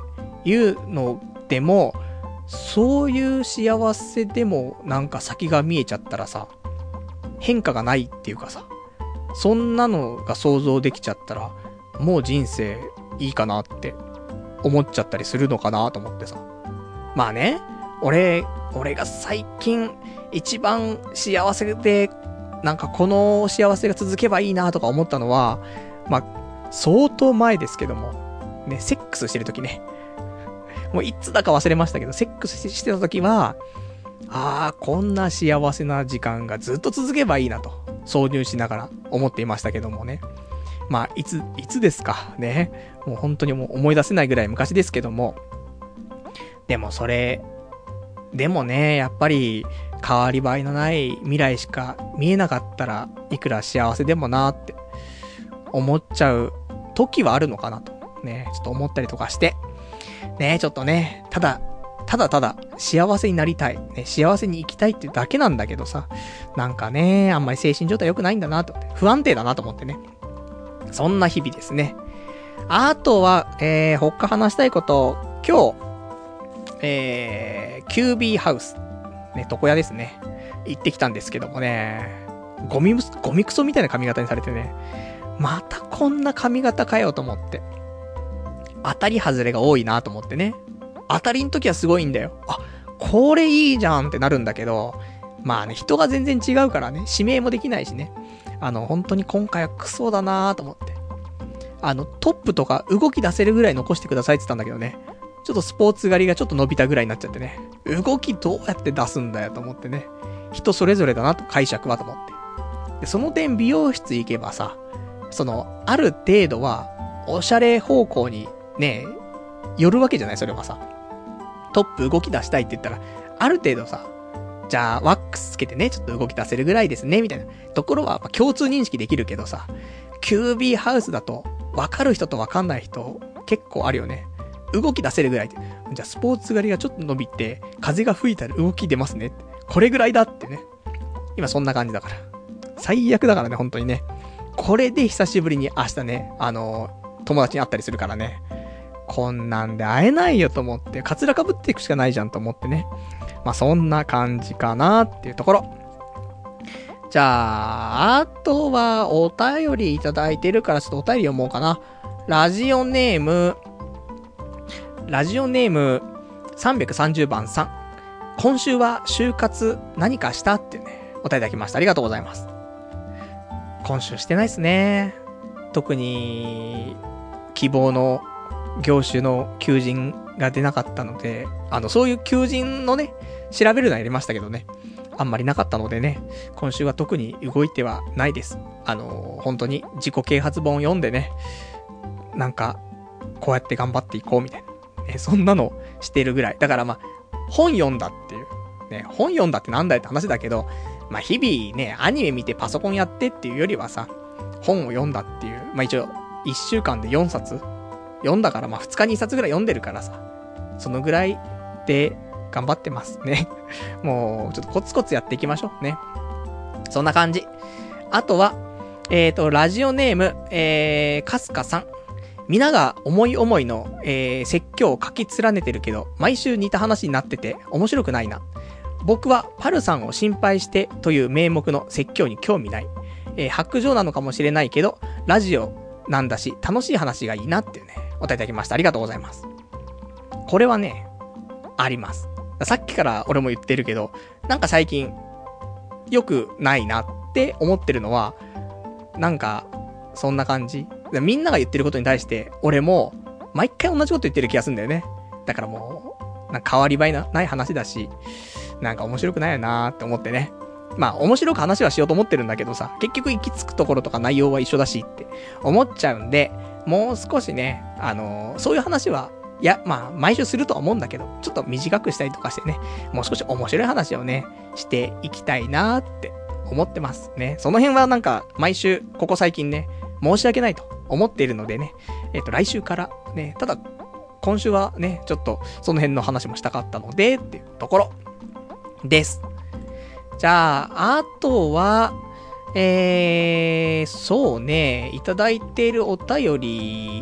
いうのでも、そういう幸せでもなんか先が見えちゃったらさ、変化がないっていうかさ、そんなのが想像できちゃったら、もう人生いいかなって思っちゃったりするのかなと思ってさ。まあね、俺、俺が最近一番幸せで、なんかこの幸せが続けばいいなとか思ったのは、まあ、相当前ですけども、ね、セックスしてる時ね。もういつだか忘れましたけど、セックスしてた時は、ああ、こんな幸せな時間がずっと続けばいいなと、挿入しながら思っていましたけどもね。まあ、いつ、いつですかね。もう本当にもう思い出せないぐらい昔ですけども。でもそれ、でもね、やっぱり、変わり映えのない未来しか見えなかったら、いくら幸せでもなーって、思っちゃう時はあるのかなと。ね、ちょっと思ったりとかして。ね、ちょっとね、ただ、ただただ幸せになりたい、ね、幸せに生きたいっていうだけなんだけどさ、なんかね、あんまり精神状態良くないんだなと思って、不安定だなと思ってね。そんな日々ですね。あとは、えー、他話したいこと、今日、えー、キュービーハウス、ね、床屋ですね。行ってきたんですけどもね、ゴミ、ゴミクソみたいな髪型にされてね、またこんな髪型かよと思って。当たり外れが多いなと思ってね。当たりの時はすごいんだよ。あ、これいいじゃんってなるんだけど、まあね、人が全然違うからね、指名もできないしね。あの、本当に今回はクソだなと思って。あの、トップとか動き出せるぐらい残してくださいって言ったんだけどね。ちょっとスポーツ狩りがちょっと伸びたぐらいになっちゃってね。動きどうやって出すんだよと思ってね。人それぞれだなと解釈はと思って。で、その点美容室行けばさ、その、ある程度は、おしゃれ方向にね、寄るわけじゃないそれはさ。トップ動き出したいって言ったら、ある程度さ、じゃあ、ワックスつけてね、ちょっと動き出せるぐらいですね、みたいなところは、まあ、共通認識できるけどさ、キュービーハウスだと、わかる人とわかんない人、結構あるよね。動き出せるぐらいで。じゃあ、スポーツ狩りがちょっと伸びて、風が吹いたら動き出ますね。これぐらいだってね。今そんな感じだから。最悪だからね、本当にね。これで久しぶりに明日ね、あのー、友達に会ったりするからね。こんなんで会えないよと思って、カツラかぶっていくしかないじゃんと思ってね。まあそんな感じかなっていうところ。じゃあ、あとはお便りいただいてるからちょっとお便り読もうかな。ラジオネーム、ラジオネームさんびゃくさんじゅうばんさん。今週は就活何かしたってね、お便りいただきました。ありがとうございます。今週してないっすね。特に、希望の業種の求人が出なかったので、あの、そういう求人のね、調べるのはやりましたけどね、あんまりなかったのでね、今週は特に動いてはないです。あの、本当に自己啓発本を読んでね、なんか、こうやって頑張っていこうみたいな。ね、そんなのしてるぐらい。だからまあ、本読んだっていう。ね、本読んだってなんだよって話だけど、まあ日々ね、アニメ見てパソコンやってっていうよりはさ、本を読んだっていう。まあ一応、いっしゅうかんでよんさつ読んだから、まあふつかにいっさつぐらい読んでるからさ、そのぐらいで頑張ってますね。もう、ちょっとコツコツやっていきましょうね。そんな感じ。あとは、えーと、ラジオネーム、えー、かすかさん。皆が思い思いの、えー、説教を書き連ねてるけど、毎週似た話になってて面白くないな。僕はパルさんを心配してという名目の説教に興味ない。えー、白状なのかもしれないけど、ラジオなんだし、楽しい話がいいなっていうね、お便りいただきました。ありがとうございます。これはね、あります。さっきから俺も言ってるけど、なんか最近、良くないなって思ってるのは、なんか、そんな感じ。みんなが言ってることに対して、俺も、毎回同じこと言ってる気がするんだよね。だからもう、なんか変わり映えなない話だし、なんか面白くないよなーって思ってね。まあ、面白く話はしようと思ってるんだけどさ、結局行き着くところとか内容は一緒だしって思っちゃうんで、もう少しね、あのー、そういう話は、いや、まあ、毎週するとは思うんだけど、ちょっと短くしたりとかしてね、もう少し面白い話をね、していきたいなーって思ってますね。その辺はなんか、毎週、ここ最近ね、申し訳ないと思っているのでね、えっと、来週からね、ただ、今週はね、ちょっと、その辺の話もしたかったので、っていうところ、です。じゃあ、あとは、えー、そうね、いただいているお便り、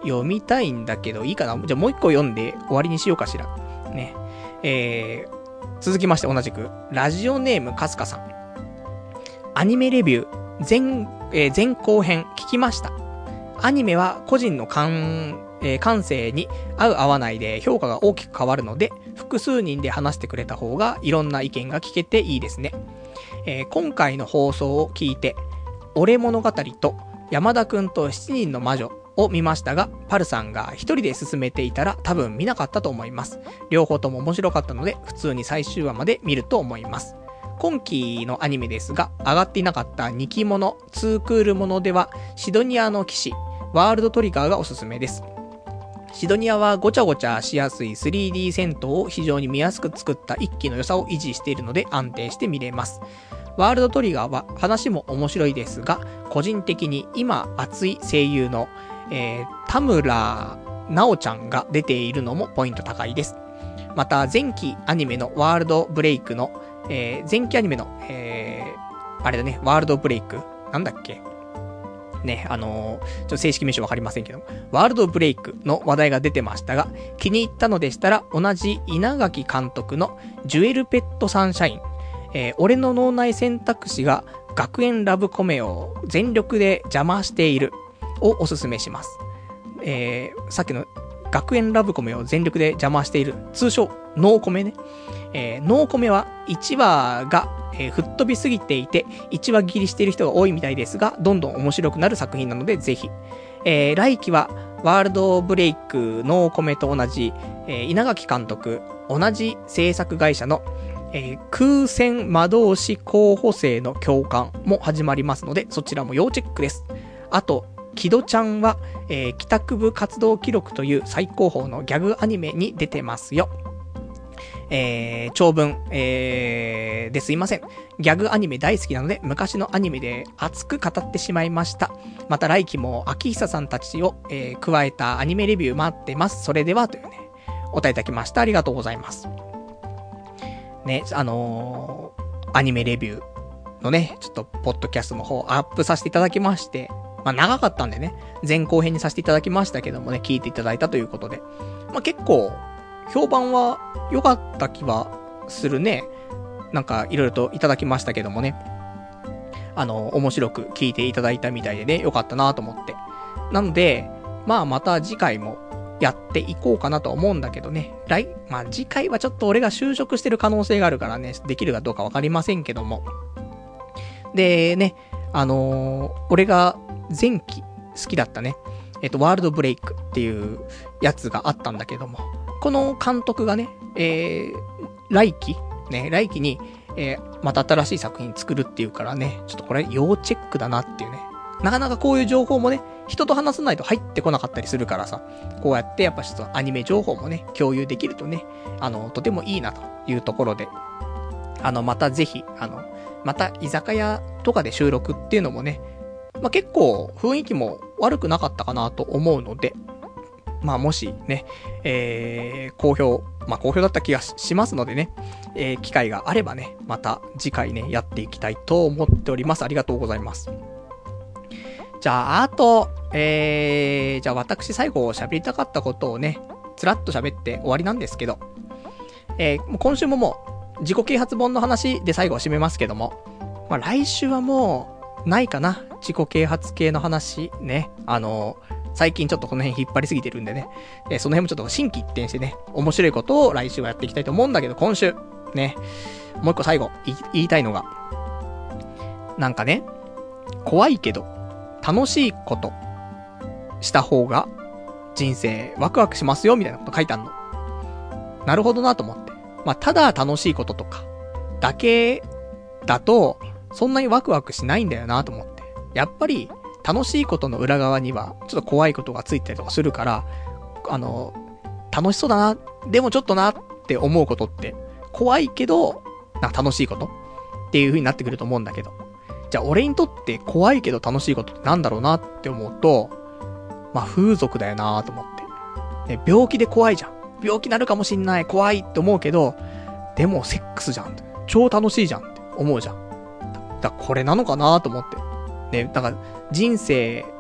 読みたいんだけど、いいかな？じゃあもう一個読んで終わりにしようかしら。ね。えー、続きまして同じく、ラジオネームかすかさん。アニメレビュー、前、えー、前後編聞きました。アニメは個人の感、えー、感性に合う合わないで評価が大きく変わるので、複数人で話してくれた方がいろんな意見が聞けていいですね。えー、今回の放送を聞いて、俺物語と山田くんと七人の魔女を見ましたが、パルさんが一人で進めていたら多分見なかったと思います。両方とも面白かったので、普通に最終話まで見ると思います。今期のアニメですが、上がっていなかったにきもの、ツークールものでは、シドニアの騎士、ワールドトリガーがおすすめです。シドニアはごちゃごちゃしやすい スリーディー 戦闘を非常に見やすく作った一期の良さを維持しているので安定して見れます。ワールドトリガーは話も面白いですが、個人的に今熱い声優の、えー、田村直ちゃんが出ているのもポイント高いです。また前期アニメのワールドブレイクの、えー、前期アニメの、えー、あれだね、ワールドブレイクなんだっけね、あのー、ちょっと正式名称わかりませんけど、ワールドブレイクの話題が出てましたが、気に入ったのでしたら、同じ稲垣監督のジュエルペットサンシャイン、えー、俺の脳内選択肢が学園ラブコメを全力で邪魔しているをおすすめします。えー、さっきの学園ラブコメを全力で邪魔している、通称、ノーコメね。えー、ノーコメはいちわが、えー、吹っ飛びすぎていて、いちわ切りしている人が多いみたいですが、どんどん面白くなる作品なので、ぜひ。えー、来期は、ワールドブレイクノーコメと同じ、えー、稲垣監督、同じ制作会社の、えー、空戦魔導士候補生の教官も始まりますので、そちらも要チェックです。あと、キドちゃんは、えー、帰宅部活動記録という最高峰のギャグアニメに出てますよ。えー、長文、えー、ですいません。ギャグアニメ大好きなので、昔のアニメで熱く語ってしまいました。また来期も秋久さんたちを、えー、加えたアニメレビュー待ってます。それでは、というね、お答えいただきました。ありがとうございます。ね、あのー、アニメレビューのね、ちょっと、ポッドキャストの方、アップさせていただきまして、まあ、長かったんでね、前後編にさせていただきましたけどもね、聞いていただいたということで、まあ、結構、評判は良かった気はするね。なんか、いろいろといただきましたけどもね、あの、面白く聞いていただいたみたいでね、良かったなと思って。なので、まあ、また次回もやっていこうかなと思うんだけどね、来、まあ、次回はちょっと俺が就職してる可能性があるからね、できるかどうかわかりませんけども。で、ね、あのー、俺が前期好きだったね、えっと、ワールドブレイクっていうやつがあったんだけども、この監督がね、えー、来期ね、来期に、えー、また新しい作品作るっていうからね、ちょっとこれ要チェックだなっていうね。なかなかこういう情報もね、人と話さないと入ってこなかったりするからさ、こうやってやっぱちょっとアニメ情報もね、共有できるとね、あの、とてもいいなというところで、あの、またぜひ、あの、また居酒屋とかで収録っていうのもね、まあ、結構雰囲気も悪くなかったかなと思うので、まあもしね、えー、好評、まあ好評だった気がしますのでね、えー、機会があればね、また次回ね、やっていきたいと思っております。ありがとうございます。じゃあ、あと、えー、じゃあ私最後喋りたかったことをね、つらっと喋って終わりなんですけど、えー、もう今週ももう自己啓発本の話で最後は締めますけども、まあ来週はもうないかな、自己啓発系の話ね、あのー、最近ちょっとこの辺引っ張りすぎてるんでね、えー、その辺もちょっと心機一転してね、面白いことを来週はやっていきたいと思うんだけど、今週、ね、もう一個最後言い、言いたいのが、なんかね、怖いけど、楽しいことした方が人生ワクワクしますよみたいなこと書いてあるの。なるほどなと思って。まあ、ただ楽しいこととかだけだとそんなにワクワクしないんだよなと思って。やっぱり楽しいことの裏側にはちょっと怖いことがついたりとかするから、あの楽しそうだな、でもちょっとなって思うことって怖いけどなんか楽しいことっていう風になってくると思うんだけど。じゃあ俺にとって怖いけど楽しいことってなんだろうなって思うと、まあ風俗だよなと思って、ね。病気で怖いじゃん。病気なるかもしんない。怖いって思うけど、でもセックスじゃん。超楽しいじゃんって思うじゃん。だからこれなのかなと思って。ね、だから人生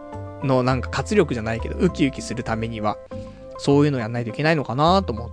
のなんか活力じゃないけど、ウキウキするためには、そういうのやんないといけないのかなと思って、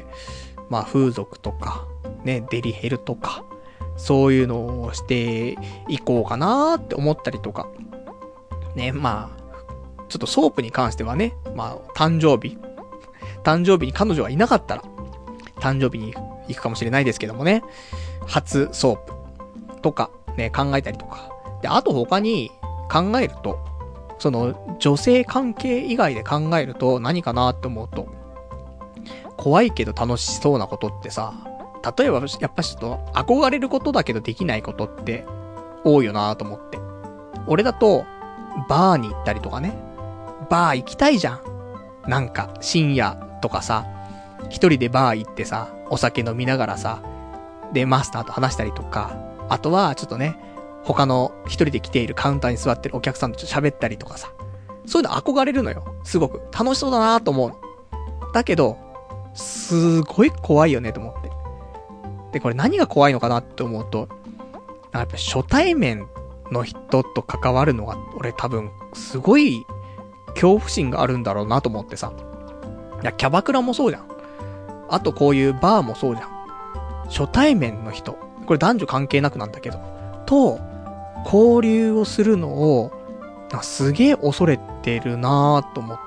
まあ風俗とか、ね、デリヘルとか、そういうのをしていこうかなって思ったりとか、ね、まあ、ちょっとソープに関してはね、まあ、誕生日、誕生日に彼女はいなかったら、誕生日に行くかもしれないですけどもね、初ソープとかね、考えたりとか。で、あと他に考えると、その女性関係以外で考えると何かなって思うと、怖いけど楽しそうなことってさ、例えばやっぱちょっと憧れることだけどできないことって多いよなと思って。俺だと、バーに行ったりとかね。バー行きたいじゃん。なんか深夜とかさ、一人でバー行ってさ、お酒飲みながらさ、でマスターと話したりとか、あとはちょっとね、他の一人で来ているカウンターに座ってるお客さんとちょっと喋ったりとかさ、そういうの憧れるのよ。すごく楽しそうだなと思うの。だけど、すごい怖いよねと思って。で、これ何が怖いのかなって思うと、やっぱ初対面の人と関わるのが、俺多分、すごい恐怖心があるんだろうなと思ってさ。いや、キャバクラもそうじゃん。あとこういうバーもそうじゃん。初対面の人、これ男女関係なくなんだけど、と、交流をするのを、すげえ恐れてるなーと思って。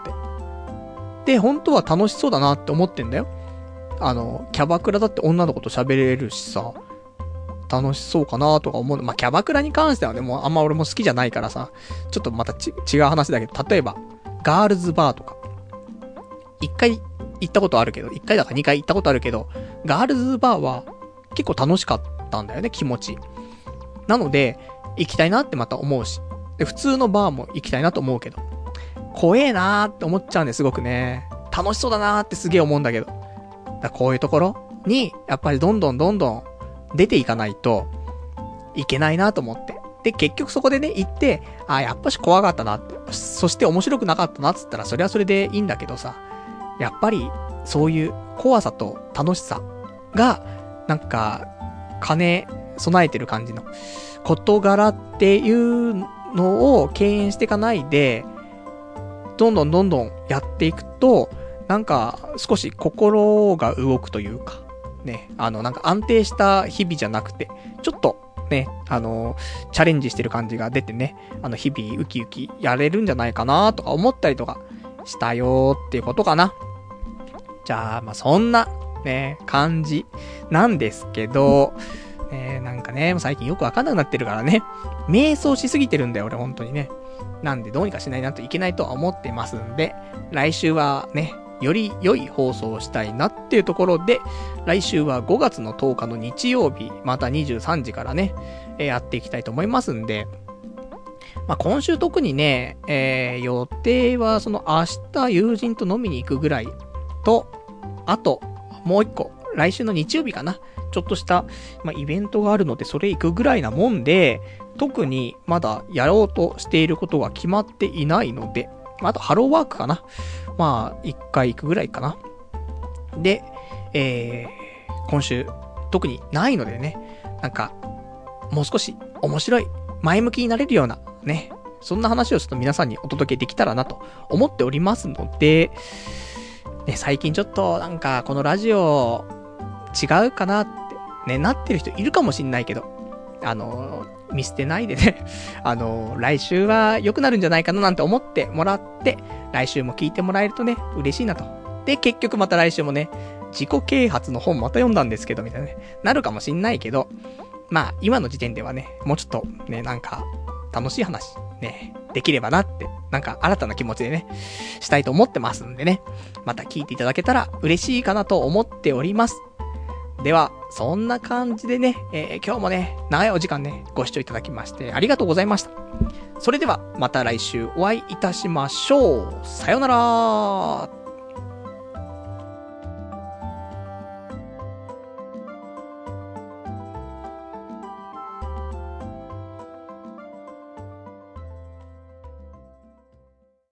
で、本当は楽しそうだなって思ってんだよ。あの、キャバクラだって女の子と喋れるしさ、楽しそうかなとか思う。まあ、キャバクラに関してはね、もうあんま俺も好きじゃないからさ、ちょっとまたち違う話だけど、例えば、ガールズバーとか。一回行ったことあるけど、一回だか二回行ったことあるけど、ガールズバーは結構楽しかったんだよね、気持ち。なので、行きたいなってまた思うし。で、普通のバーも行きたいなと思うけど、怖えなーって思っちゃうんですごくね。楽しそうだなーってすげえ思うんだけど。だこういうところに、やっぱりどんどんどんどん出ていかないといけないなと思って。で、結局そこでね、行って、あ、やっぱし怖かったなって。そして面白くなかったなっつったら、それはそれでいいんだけどさ。やっぱり、そういう怖さと楽しさが、なんか、兼ね備えてる感じの事柄っていうのを敬遠していかないで、どんどんどんどんやっていくと、なんか少し心が動くというか、ね、あのなんか安定した日々じゃなくて、ちょっとね、あのチャレンジしてる感じが出てね、あの日々ウキウキやれるんじゃないかなとか思ったりとかしたよーっていうことかな。じゃあまあそんなね感じなんですけど、えー、なんかね最近よくわかんなくなってるからね、瞑想しすぎてるんだよ俺本当にね。なんでどうにかしないなといけないとは思ってますんで、来週はね、より良い放送をしたいなっていうところで、来週はごがつのとおかの日曜日、またにじゅうさんじからね、えー、やっていきたいと思いますんで、まあ、今週特にね、えー、予定はその明日友人と飲みに行くぐらいと、あと、もう一個、来週の日曜日かな。ちょっとした、まあ、イベントがあるので、それ行くぐらいなもんで、特にまだやろうとしていることが決まっていないので、あとハローワークかな。まあ、一回行くぐらいかな。で、えー、今週、特にないのでね、なんか、もう少し面白い、前向きになれるような、ね、そんな話をちょっと皆さんにお届けできたらなと思っておりますので、ね、最近ちょっとなんかこのラジオ違うかなってね、なってる人いるかもしんないけど、あの見捨てないでねあの来週は良くなるんじゃないかななんて思ってもらって、来週も聞いてもらえるとね嬉しいなと。で結局また来週もね、自己啓発の本また読んだんですけどみたいなね、なるかもしんないけど、まあ今の時点ではね、もうちょっとね、なんか楽しい話ねできればなって、なんか新たな気持ちでねしたいと思ってますんでね、また聞いていただけたら嬉しいかなと思っております。ではそんな感じでね、えー、今日もね長いお時間ねご視聴いただきましてありがとうございました。それではまた来週お会いいたしましょう。さようなら。